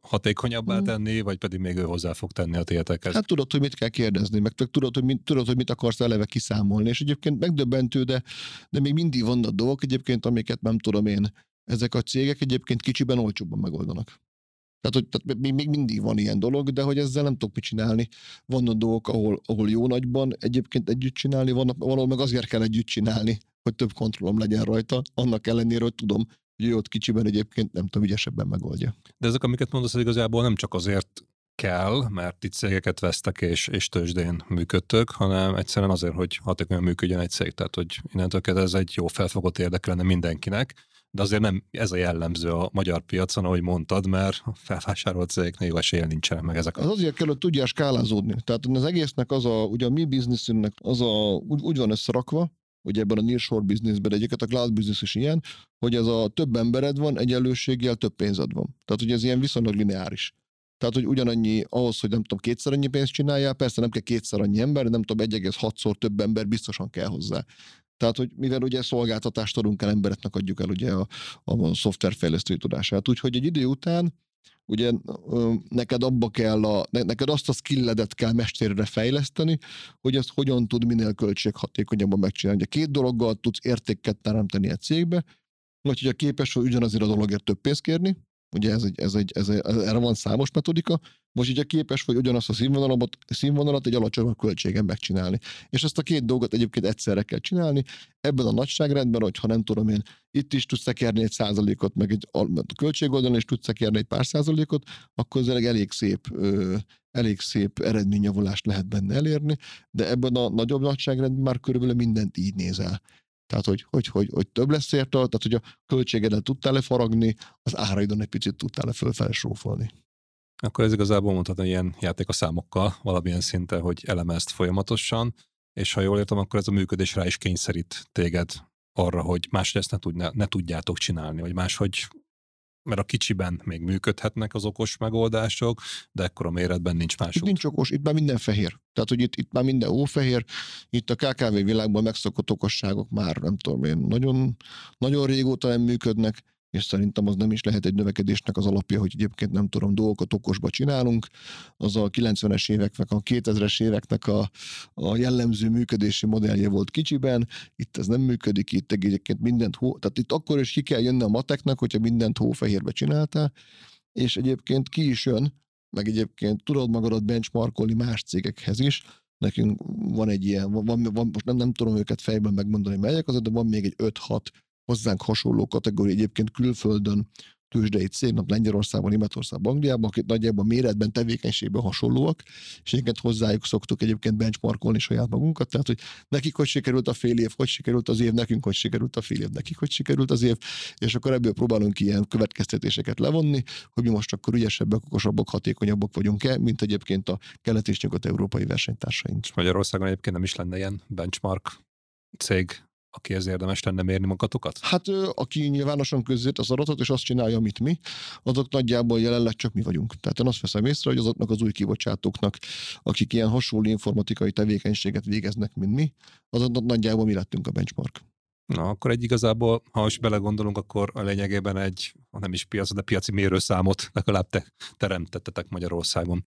hatékonyabbá Hmm. tenni, vagy pedig még ő hozzá fog tenni a tietekhez? Hát tudod, hogy mit kell kérdezni, meg tudod, hogy mit, tudod, hogy mit akarsz eleve kiszámolni, és egyébként megdöbbentő, de, de még mindig vannak dolgok egyébként, amiket nem tudom én, ezek a cégek egyébként kicsiben olcsóbban megoldanak. Tehát, hogy, tehát még, még mindig van ilyen dolog, de hogy ezzel nem tudok mit csinálni. Vannak dolgok, ahol, ahol jó nagyban egyébként együtt csinálni, vannak, valahol meg azért kell együtt csinálni, hogy több kontrollom legyen rajta, annak ellenére, hogy tudom, hogy ő ott kicsiben egyébként nem tudom, ügyesebben megoldja. De ezek, amiket mondasz, igazából nem csak azért kell, mert itt cégeket vesztek és, és tőzsdén működtök, hanem egyszerűen azért, hogy hatékonyan működjön egy cég. Tehát, hogy innentől kezdve ez egy jó felfogott érdek lenne mindenkinek, de azért nem ez a jellemző a magyar piacon, ahogy mondtad, mert a felvásárolt cégeknél jó eséllyel nincsenek meg ezek. Az azért kell, hogy tudjál skálázódni. Tehát az egésznek az a, ugye a mi bizniszünknek az a, úgy, úgy van összerakva, hogy ebben a nearshore businessben, egyébként a cloud business is ilyen, hogy ez a több embered van, egyenlőséggel több pénzed van. Tehát, hogy ez ilyen viszonylag lineáris. Tehát, hogy ugyanannyi ahhoz, hogy nem tudom, kétszer annyi pénzt csináljál, persze nem kell kétszer annyi ember, nem tudom, egy egész hatszor több ember biztosan kell hozzá. Tehát, hogy mivel ugye szolgáltatást adunk el, embereknek adjuk el ugye a, a szoftverfejlesztői tudását. Úgyhogy egy idő után ugye neked abba kell, a, neked azt a skilledet kell mesterre fejleszteni, hogy ezt hogyan tud minél költséghatékonyabban megcsinálni. Ugye két dologgal tudsz értéket teremteni egy cégbe, vagy hogyha képes vagy ugyanazért a dologért több pénzt kérni, ugye ez egy, ez egy, ez egy, erre van számos metodika, most ugye képes vagy ugyanazt a színvonalat, színvonalat egy alacsonyabb költségen megcsinálni. És ezt a két dolgot egyébként egyszerre kell csinálni, ebben a nagyságrendben, hogyha nem tudom én, itt is tudsz szekerni egy százalékot, meg egy a költségoldalon is tudsz szekerni egy pár százalékot, akkor ez elég szép, ö, elég szép eredményjavulást lehet benne elérni, de ebben a nagyobb nagyságrendben már körülbelül mindent így nézel. Tehát, hogy, hogy, hogy, hogy több lesz érte, tehát, hogy a költségedet tudtál-e faragni, az áraidon egy picit tudtál-e fölfele srófolni. Akkor ez igazából mondhatni ilyen játék a számokkal valamilyen szinten, hogy elemezd folyamatosan, és ha jól értem, akkor ez a működés rá is kényszerít téged arra, hogy máshogy ezt ne, tudná, ne tudjátok csinálni, vagy máshogy, mert a kicsiben még működhetnek az okos megoldások, de ekkora méretben nincs más Itt út. nincs okos, itt már minden fehér. Tehát, hogy itt, itt már minden ófehér, itt a ká ká vé világban megszokott okosságok már, nem tudom én, nagyon, nagyon régóta nem működnek, és szerintem az nem is lehet egy növekedésnek az alapja, hogy egyébként nem tudom, dolgokat okosba csinálunk. Az a kilencvenes éveknek, a kétezres éveknek a, a jellemző működési modellje volt kicsiben, itt ez nem működik, itt egyébként mindent hó, tehát itt akkor is ki kell jönni a mateknak, hogyha mindent hófehérbe csináltál, és egyébként ki is jön, meg egyébként tudod magadat benchmarkolni más cégekhez is. Nekünk van egy ilyen, van, van, most nem, nem tudom őket fejben megmondani, melyek az, de van még egy öt-hat hozzánk hasonló kategória egyébként külföldön tőzsdei cég, Lengyelországban, Németországban, Angliában, akik nagyjából méretben, tevékenységben hasonlóak, és egyébként hozzájuk szoktuk egyébként benchmarkolni saját magunkat, tehát hogy nekik hogy sikerült a fél év, hogy sikerült az év, nekünk hogy sikerült a fél év, nekik hogy sikerült az év, és akkor ebből próbálunk ilyen következtetéseket levonni, hogy mi most akkor ügyesebbek, okosabbak, hatékonyabbak vagyunk-e, mint egyébként a kelet- és nyugat-európai versenytársaink. Magyarországon egyébként nem is lenne ilyen benchmark cég, akihez érdemes lenne mérni magatokat? Hát aki nyilvánosan közzét az adatot, és azt csinálja, amit mi, azok nagyjából jelenleg csak mi vagyunk. Tehát én azt veszem észre, hogy azoknak az új kibocsátóknak, akik ilyen hasonló informatikai tevékenységet végeznek, mint mi, azoknak nagyjából mi lettünk a benchmark. Na, akkor egy igazából, ha most belegondolunk, akkor a lényegében egy, nem is piac, de piaci mérőszámot legalább te teremtettetek Magyarországon.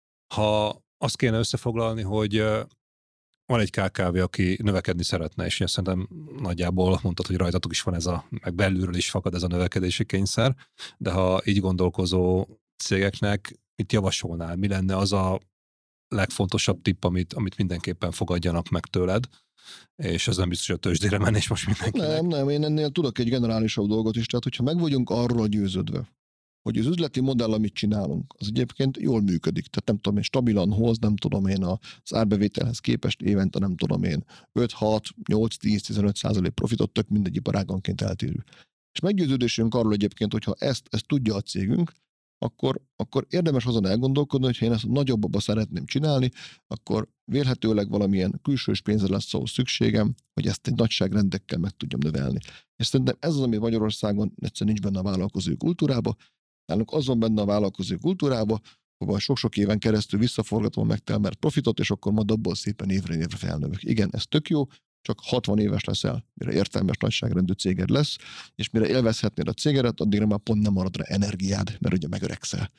Ha azt kéne összefoglalni, hogy van egy ká ká vé, aki növekedni szeretne, és én szerintem nagyjából mondtad, hogy rajtatok is van ez a, meg belülről is fakad ez a növekedési kényszer, de ha így gondolkozó cégeknek mit javasolnál? Mi lenne az a legfontosabb tipp, amit, amit mindenképpen fogadjanak meg tőled? És ez nem biztos, hogy a tőzsdére menés most mindenkinek. Nem, nem, én ennél tudok egy generálisabb dolgot is, tehát hogyha meg vagyunk arról győződve, hogy az üzleti modell, amit csinálunk, az egyébként jól működik. Tehát nem tudom én, stabilan hoz, nem tudom én az árbevételhez képest évente, nem tudom én, öt, hat, nyolc, tíz, tizenöt százalék profitot, tök mindegy iparáganként eltérő. És meggyőződésünk arról egyébként, hogyha ezt, ezt tudja a cégünk, akkor, akkor érdemes azon elgondolkodni, hogy ha én ezt nagyobbba szeretném csinálni, akkor vélhetőleg valamilyen külsős pénzre lesz ahhoz szükségem, hogy ezt egy nagyságrendekkel meg tudjam növelni. És szerintem ez az, ami Magyarországon egyszerűen nincs benne a vállalkozói kultúrába. Nálunk az van benne a vállalkozói kultúrába, hogy sok-sok éven keresztül visszaforgatom megtermelt profitot, és akkor majd abból szépen évre évre felnövök. Igen, ez tök jó, csak hatvan éves leszel, mire értelmes nagyságrendű céged lesz, és mire élvezhetnéd a cégedet, addigra már pont nem marad rá energiád, mert ugye megöregszel.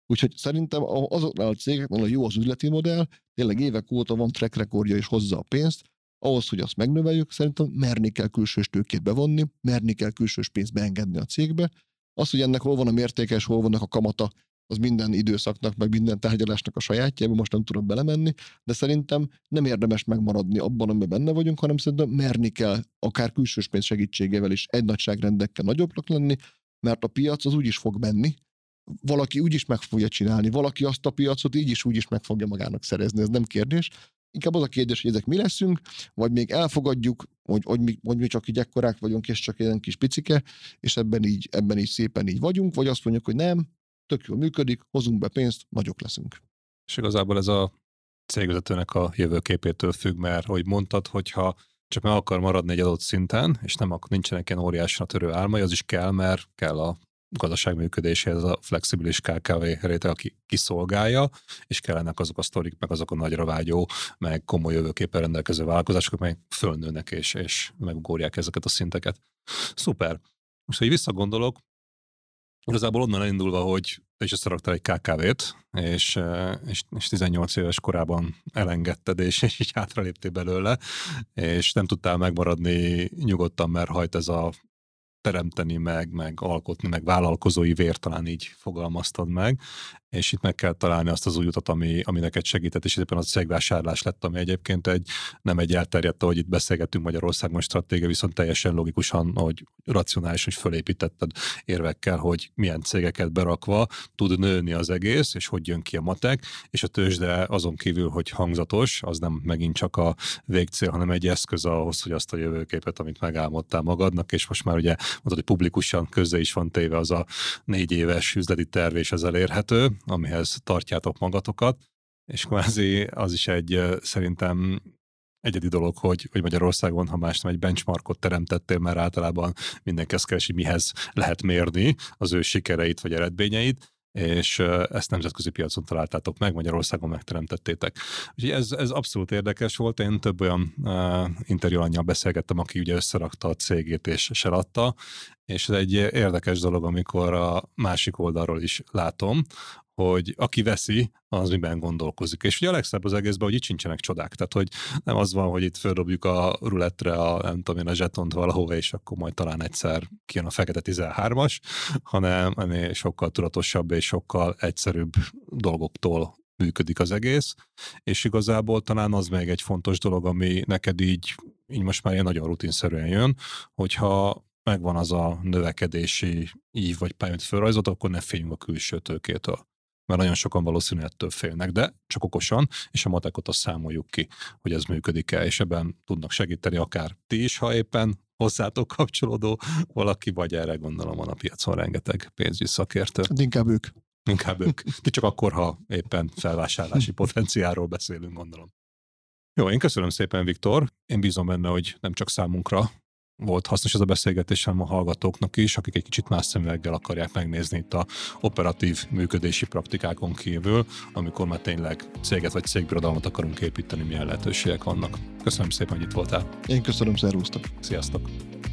Úgyhogy szerintem azoknál a cégeknél a jó az üzleti modell, tényleg évek óta van track recordja és hozza a pénzt, ahhoz, hogy azt megnöveljük, szerintem merni kell külsős tőkét bevonni, merni kell külsős pénzt beengedni a cégbe. Az, hogy ennek hol van a mértéke és hol vannak a kamata, az minden időszaknak, meg minden tárgyalásnak a sajátja, most nem tudok belemenni, de szerintem nem érdemes megmaradni abban, amiben benne vagyunk, hanem szerintem merni kell akár külsős pénz segítségével is egy nagyságrendekkel nagyobbnak lenni, mert a piac az úgy is fog menni, valaki úgy is meg fogja csinálni, valaki azt a piacot így is úgy is meg fogja magának szerezni, ez nem kérdés. Inkább az a kérdés, hogy ezek mi leszünk, vagy még elfogadjuk, hogy, hogy, mi, hogy mi csak így ekkorák vagyunk, és csak ilyen kis picike, és ebben így, ebben így szépen így vagyunk, vagy azt mondjuk, hogy nem, tök jól működik, hozunk be pénzt, nagyok leszünk. És igazából ez a cégvezetőnek a jövőképétől függ, mert hogy mondtad, hogyha csak meg akar maradni egy adott szinten, és nem ak- nincsenek ilyen óriásra törő álmai, az is kell, mert kell a gazdaság működéséhez a flexibilis ká ká vé réteg, aki kiszolgálja, és kellenek azok a sztorik, meg azok a nagyra vágyó, meg komoly jövőképpen rendelkező vállalkozások, meg fölnőnek, és, és megugorják ezeket a szinteket. Szuper. Most, hogy visszagondolok, igazából onnan elindulva, hogy te is összeraktál egy ká ká vét, és, és, és tizennyolc éves korában elengedted, és, és így hátraléptél belőle, és nem tudtál megmaradni nyugodtan, mert hajt ez a teremteni meg, meg alkotni, meg vállalkozói vér, talán így fogalmaztad meg, és itt meg kell találni azt az új utat, ami, ami neked segített, és éppen az cégvásárlás lett, ami egyébként egy, nem egy elterjedt, ahogy itt beszélgettünk Magyarországon stratégia, viszont teljesen logikusan, hogy racionális, hogy fölépítetted érvekkel, hogy milyen cégeket berakva tud nőni az egész, és hogy jön ki a matek, és a tőzsde azon kívül, hogy hangzatos, az nem megint csak a végcél, hanem egy eszköz ahhoz, hogy azt a jövőképet, amit megálmodtál magadnak, és most már ugye mondod, hogy publikusan közzé is van téve az a négy éves üzleti terv, és ez elérhető, amihez tartjátok magatokat, és kvázi az is egy szerintem egyedi dolog, hogy, hogy Magyarországon, ha más nem, egy benchmarkot teremtettél, mert általában mindenki azt keresi, mihez lehet mérni az ő sikereit vagy eredményeit, és ezt nemzetközi piacon találtátok meg, Magyarországon megteremtettétek. Úgyhogy ez, ez abszolút érdekes volt, én több olyan uh, interjú alannyal beszélgettem, aki ugye összerakta a cégét és se adta, és ez egy érdekes dolog, amikor a másik oldalról is látom, hogy aki veszi, az miben gondolkozik. És ugye a legszebb az egészben, hogy itt sincsenek csodák. Tehát, hogy nem az van, hogy itt földobjuk a rulettre a, nem tudom én, a zsetont valahova, és akkor majd talán egyszer kijön a fekete tizenhármas, hanem ennél sokkal tudatosabb és sokkal egyszerűbb dolgoktól működik az egész. És igazából talán az még egy fontos dolog, ami neked így, így most már ilyen nagyon rutinszerűen jön, hogyha megvan az a növekedési ív vagy pályát felrajzot, akkor ne féljünk a külső tőkétől. Mert nagyon sokan valószínűleg ettől félnek, de csak okosan, és a matekot azt számoljuk ki, hogy ez működik-e, és ebben tudnak segíteni akár ti is, ha éppen hozzátok kapcsolódó valaki, vagy erre gondolom van a piacon rengeteg pénzügyi szakértő. De inkább ők. Inkább ők. Ti csak akkor, ha éppen felvásárlási potenciálról beszélünk, gondolom. Jó, én köszönöm szépen, Viktor. Én bízom benne, hogy nem csak számunkra volt hasznos ez a beszélgetés, hanem a hallgatóknak is, akik egy kicsit más szemüveggel akarják megnézni itt a operatív működési praktikákon kívül, amikor már tényleg céget vagy cégbirodalmat akarunk építeni, milyen lehetőségek vannak. Köszönöm szépen, hogy itt voltál. Én köszönöm, szervusztok. Sziasztok.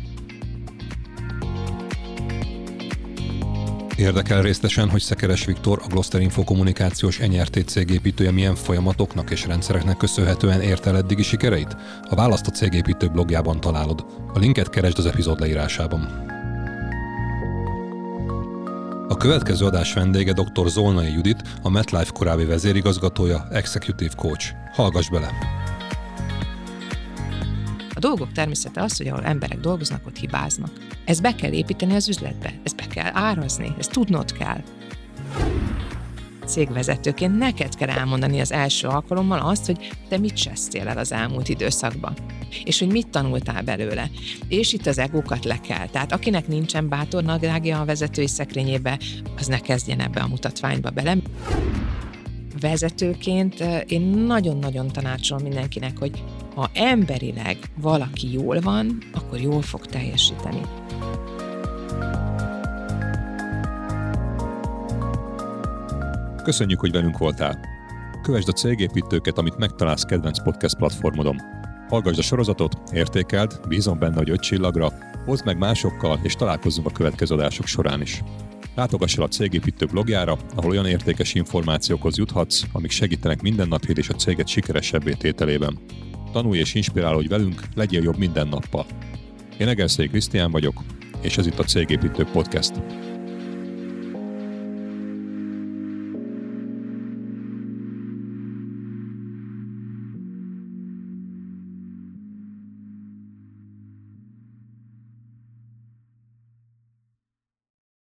Érdekel részletesen, hogy Szekeres Viktor, a Gloster Info kommunikációs en er té cégépítője milyen folyamatoknak és rendszereknek köszönhetően ért el eddigi sikereit? A választ a Cégépítő blogjában találod. A linket keresd az epizód leírásában. A következő adás vendége dr. Zolnai Judit, a MetLife korábbi vezérigazgatója, Executive Coach. Hallgass bele! A dolgok természete az, hogy ahol emberek dolgoznak, ott hibáznak. Ezt be kell építeni az üzletbe, ezt be kell árazni, ezt tudnod kell. Cégvezetőként neked kell elmondani az első alkalommal azt, hogy te mit csesztél el az elmúlt időszakban, és hogy mit tanultál belőle. És itt az egókat le kell. Tehát akinek nincsen bátor nadrágja a vezetői szekrényébe, az ne kezdjen ebbe a mutatványba bele. Vezetőként én nagyon-nagyon tanácsolom mindenkinek, hogy ha emberileg valaki jól van, akkor jól fog teljesíteni. Köszönjük, hogy velünk voltál. Kövesd a Cégépítőket, amit megtalálsz kedvenc podcast platformodon. Hallgassd a sorozatot, értékeld, bízom benne, hogy öt csillagra, hozd meg másokkal, és találkozzunk a következő adások során is. Látogass el a Cégépítő blogjára, ahol olyan értékes információkhoz juthatsz, amik segítenek mindennapjét és a céget sikeresebbé tételében. Tanulj és inspirálódj velünk, legyél jobb minden nappal. Én Egerszegi Krisztián vagyok, és ez itt a Cégépítő Podcast.